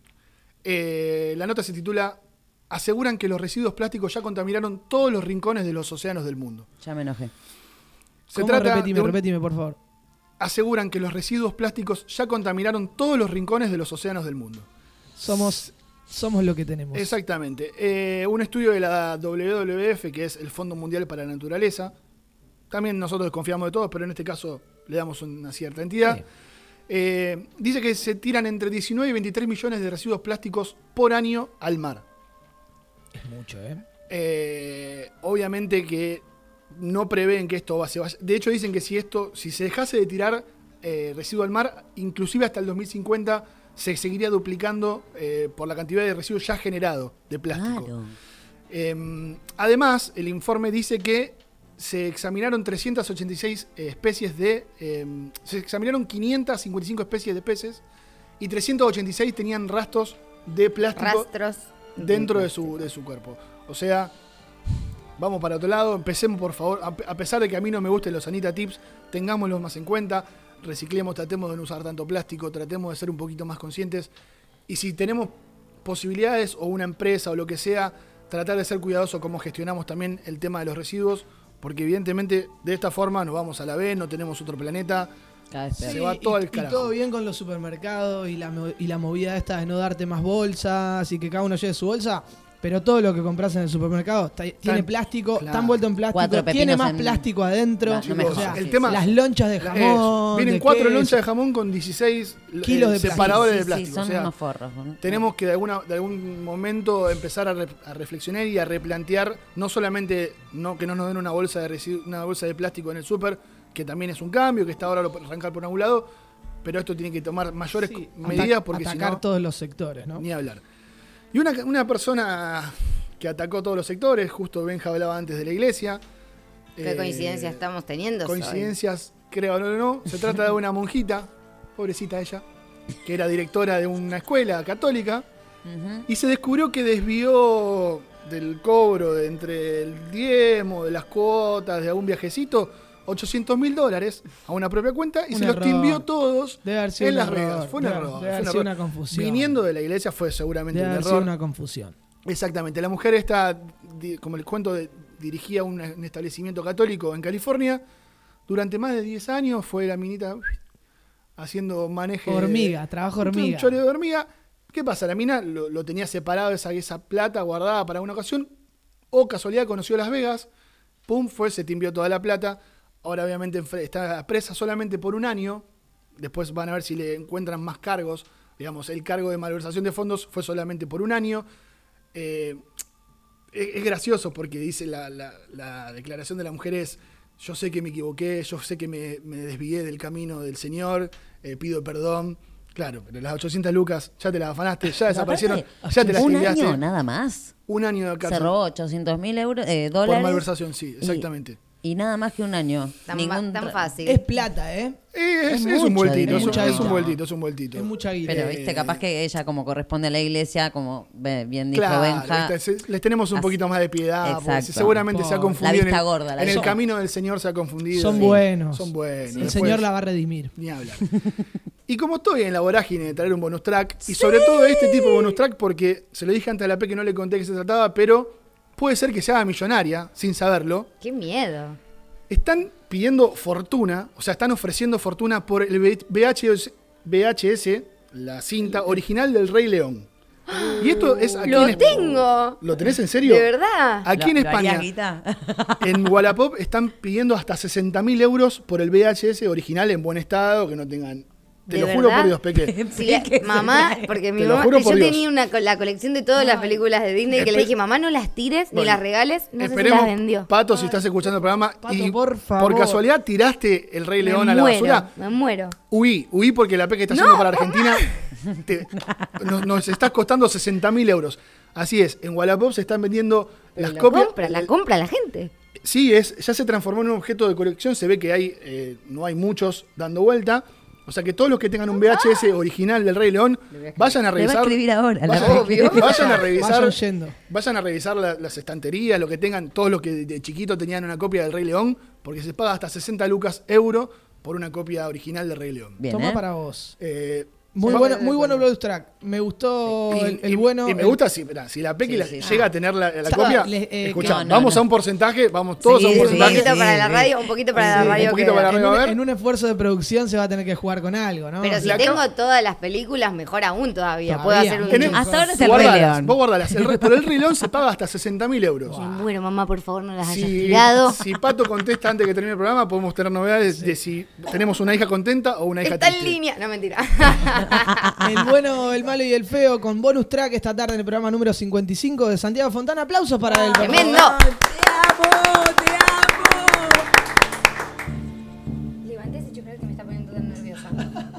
Eh, la nota se titula Aseguran que los residuos plásticos ya contaminaron todos los rincones de los océanos del mundo. Ya me enojé. Se ¿Cómo? trata Repetime, de un- repetime, por favor. Aseguran que los residuos plásticos ya contaminaron todos los rincones de los océanos del mundo. Somos, somos lo que tenemos. Exactamente. Eh, un estudio de la W W F, que es el Fondo Mundial para la Naturaleza. También nosotros desconfiamos de todos, pero en este caso le damos una cierta entidad. Sí. Eh, dice que se tiran entre diecinueve y veintitrés millones de residuos plásticos por año al mar. Es mucho, ¿eh? Eh, obviamente que no prevén que esto va, se vaya. De hecho, dicen que si esto, si se dejase de tirar eh, residuo al mar, inclusive hasta el dos mil cincuenta se seguiría duplicando eh, por la cantidad de residuos ya generado de plástico. Claro. Eh, además, el informe dice que se examinaron trescientas ochenta y seis eh, especies de... eh, se examinaron quinientas cincuenta y cinco especies de peces y trescientas ochenta y seis tenían rastros de plástico Rastros. dentro de su, de su cuerpo. O sea, vamos para otro lado, empecemos por favor, a, a pesar de que a mí no me gusten los Anita Tips, tengámoslos más en cuenta, reciclemos, tratemos de no usar tanto plástico, tratemos de ser un poquito más conscientes y si tenemos posibilidades o una empresa o lo que sea, tratar de ser cuidadosos como gestionamos también el tema de los residuos, porque evidentemente de esta forma nos vamos a la B, no tenemos otro planeta. Cada vez peor. Se va y, todo al y carajo. todo bien con los supermercados y la, mo- y la movida esta de no darte más bolsas y que cada uno lleve su bolsa. Pero todo lo que compras en el supermercado está- tiene plástico, claro. está envuelto en plástico, Cuatro tiene pepinos más en- plástico adentro. No, no me o sea, jodas. El tema- las lonchas de Eso. jamón. Vienen de cuatro queso. lonchas de jamón con dieciséis Kilos eh, de plástico. separadores Sí, de sí, plástico. son o sea, unos forros. ¿no? tenemos que de, alguna, de algún momento empezar a, re- a reflexionar y a replantear, no solamente no, que no nos den una bolsa de residu- una bolsa de plástico en el súper, que también es un cambio, que está ahora lo arrancar por algún lado, pero esto tiene que tomar mayores Sí, medidas ata- porque si atacar no, todos los sectores, ¿no? ni hablar. Y una, una persona que atacó todos los sectores, justo Benja hablaba antes de la iglesia. ¿Qué Eh, coincidencias estamos teniendo? hoy? Coincidencias, creo o no, se trata de una monjita, pobrecita ella, que era directora de una escuela católica, Ujú. y se descubrió que desvió del cobro de entre el diezmo, de las cuotas, de algún viajecito, ochocientos mil dólares a una propia cuenta y Un se los error. timbió todos Debe haber sido en un Las error. Vegas. Fue un Debe- error. debe fue haber un sido error. una confusión. Viniendo de la iglesia fue seguramente Debe un haber error. sido una confusión. Exactamente. La mujer está, di- como les cuento, de- dirigía un, un establecimiento católico en California. Durante más de diez años fue la minita uy, haciendo maneje. Hormiga, trabajo un- hormiga. Un choreo de hormiga. ¿Qué pasa? La mina lo, lo tenía separado, esa, esa plata guardada para una ocasión. O casualidad conoció Las Vegas. Pum, fue, se timbió toda la plata. Ahora obviamente enfre- está presa solamente por un año. Después van a ver si le encuentran más cargos. Digamos, el cargo de malversación de fondos fue solamente por un año. Eh, es, es gracioso porque dice la, la- la declaración de la mujer es: yo sé que me equivoqué, yo sé que me, me desvié del camino del Señor, eh, pido perdón. Claro, pero las ochocientas lucas ya te las afanaste, ya desaparecieron, Aparte, ya te las un timbiaste. año nada más. Un año de Se cárcel. robó ochocientos mil euros, eh, Por dólares. malversación, sí, exactamente. Y, y nada más que un año. Tan, Ningún tan tra- fácil. Es plata, ¿eh? Eh, es, Es es un mucho vueltito, dinero. es, un- Mucha es un guita. vueltito, es un vueltito. Es mucha guita. Pero Eh, viste, capaz que ella como corresponde a la iglesia, como ve- bien dijo Claro, Benja. viste, se- les tenemos un Así- poquito más de piedad, porque Exacto. seguramente se ha Pobre. confundido. La en vista el, gorda, la en el vista. camino del Señor se ha confundido. Son Sí. buenos. Son buenos. El Después, Señor la va a redimir. Ni hablar. Y como estoy en la vorágine de traer un bonus track, y sobre todo este tipo de bonus track, porque se lo dije antes a la P que no le conté de qué se trataba, pero puede ser que se haga millonaria, sin saberlo. Qué miedo. Están pidiendo fortuna, o sea, están ofreciendo fortuna por el V H S, V H S, la cinta original del Rey León. Y esto es aquí ¡Lo en España. tengo! ¿Lo tenés en serio? ¿De verdad? Aquí ¿Lo- en lo harías España, guita? en Wallapop, están pidiendo hasta sesenta mil euros por el V H S original en buen estado, que no tengan Te ¿De lo juro verdad? por Dios, Peque. Si la- mamá, porque mi Te lo mamá, juro yo por Dios. tenía una, co- la colección de todas las películas de Disney que le Espe- dije, mamá, no las tires ni Bueno, las regales, no sé si Esperemos, las vendió. Pato, si estás escuchando el programa. Pato, y por favor. casualidad tiraste el Rey Me León a la muero, basura. me muero. Huí, huí porque la Peque está No. yendo para Argentina. Te- nos, nos está costando sesenta mil euros. Así es, en Wallapop se están vendiendo las La copias. compra, la compra la gente. Sí, es, ya se transformó en un objeto de colección. Se ve que hay, eh, no hay muchos dando vuelta. O sea que todos los que tengan un V H S original del Rey León, vayan a Le va a revisar. escribir ahora. la Vayan, Obvio. vayan a revisar. Vayan yendo. Vayan a revisar la- las estanterías, lo que tengan, todos los que de chiquito tenían una copia del Rey León, porque se paga hasta sesenta lucas euro por una copia original del Rey León. Bien, Toma ¿eh? para vos. Eh, Muy va- bueno, muy bueno Blood Track. Me gustó y, el, el y- bueno. y me el- gusta si, mirá, si la Pequi Sí, la- sí, sí. llega a tener la, la Ya, copia. le- eh, escuchá, no, no, vamos no. a un porcentaje, vamos todos Sí, a un sí, Un porcentaje. poquito sí, para la sí. radio, un poquito para la Sí, radio. un poquito que- para la en, radio, un, a ver. en un esfuerzo de producción se va a tener que jugar con algo, ¿no? Pero si La tengo cam- todas las películas, mejor aún todavía. Todavía. Puedo hacer un... Tenés- Hasta ahora es el Rey guardalas, León. vos guardalas. El re- por el Rey León se paga hasta sesenta mil euros. Me muero, mamá, por favor, no las hayas Si, tirado. si Pato contesta antes de que termine el programa, podemos tener novedades de si tenemos una hija contenta o una hija Está en triste. línea. No, mentira. El bueno, el malo y el feo con bonus track esta tarde en el programa número cincuenta y cinco de Santiago Fontana. Aplausos para él. por favor. Tremendo. ¡Te amo! ¡Te amo! Levanté ese chocolate que me está poniendo tan nerviosa.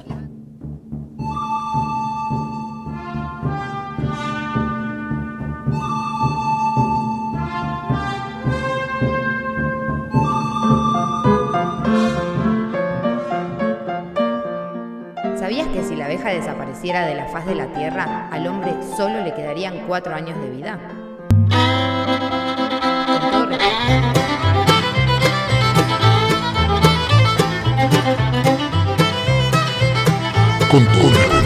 ¿Sabías que si la abeja desapareciera de la faz de la Tierra, al hombre solo le quedarían cuatro años de vida? Con todo respeto. Con todo respeto.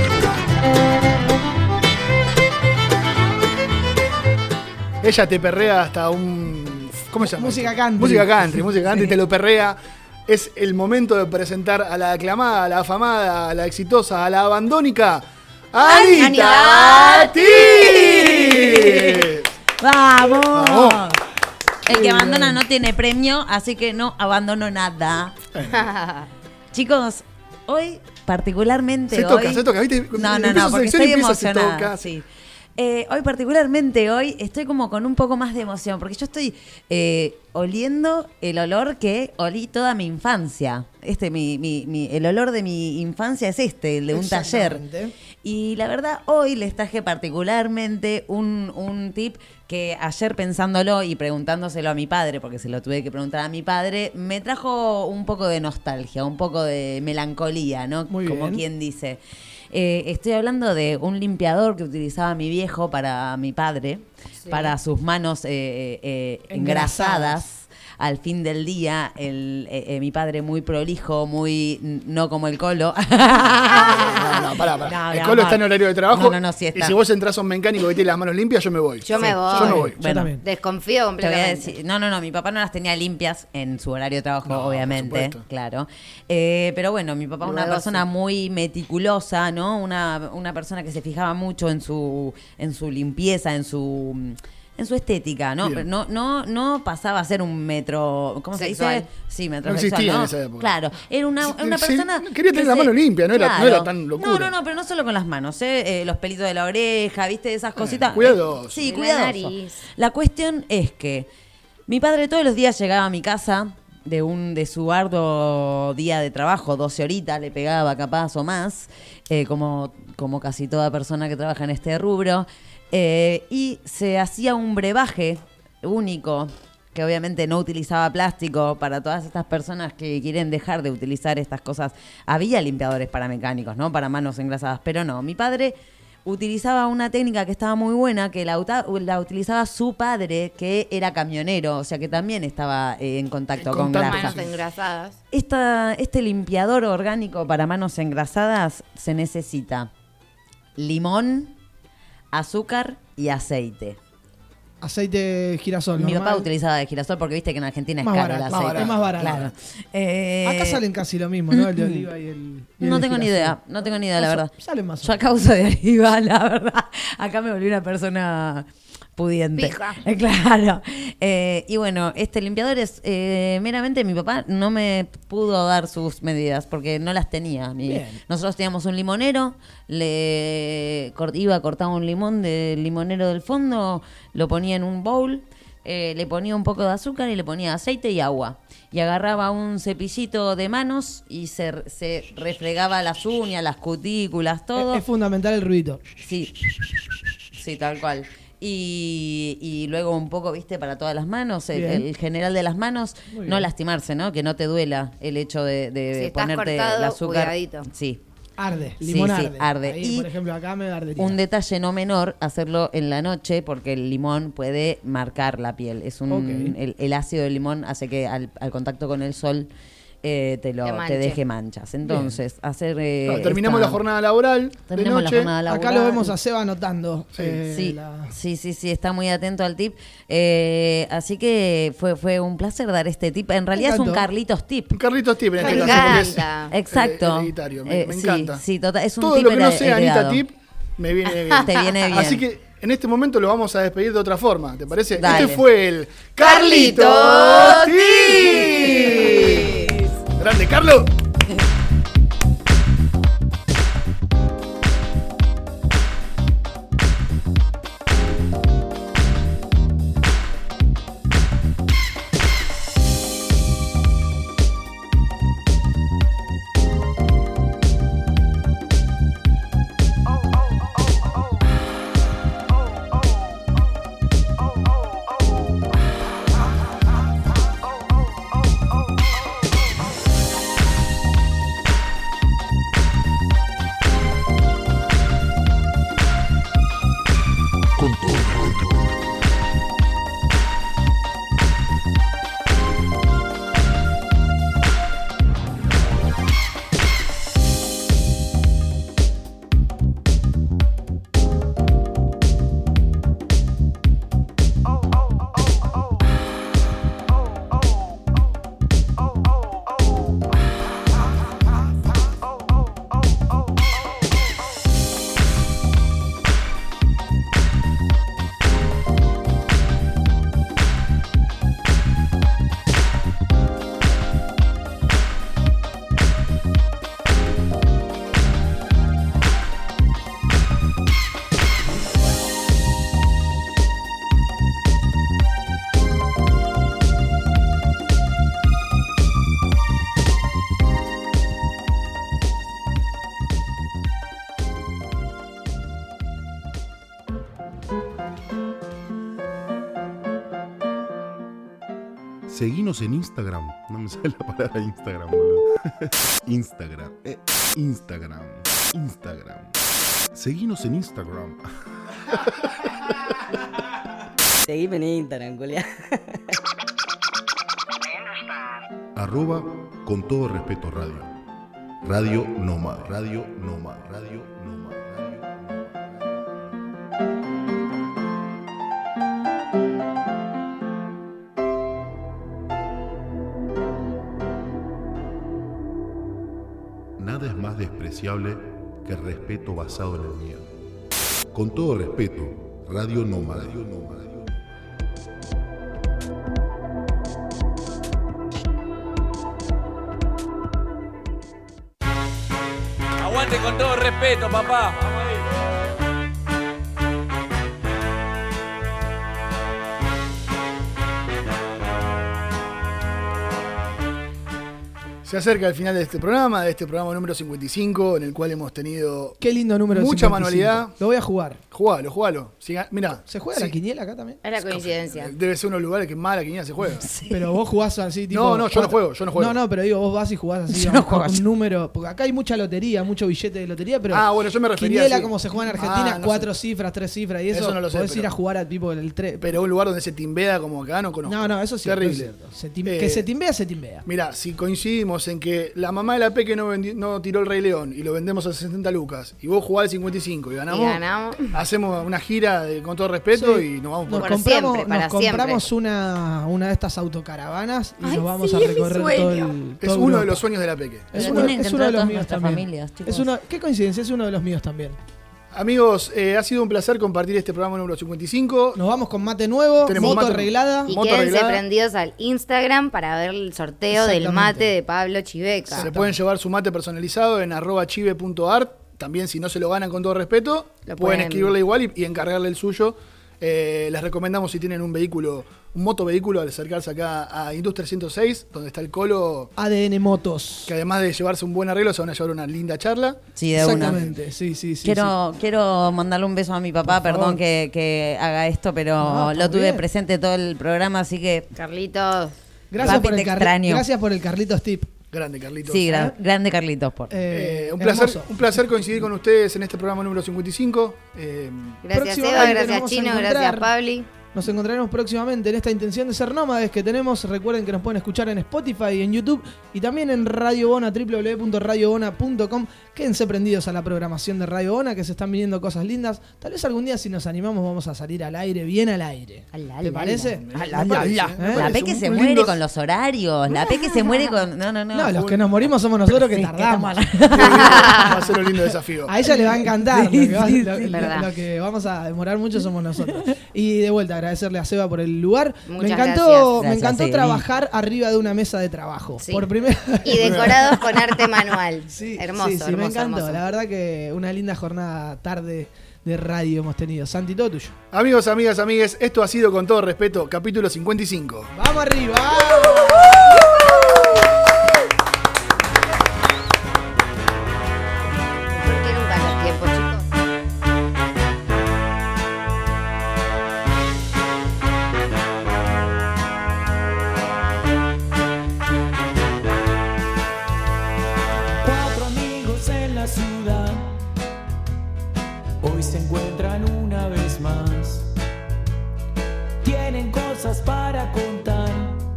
Ella te perrea hasta un. ¿Cómo se llama? Música country. Música country, música country, te lo perrea. Es el momento de presentar a la aclamada, a la afamada, a la exitosa, a la abandónica, Anita Anita Tiz. ¡Vamos! Vamos. El que abandona no tiene premio, así que no abandono nada. Chicos, hoy particularmente Se toca, hoy- se toca, ¿viste? No, no, Empieza no, su porque sección estoy y empieza, se emocionada. toca. Sí. Eh, hoy particularmente hoy estoy como con un poco más de emoción, porque yo estoy eh, oliendo el olor que olí toda mi infancia. Este, mi, mi, mi- el olor de mi infancia es este, el de un taller. Exactamente. Y la verdad, hoy les traje particularmente un, un tip que ayer pensándolo y preguntándoselo a mi padre, porque se lo tuve que preguntar a mi padre, me trajo un poco de nostalgia, un poco de melancolía, ¿no? Muy Como bien. quien dice. Eh, estoy hablando de un limpiador que utilizaba mi viejo para mi padre, Sí. para sus manos eh, eh, engrasadas. Al fin del día, el, eh, eh, mi padre muy prolijo, muy n- no como el Colo. No, no, pará, pará. No, el mi Colo amor. está en horario de trabajo. No, no, no, sí está. Y si vos entras a un mecánico que tiene las manos limpias, yo me voy. Yo me Sí, voy. Yo no voy. Yo Bueno, también. Desconfío Te voy a completamente. decir, no, no, no, mi papá no las tenía limpias en su horario de trabajo, No, por obviamente, supuesto. claro. Eh, pero bueno, mi papá es una Luego persona sí. muy meticulosa, ¿no? Una, una persona que se fijaba mucho en su, en su limpieza, en su en su estética, ¿no? Bien. No, no, no pasaba a ser un metro, ¿cómo se Sexual. dice? Sí, No metrosexual, existía ¿no? en esa época. Claro, era una, Sí, una sí, persona quería tener que la se- mano limpia, no era- no era tan locura. No, no, no, pero no solo con las manos, ¿eh? Eh, los pelitos de la oreja, ¿viste? Esas cositas. cuidadoso. Sí, De la cuidadoso. nariz. La cuestión es que mi padre todos los días llegaba a mi casa de un de su arduo día de trabajo, doce horitas le pegaba capaz o más, eh, como, como casi toda persona que trabaja en este rubro, eh, y se hacía un brebaje único que obviamente no utilizaba plástico. Para todas estas personas que quieren dejar de utilizar estas cosas, había limpiadores para mecánicos, ¿no? Para manos engrasadas, pero no. Mi padre utilizaba una técnica que estaba muy buena, que la, uta- la utilizaba su padre, que era camionero, o sea que también estaba eh, en contacto En con contacto, grasa. Manos engrasadas. Esta, este limpiador orgánico para manos engrasadas se necesita limón, azúcar y aceite. Aceite girasol. Mi normal. papá utilizaba de girasol porque viste que en Argentina es Más caro barato, el más aceite. barato, más barato. Claro. Eh, Acá salen casi lo mismo, ¿no? El de oliva y el. y No el tengo ni girasol. idea, no tengo ni idea, la Más o- verdad. Salen más o Yo a causa de arriba, la verdad, acá me volví una persona pudiente. Fija. Eh, Claro. Eh, y bueno, este limpiador es eh, meramente mi papá no me pudo dar sus medidas porque no las tenía. Mi- Bien. nosotros teníamos un limonero, le cort- iba a cortar un limón del limonero del fondo, lo ponía en un bowl, eh, le ponía un poco de azúcar y le ponía aceite y agua. Y agarraba un cepillito de manos y se, se refregaba las uñas, las cutículas, todo. Es, es fundamental el ruidito. Sí, sí, tal cual. Y, y luego un poco, viste, para todas las manos, el, Bien. el general de las manos, Muy no bien. lastimarse, ¿no? Que no te duela el hecho de, de Si estás ponerte cortado, el azúcar. cuidadito. Sí. Arde, Sí, limón sí, arde. arde. Ahí, Y por ejemplo, acá me ardería. Un detalle no menor, hacerlo en la noche, porque el limón puede marcar la piel. Es un Ok. el, el ácido del limón hace que al, al contacto con el sol eh, te lo Te te, manche. deje manchas. Entonces, hacer eh, Claro, terminamos esta- la jornada laboral Terminamos de la noche. jornada laboral. Acá lo vemos a Seba anotando. Sí. eh, Sí, la- sí, sí, sí, está muy atento al tip. Eh, así que fue, fue un placer dar este tip. En realidad es un encantó. Carlitos tip. Un Carlitos Tip en este Me caso, porque es encanta. Exacto. hereditario, me, Eh, me sí, encanta. Sí, total, es un Todo tip lo que no here- sea heredado. Anita Tip me viene bien. Te viene bien. Así que en este momento lo vamos a despedir de otra forma, ¿te parece? Dale. Este fue el Carlitos Tip. Grande, Carlos. Seguinos en Instagram. No me sale la palabra Instagram, boludo. Instagram. Eh, Instagram. Instagram. Seguinos en Instagram. Seguime en Instagram, Julián. Arroba con todo respeto radio. Radio Nómada. Radio Nómada. Radio Nómada. Radio Nada es más despreciable que el respeto basado en el miedo. Con todo respeto, Radio Nómada. Radio Nómada. Aguante con todo respeto, papá. Vamos ahí. Se acerca el final de este programa, de este programa número cincuenta y cinco, en el cual hemos tenido Qué lindo número el mucha cincuenta y cinco. manualidad. Lo voy a jugar. Jugalo, jugalo. Si ga- mirá, ¿Se juega sí, la quiniela acá también? Es la coincidencia. debe ser uno de los lugares que más la quiniela se juega. Pero vos jugás así, tipo. No, no, yo no cuatro- juego, yo no juego. No, no, pero digo, vos vas y jugás así, Yo digamos, no juego, con yo- un número. Porque acá hay mucha lotería, mucho billete de lotería, pero. Ah, bueno, yo me refería Quiniela, así. como se juega en Argentina, Ah, no cuatro sé. cifras, tres cifras y eso. Eso no lo sé, podés pero- ir a jugar a tipo el tres. Pero un lugar donde se timbea como acá no conozco. No, no, eso sí. Terrible. eso es cierto. Se tim- Eh, que se timbea, se timbea. Mirá, si coincidimos en que la mamá de la Peque no, vendi- no tiró el Rey León y lo vendemos a sesenta lucas y vos jugás al cincuenta y cinco y ganamos, Y ganamos. hacemos una gira de- con todo respeto Sí. y nos vamos Nos por Por compramos, siempre, para nos compramos una, una de estas autocaravanas y Ay, nos vamos sí, a es mi recorrer todo sueño. el. Es toda uno de Europa. los sueños de la Peque. Es Lo uno, tienen que es uno de entrar los todas míos nuestras también. familias, chicos. Es uno, ¿qué coincidencia? Es uno de los míos también. Amigos, eh, ha sido un placer compartir este programa número cincuenta y cinco. Nos vamos con mate nuevo, Tenemos moto mate- arreglada. Y Moto quédense arreglada. prendidos al Instagram para ver el sorteo del Exactamente. mate de Pablo Chiveca. Se pueden llevar su mate personalizado en arroba chive punto art. También, si no se lo ganan con todo respeto, Lo pueden pueden- escribirle igual y, y encargarle el suyo. Eh, les recomendamos, si tienen un vehículo, un motovehículo, al acercarse acá a Industria ciento seis, donde está el Colo, A D N Motos. que además de llevarse un buen arreglo, se van a llevar una linda charla. Sí, de una. Exactamente, sí, sí, sí. Quiero, quiero mandarle un beso a mi papá, Por perdón favor. que, que haga esto, pero No, está lo tuve bien. presente todo el programa, así que Carlitos. Gracias, papi, por te el Carli- extraño. Gracias por el Carlitos Tip. Grande, Carlitos. sí, gra- grande Carlitos. Por. Eh, Eh, un, placer, hermoso. un placer coincidir con ustedes en este programa número cincuenta y cinco. Eh, Gracias Próximamente Eva, nos gracias vamos a Chino, encontrar. gracias Pabli. Nos encontraremos próximamente en esta intención de ser nómades que tenemos. Recuerden que nos pueden escuchar en Spotify y en YouTube y también en Radio Bona, doble u doble u doble u punto radio bona punto com. Quédense prendidos a la programación de Radio Bona, que se están viniendo cosas lindas. Tal vez algún día, si nos animamos, vamos a salir al aire, bien al aire. Ala, ¿Te ala, parece? ala. Me parece, me ¿Eh? La parece P que un- se un muere lindo- con los horarios, la P que se muere con... No, no, no. No, los que nos morimos somos nosotros que Sí, tardamos. Va a ser un lindo desafío. A ella le va a encantar. Sí, lo, que va- sí, lo- sí. lo- Verdad. lo que vamos a demorar mucho somos nosotros. Y de vuelta, agradecerle a Seba por el lugar. me Muchas encantó, gracias. me Gracias, encantó sí. trabajar arriba de una mesa de trabajo. Sí. Por primera Y decorados con arte manual. Sí, hermoso, sí, sí, hermoso, me encantó. hermoso. La verdad que una linda jornada tarde de radio hemos tenido. Santi, todo tuyo. Amigos, amigas, amigues, esto ha sido, con todo respeto, capítulo cincuenta y cinco. ¡Vamos arriba! ¿Por qué nunca los tiempos, chicos? Cuatro amigos en la ciudad hoy se encuentran una vez más. Tienen cosas para contar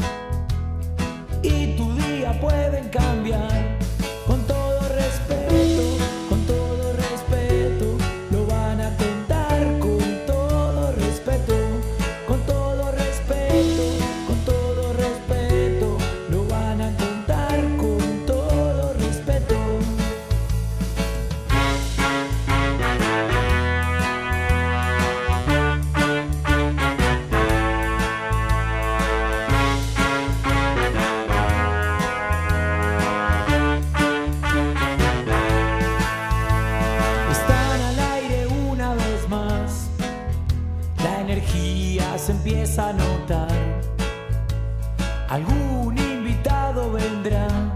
y tu día pueden cambiar. Con todo respeto, con todo respeto, lo van a contar con todo respeto. Con todo respeto, con todo respeto, lo van a contar con todo respeto. Están al aire una vez más, la energía se empieza a notar. Algún invitado vendrá